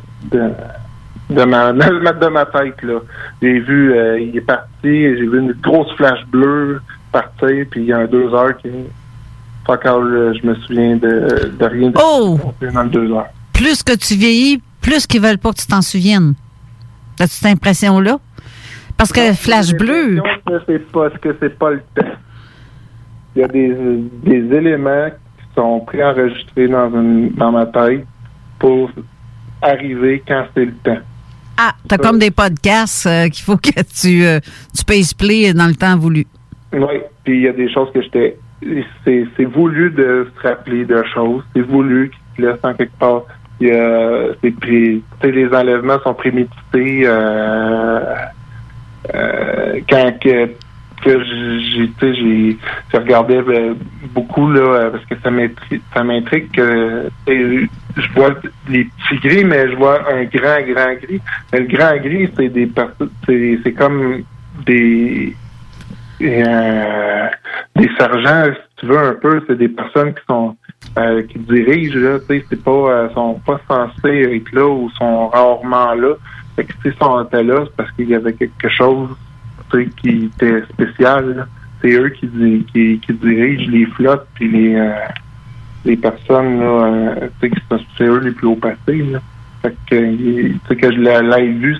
de ma tête, là. J'ai vu, il est parti, j'ai vu une grosse flash bleue partir, puis il y a 2 heures qui... Fuck all, je me souviens de rien de dans 2 heures. Plus que tu vieillis, plus qu'ils veulent pas que tu t'en souviennes. As-tu cette impression-là? Parce que Flash Bleu... C'est pas le temps. Il y a des éléments qui sont préenregistrés dans ma tête pour arriver quand c'est le temps. Ah, t'as comme des podcasts qu'il faut que tu payes play dans le temps voulu. Oui, puis il y a des choses que c'est voulu de se rappeler de choses. C'est voulu qu'ils te laissent en quelque part. Il y a, les enlèvements sont prémédités. Quand j'ai regardé beaucoup là parce que ça m'intrigue que je vois les petits gris, mais je vois un grand gris. Mais le grand gris, c'est comme des sergents, si tu veux, un peu. C'est des personnes qui sont qui dirigent là. C'est pas sont pas censés être là ou sont rarement là. Fait que s'ils sont là, c'est parce qu'il y avait quelque chose qui était spécial. Là. C'est eux qui dirigent les flottes puis les personnes là, c'est eux les plus haut passés. Là. Fait que je l'ai vu,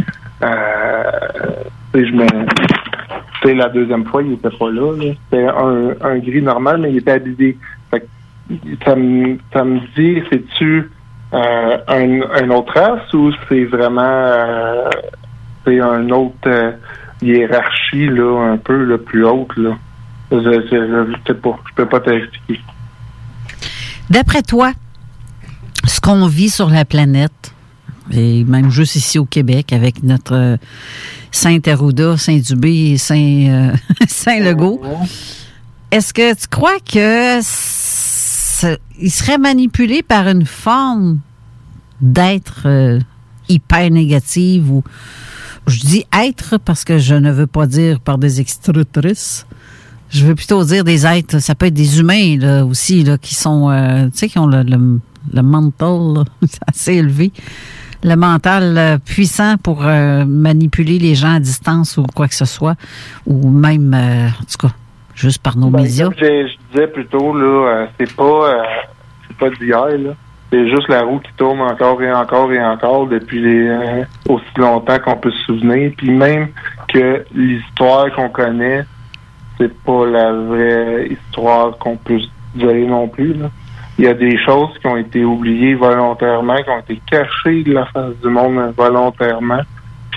la deuxième fois, il était pas là. C'était un gris normal, mais il était habillé. Fait que ça me dit, c'est-tu un autre race ou c'est vraiment c'est un autre hiérarchie là, un peu là, plus haute là. Je sais pas, je peux pas t'expliquer. D'après toi, ce qu'on vit sur la planète, et même juste ici au Québec, avec notre Saint-Arruda, Saint-Dubé et Saint-Legault, est-ce que tu crois que il serait manipulé par une forme d'être hyper négative ou je dis être parce que je ne veux pas dire par des extraterrestres. Je veux plutôt dire des êtres, ça peut être des humains là, aussi là, qui sont, tu sais, qui ont le mental là, assez élevé, le mental puissant pour manipuler les gens à distance ou quoi que ce soit, ou même, en tout cas, juste par nos médias. Comme je disais plus tôt, là, c'est pas d'hier, là. C'est juste la roue qui tourne encore et encore et encore depuis aussi longtemps qu'on peut se souvenir. Puis même que l'histoire qu'on connaît, c'est pas la vraie histoire qu'on peut se dire non plus, là. Il y a des choses qui ont été oubliées volontairement, qui ont été cachées de la face du monde volontairement. Puis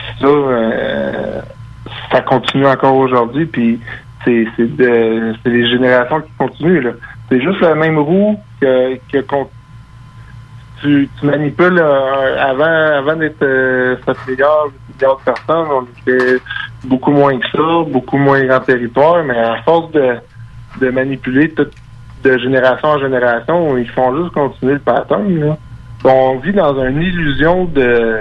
ça continue encore aujourd'hui. Puis c'est les générations qui continuent, là. C'est juste la même roue que tu manipules avant d'être 7 milliards de personnes, on était beaucoup moins que ça, beaucoup moins grand territoire, mais à force de manipuler de génération en génération, ils font juste continuer le pattern, là. On vit dans une illusion de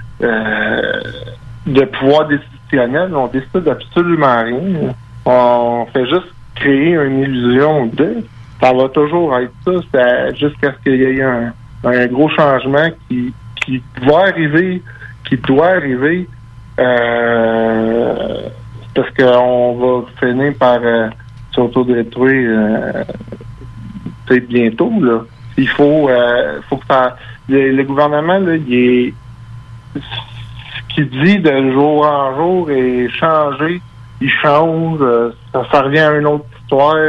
pouvoir décisionnel, on décide absolument rien. On fait juste créer une illusion ça va toujours être ça, jusqu'à ce qu'il y ait un gros changement qui va arriver, qui doit arriver, parce qu'on va finir par s'autodétruire peut-être bientôt, là. Il faut que ça... Le gouvernement, là, ce qu'il dit de jour en jour est changé, il change, ça revient à une autre histoire,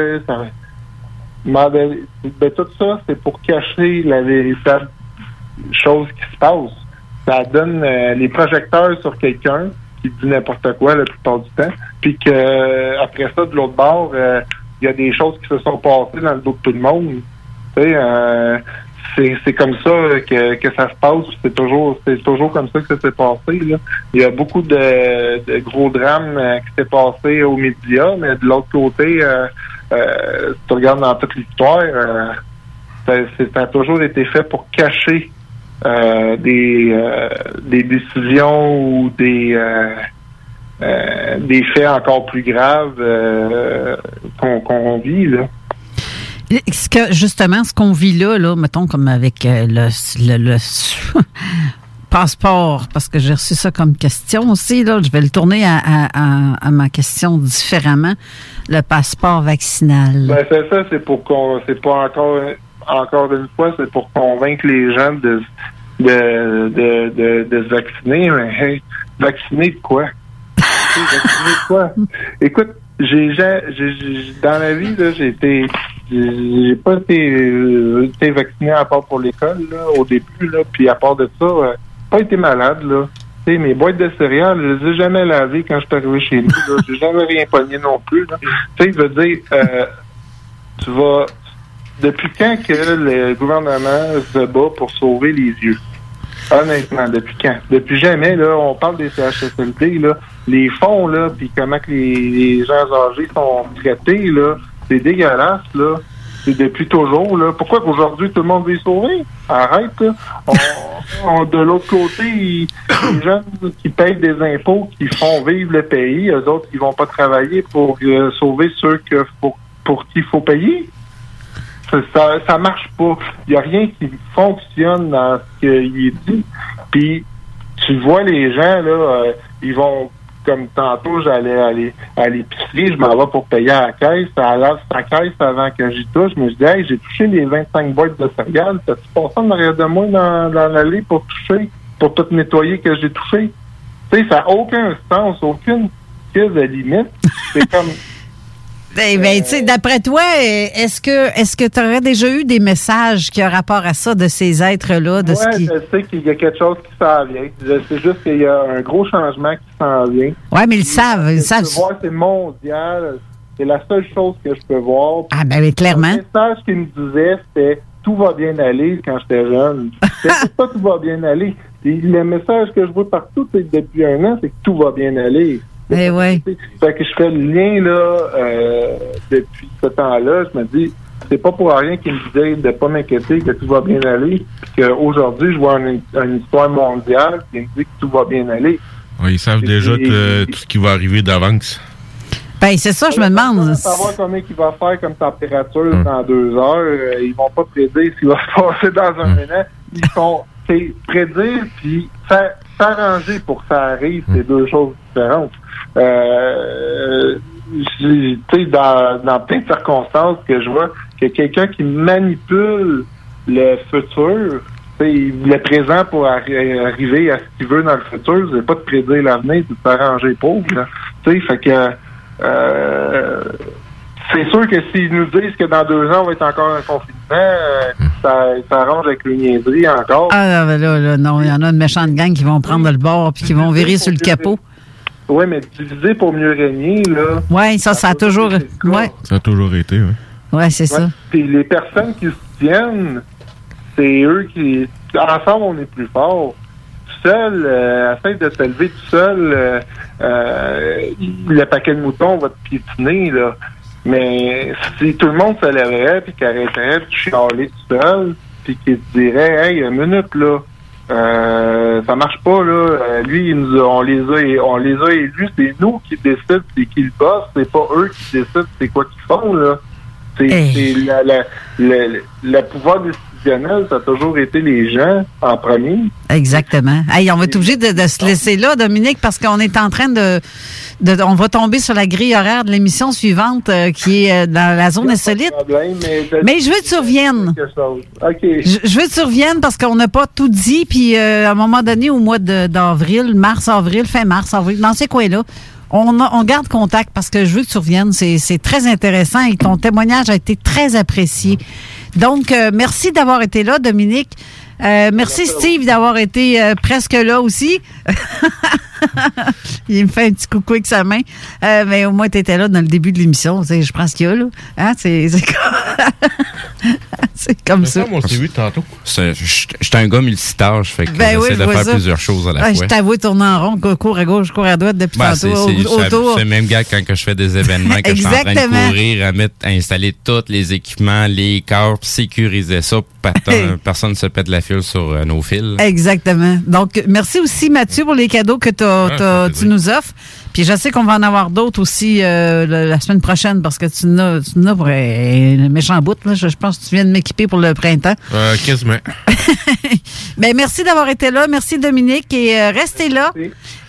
tout ça, c'est pour cacher la véritable chose qui se passe. Ça donne les projecteurs sur quelqu'un qui dit n'importe quoi la plupart du temps, puis que après ça, de l'autre bord, il y a des choses qui se sont passées dans le dos de tout le monde. Tu sais, c'est comme ça que ça se passe. C'est toujours comme ça que ça s'est passé, là. Il y a beaucoup de gros drames qui s'est passé aux médias, mais de l'autre côté, si tu regardes dans toute l'histoire, ça a toujours été fait pour cacher des décisions ou des faits encore plus graves qu'on vit, là. Justement, ce qu'on vit là, mettons, comme avec le passeport, parce que j'ai reçu ça comme question aussi, là, je vais le tourner à ma question différemment, le passeport vaccinal. Ben, c'est ça, c'est pas encore une fois, c'est pour convaincre les gens de se vacciner, mais hey, vacciner de quoi? Vacciner de quoi? Écoute, j'ai dans la vie, là, j'ai pas été vacciné à part pour l'école, là, au début, là, puis à part de ça, pas été malade, là. Tu sais, mes boîtes de céréales, je les ai jamais lavées quand je suis arrivé chez nous, là. J'ai jamais rien pogné non plus, là. Tu sais, je veux dire, tu vas... Depuis quand que le gouvernement se bat pour sauver les vieux? Honnêtement, depuis quand? Depuis jamais, là, on parle des CHSLD, là, les fonds, là, puis comment que les gens âgés sont traités, là, c'est dégueulasse, là. C'est depuis toujours, là. Pourquoi qu'aujourd'hui, tout le monde veut les sauver? Arrête, là. De l'autre côté, les gens qui payent des impôts, qui font vivre le pays, eux autres, ils vont pas travailler pour sauver ceux pour qui il faut payer. Ça marche pas. Il n'y a rien qui fonctionne dans ce qu'il est dit. Puis, tu vois les gens, là, ils vont, comme tantôt, j'allais à l'épicerie, je m'en vais pour payer à la caisse, ça lave sa caisse avant que j'y touche. Je me dis, hey, j'ai touché les 25 boîtes de céréales. T'as-tu passé en arrière de moi dans l'allée pour toucher, pour tout nettoyer que j'ai touché? Tu sais, ça n'a aucun sens, aucune prise de limite. C'est comme... Ben, tu sais, d'après toi, est-ce que tu aurais déjà eu des messages qui ont rapport à ça de ces êtres-là? Oui, je sais qu'il y a quelque chose qui s'en vient. Je sais juste qu'il y a un gros changement qui s'en vient. Oui, mais ils savent. Ils savent. Voir, c'est mondial. C'est la seule chose que je peux voir. Ah, ben oui, clairement. Le message qu'il me disait, c'était « tout va bien aller » quand j'étais jeune. C'est pas « tout va bien aller ». Le message que je vois partout depuis un an, c'est que tout va bien aller. Eh ouais. Fait que je fais le lien là depuis ce temps-là. Je me dis, c'est pas pour rien qu'il me disait de pas m'inquiéter, que tout va bien aller. Puis qu'aujourd'hui, je vois une histoire mondiale qui me dit que tout va bien aller. Oui, ils savent déjà tout ce qui va arriver d'avance. Ben, c'est ça, je me demande. Savoir combien il va faire comme température dans 2 heures. Ils vont pas prédire ce qui va se passer dans un an. Ils font prédire puis s'arranger pour que ça arrive. C'est deux choses différentes. Tu sais, dans plein de circonstances que je vois qu'il y a quelqu'un qui manipule le futur, le présent pour arriver à ce qu'il veut dans le futur, c'est pas de prédire l'avenir, c'est de s'arranger pour. Tu sais, fait que c'est sûr que s'ils nous disent que dans 2 ans, on va être encore en confinement, ça arrange avec les niaiseries encore. Ah, là, non, il y en a une méchante gang qui vont prendre le bord puis qui vont virer sur le capot. Oui, mais diviser pour mieux régner, là... Oui, ça a toujours... Ouais. Ça a toujours été, oui. Oui, c'est ça. Puis les personnes qui se tiennent, c'est eux qui... Ensemble, on est plus forts. Tout seul, essaye de te lever tout seul, le paquet de moutons va te piétiner, là. Mais si tout le monde se lèverait puis qu'il arrêterait de chialer tout seul, puis qu'il te dirait, hey, une minute, là, ça marche pas, là. Lui, on les a élus, c'est nous qui décident c'est qui le boss, c'est pas eux qui décident c'est quoi qu'ils font, là. C'est le pouvoir décisionnel, ça a toujours été les gens en premier. Exactement. Hey, on va être obligé de se laisser là, Dominique, parce qu'on est en train on va tomber sur la grille horaire de l'émission suivante qui est dans la zone insolite. Mais je veux que tu reviennes. Okay. Je veux que tu reviennes parce qu'on n'a pas tout dit. Puis à un moment donné, au mois d'avril, fin mars, avril, dans ces coins-là, on garde contact parce que je veux que tu reviennes. C'est très intéressant et ton témoignage a été très apprécié. Donc, merci d'avoir été là, Dominique. Merci, Steve, d'avoir été presque là aussi. Il me fait un petit coucou avec sa main. Mais au moins, tu étais là dans le début de l'émission. Je prends ce qu'il y a, là. Hein? C'est comme ça. On s'est vu tantôt. J'étais un gars multitâche, fait que j'essaie de faire plusieurs choses à la fois. Je t'avoue, tourner en rond, cours à gauche, cours à droite depuis tantôt. C'est le même gars quand je fais des événements, que je suis en train de courir, à installer tous les équipements, les câbles, sécuriser ça pour que personne ne se pète la file sur nos fils. Exactement. Donc, merci aussi, Mathieu, pour les cadeaux que tu nous offres. Puis je sais qu'on va en avoir d'autres aussi la semaine prochaine parce que tu n'as pour un méchant bout. Là. Je pense que tu viens de m'équiper pour le printemps. Quasiment. Ben, merci d'avoir été là. Merci, Dominique. Et restez là.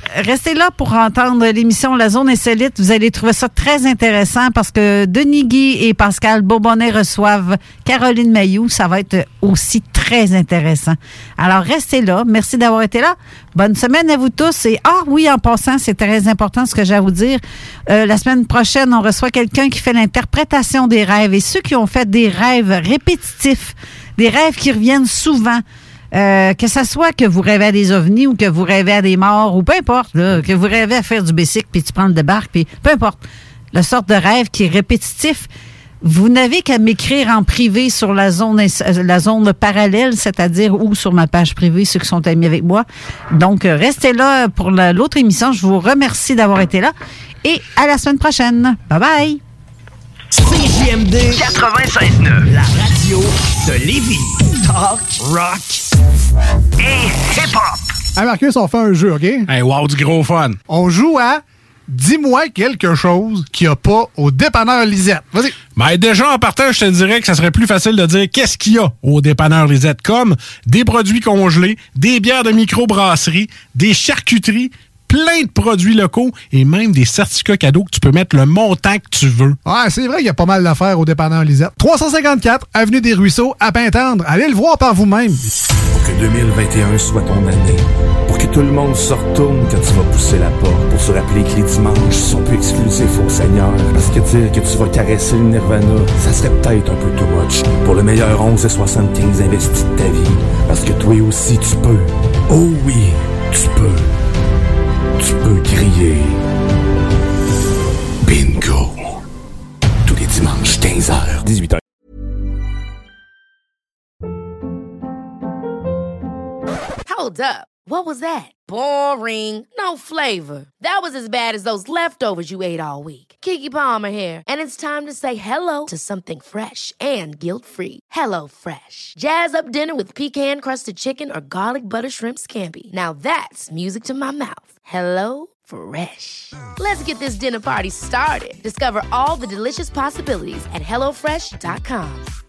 restez là pour entendre l'émission La Zone Insolite. Vous allez trouver ça très intéressant parce que Denis Guy et Pascal Bourbonnais reçoivent Caroline Mayou. Ça va être aussi très intéressant. Alors, restez là. Merci d'avoir été là. Bonne semaine à vous tous. Et oui, en passant, c'est très important ce que j'ai à vous dire. La semaine prochaine, on reçoit quelqu'un qui fait l'interprétation des rêves. Et ceux qui ont fait des rêves répétitifs, des rêves qui reviennent souvent, que ça soit que vous rêvez à des ovnis ou que vous rêvez à des morts ou peu importe, là, que vous rêvez à faire du bicycle puis tu prends le débarque puis peu importe, la sorte de rêve qui est répétitif, vous n'avez qu'à m'écrire en privé sur la zone parallèle, c'est-à-dire ou sur ma page privée, ceux qui sont amis avec moi. Donc, restez là pour l'autre émission. Je vous remercie d'avoir été là et à la semaine prochaine. Bye-bye! CJMD 96.9, la radio de Lévis. Talk, rock et hip-hop. Hey Marcus, on fait un jeu, OK? Hey, wow, du gros fun. On joue à Dis-moi quelque chose qu'il n'y a pas au dépanneur Lisette. Vas-y. Ben déjà, en partant, je te dirais que ça serait plus facile de dire qu'est-ce qu'il y a au dépanneur Lisette, comme des produits congelés, des bières de microbrasserie, des charcuteries, plein de produits locaux et même des certificats cadeaux que tu peux mettre le montant que tu veux. Ouais, c'est vrai qu'il y a pas mal d'affaires au dépanneur Lisette. 354 Avenue des Ruisseaux, à Pintendre. Allez le voir par vous-même. Pour que 2021 soit ton année, pour que tout le monde se retourne quand tu vas pousser la porte, pour se rappeler que les dimanches sont plus exclusifs au Seigneur, parce que dire que tu vas caresser le Nirvana, ça serait peut-être un peu too much. Pour le meilleur 11,75 investi de ta vie, parce que toi aussi tu peux. Oh oui, tu peux. Tu peux crier bingo tous les dimanches 15h 18h. Hold up. What was that? Boring. No flavor. That was as bad as those leftovers you ate all week. Keke Palmer here, and it's time to say hello to something fresh and guilt-free. Hello Fresh. Jazz up dinner with pecan-crusted chicken or garlic butter shrimp scampi. Now that's music to my mouth. Hello Fresh. Let's get this dinner party started. Discover all the delicious possibilities at HelloFresh.com.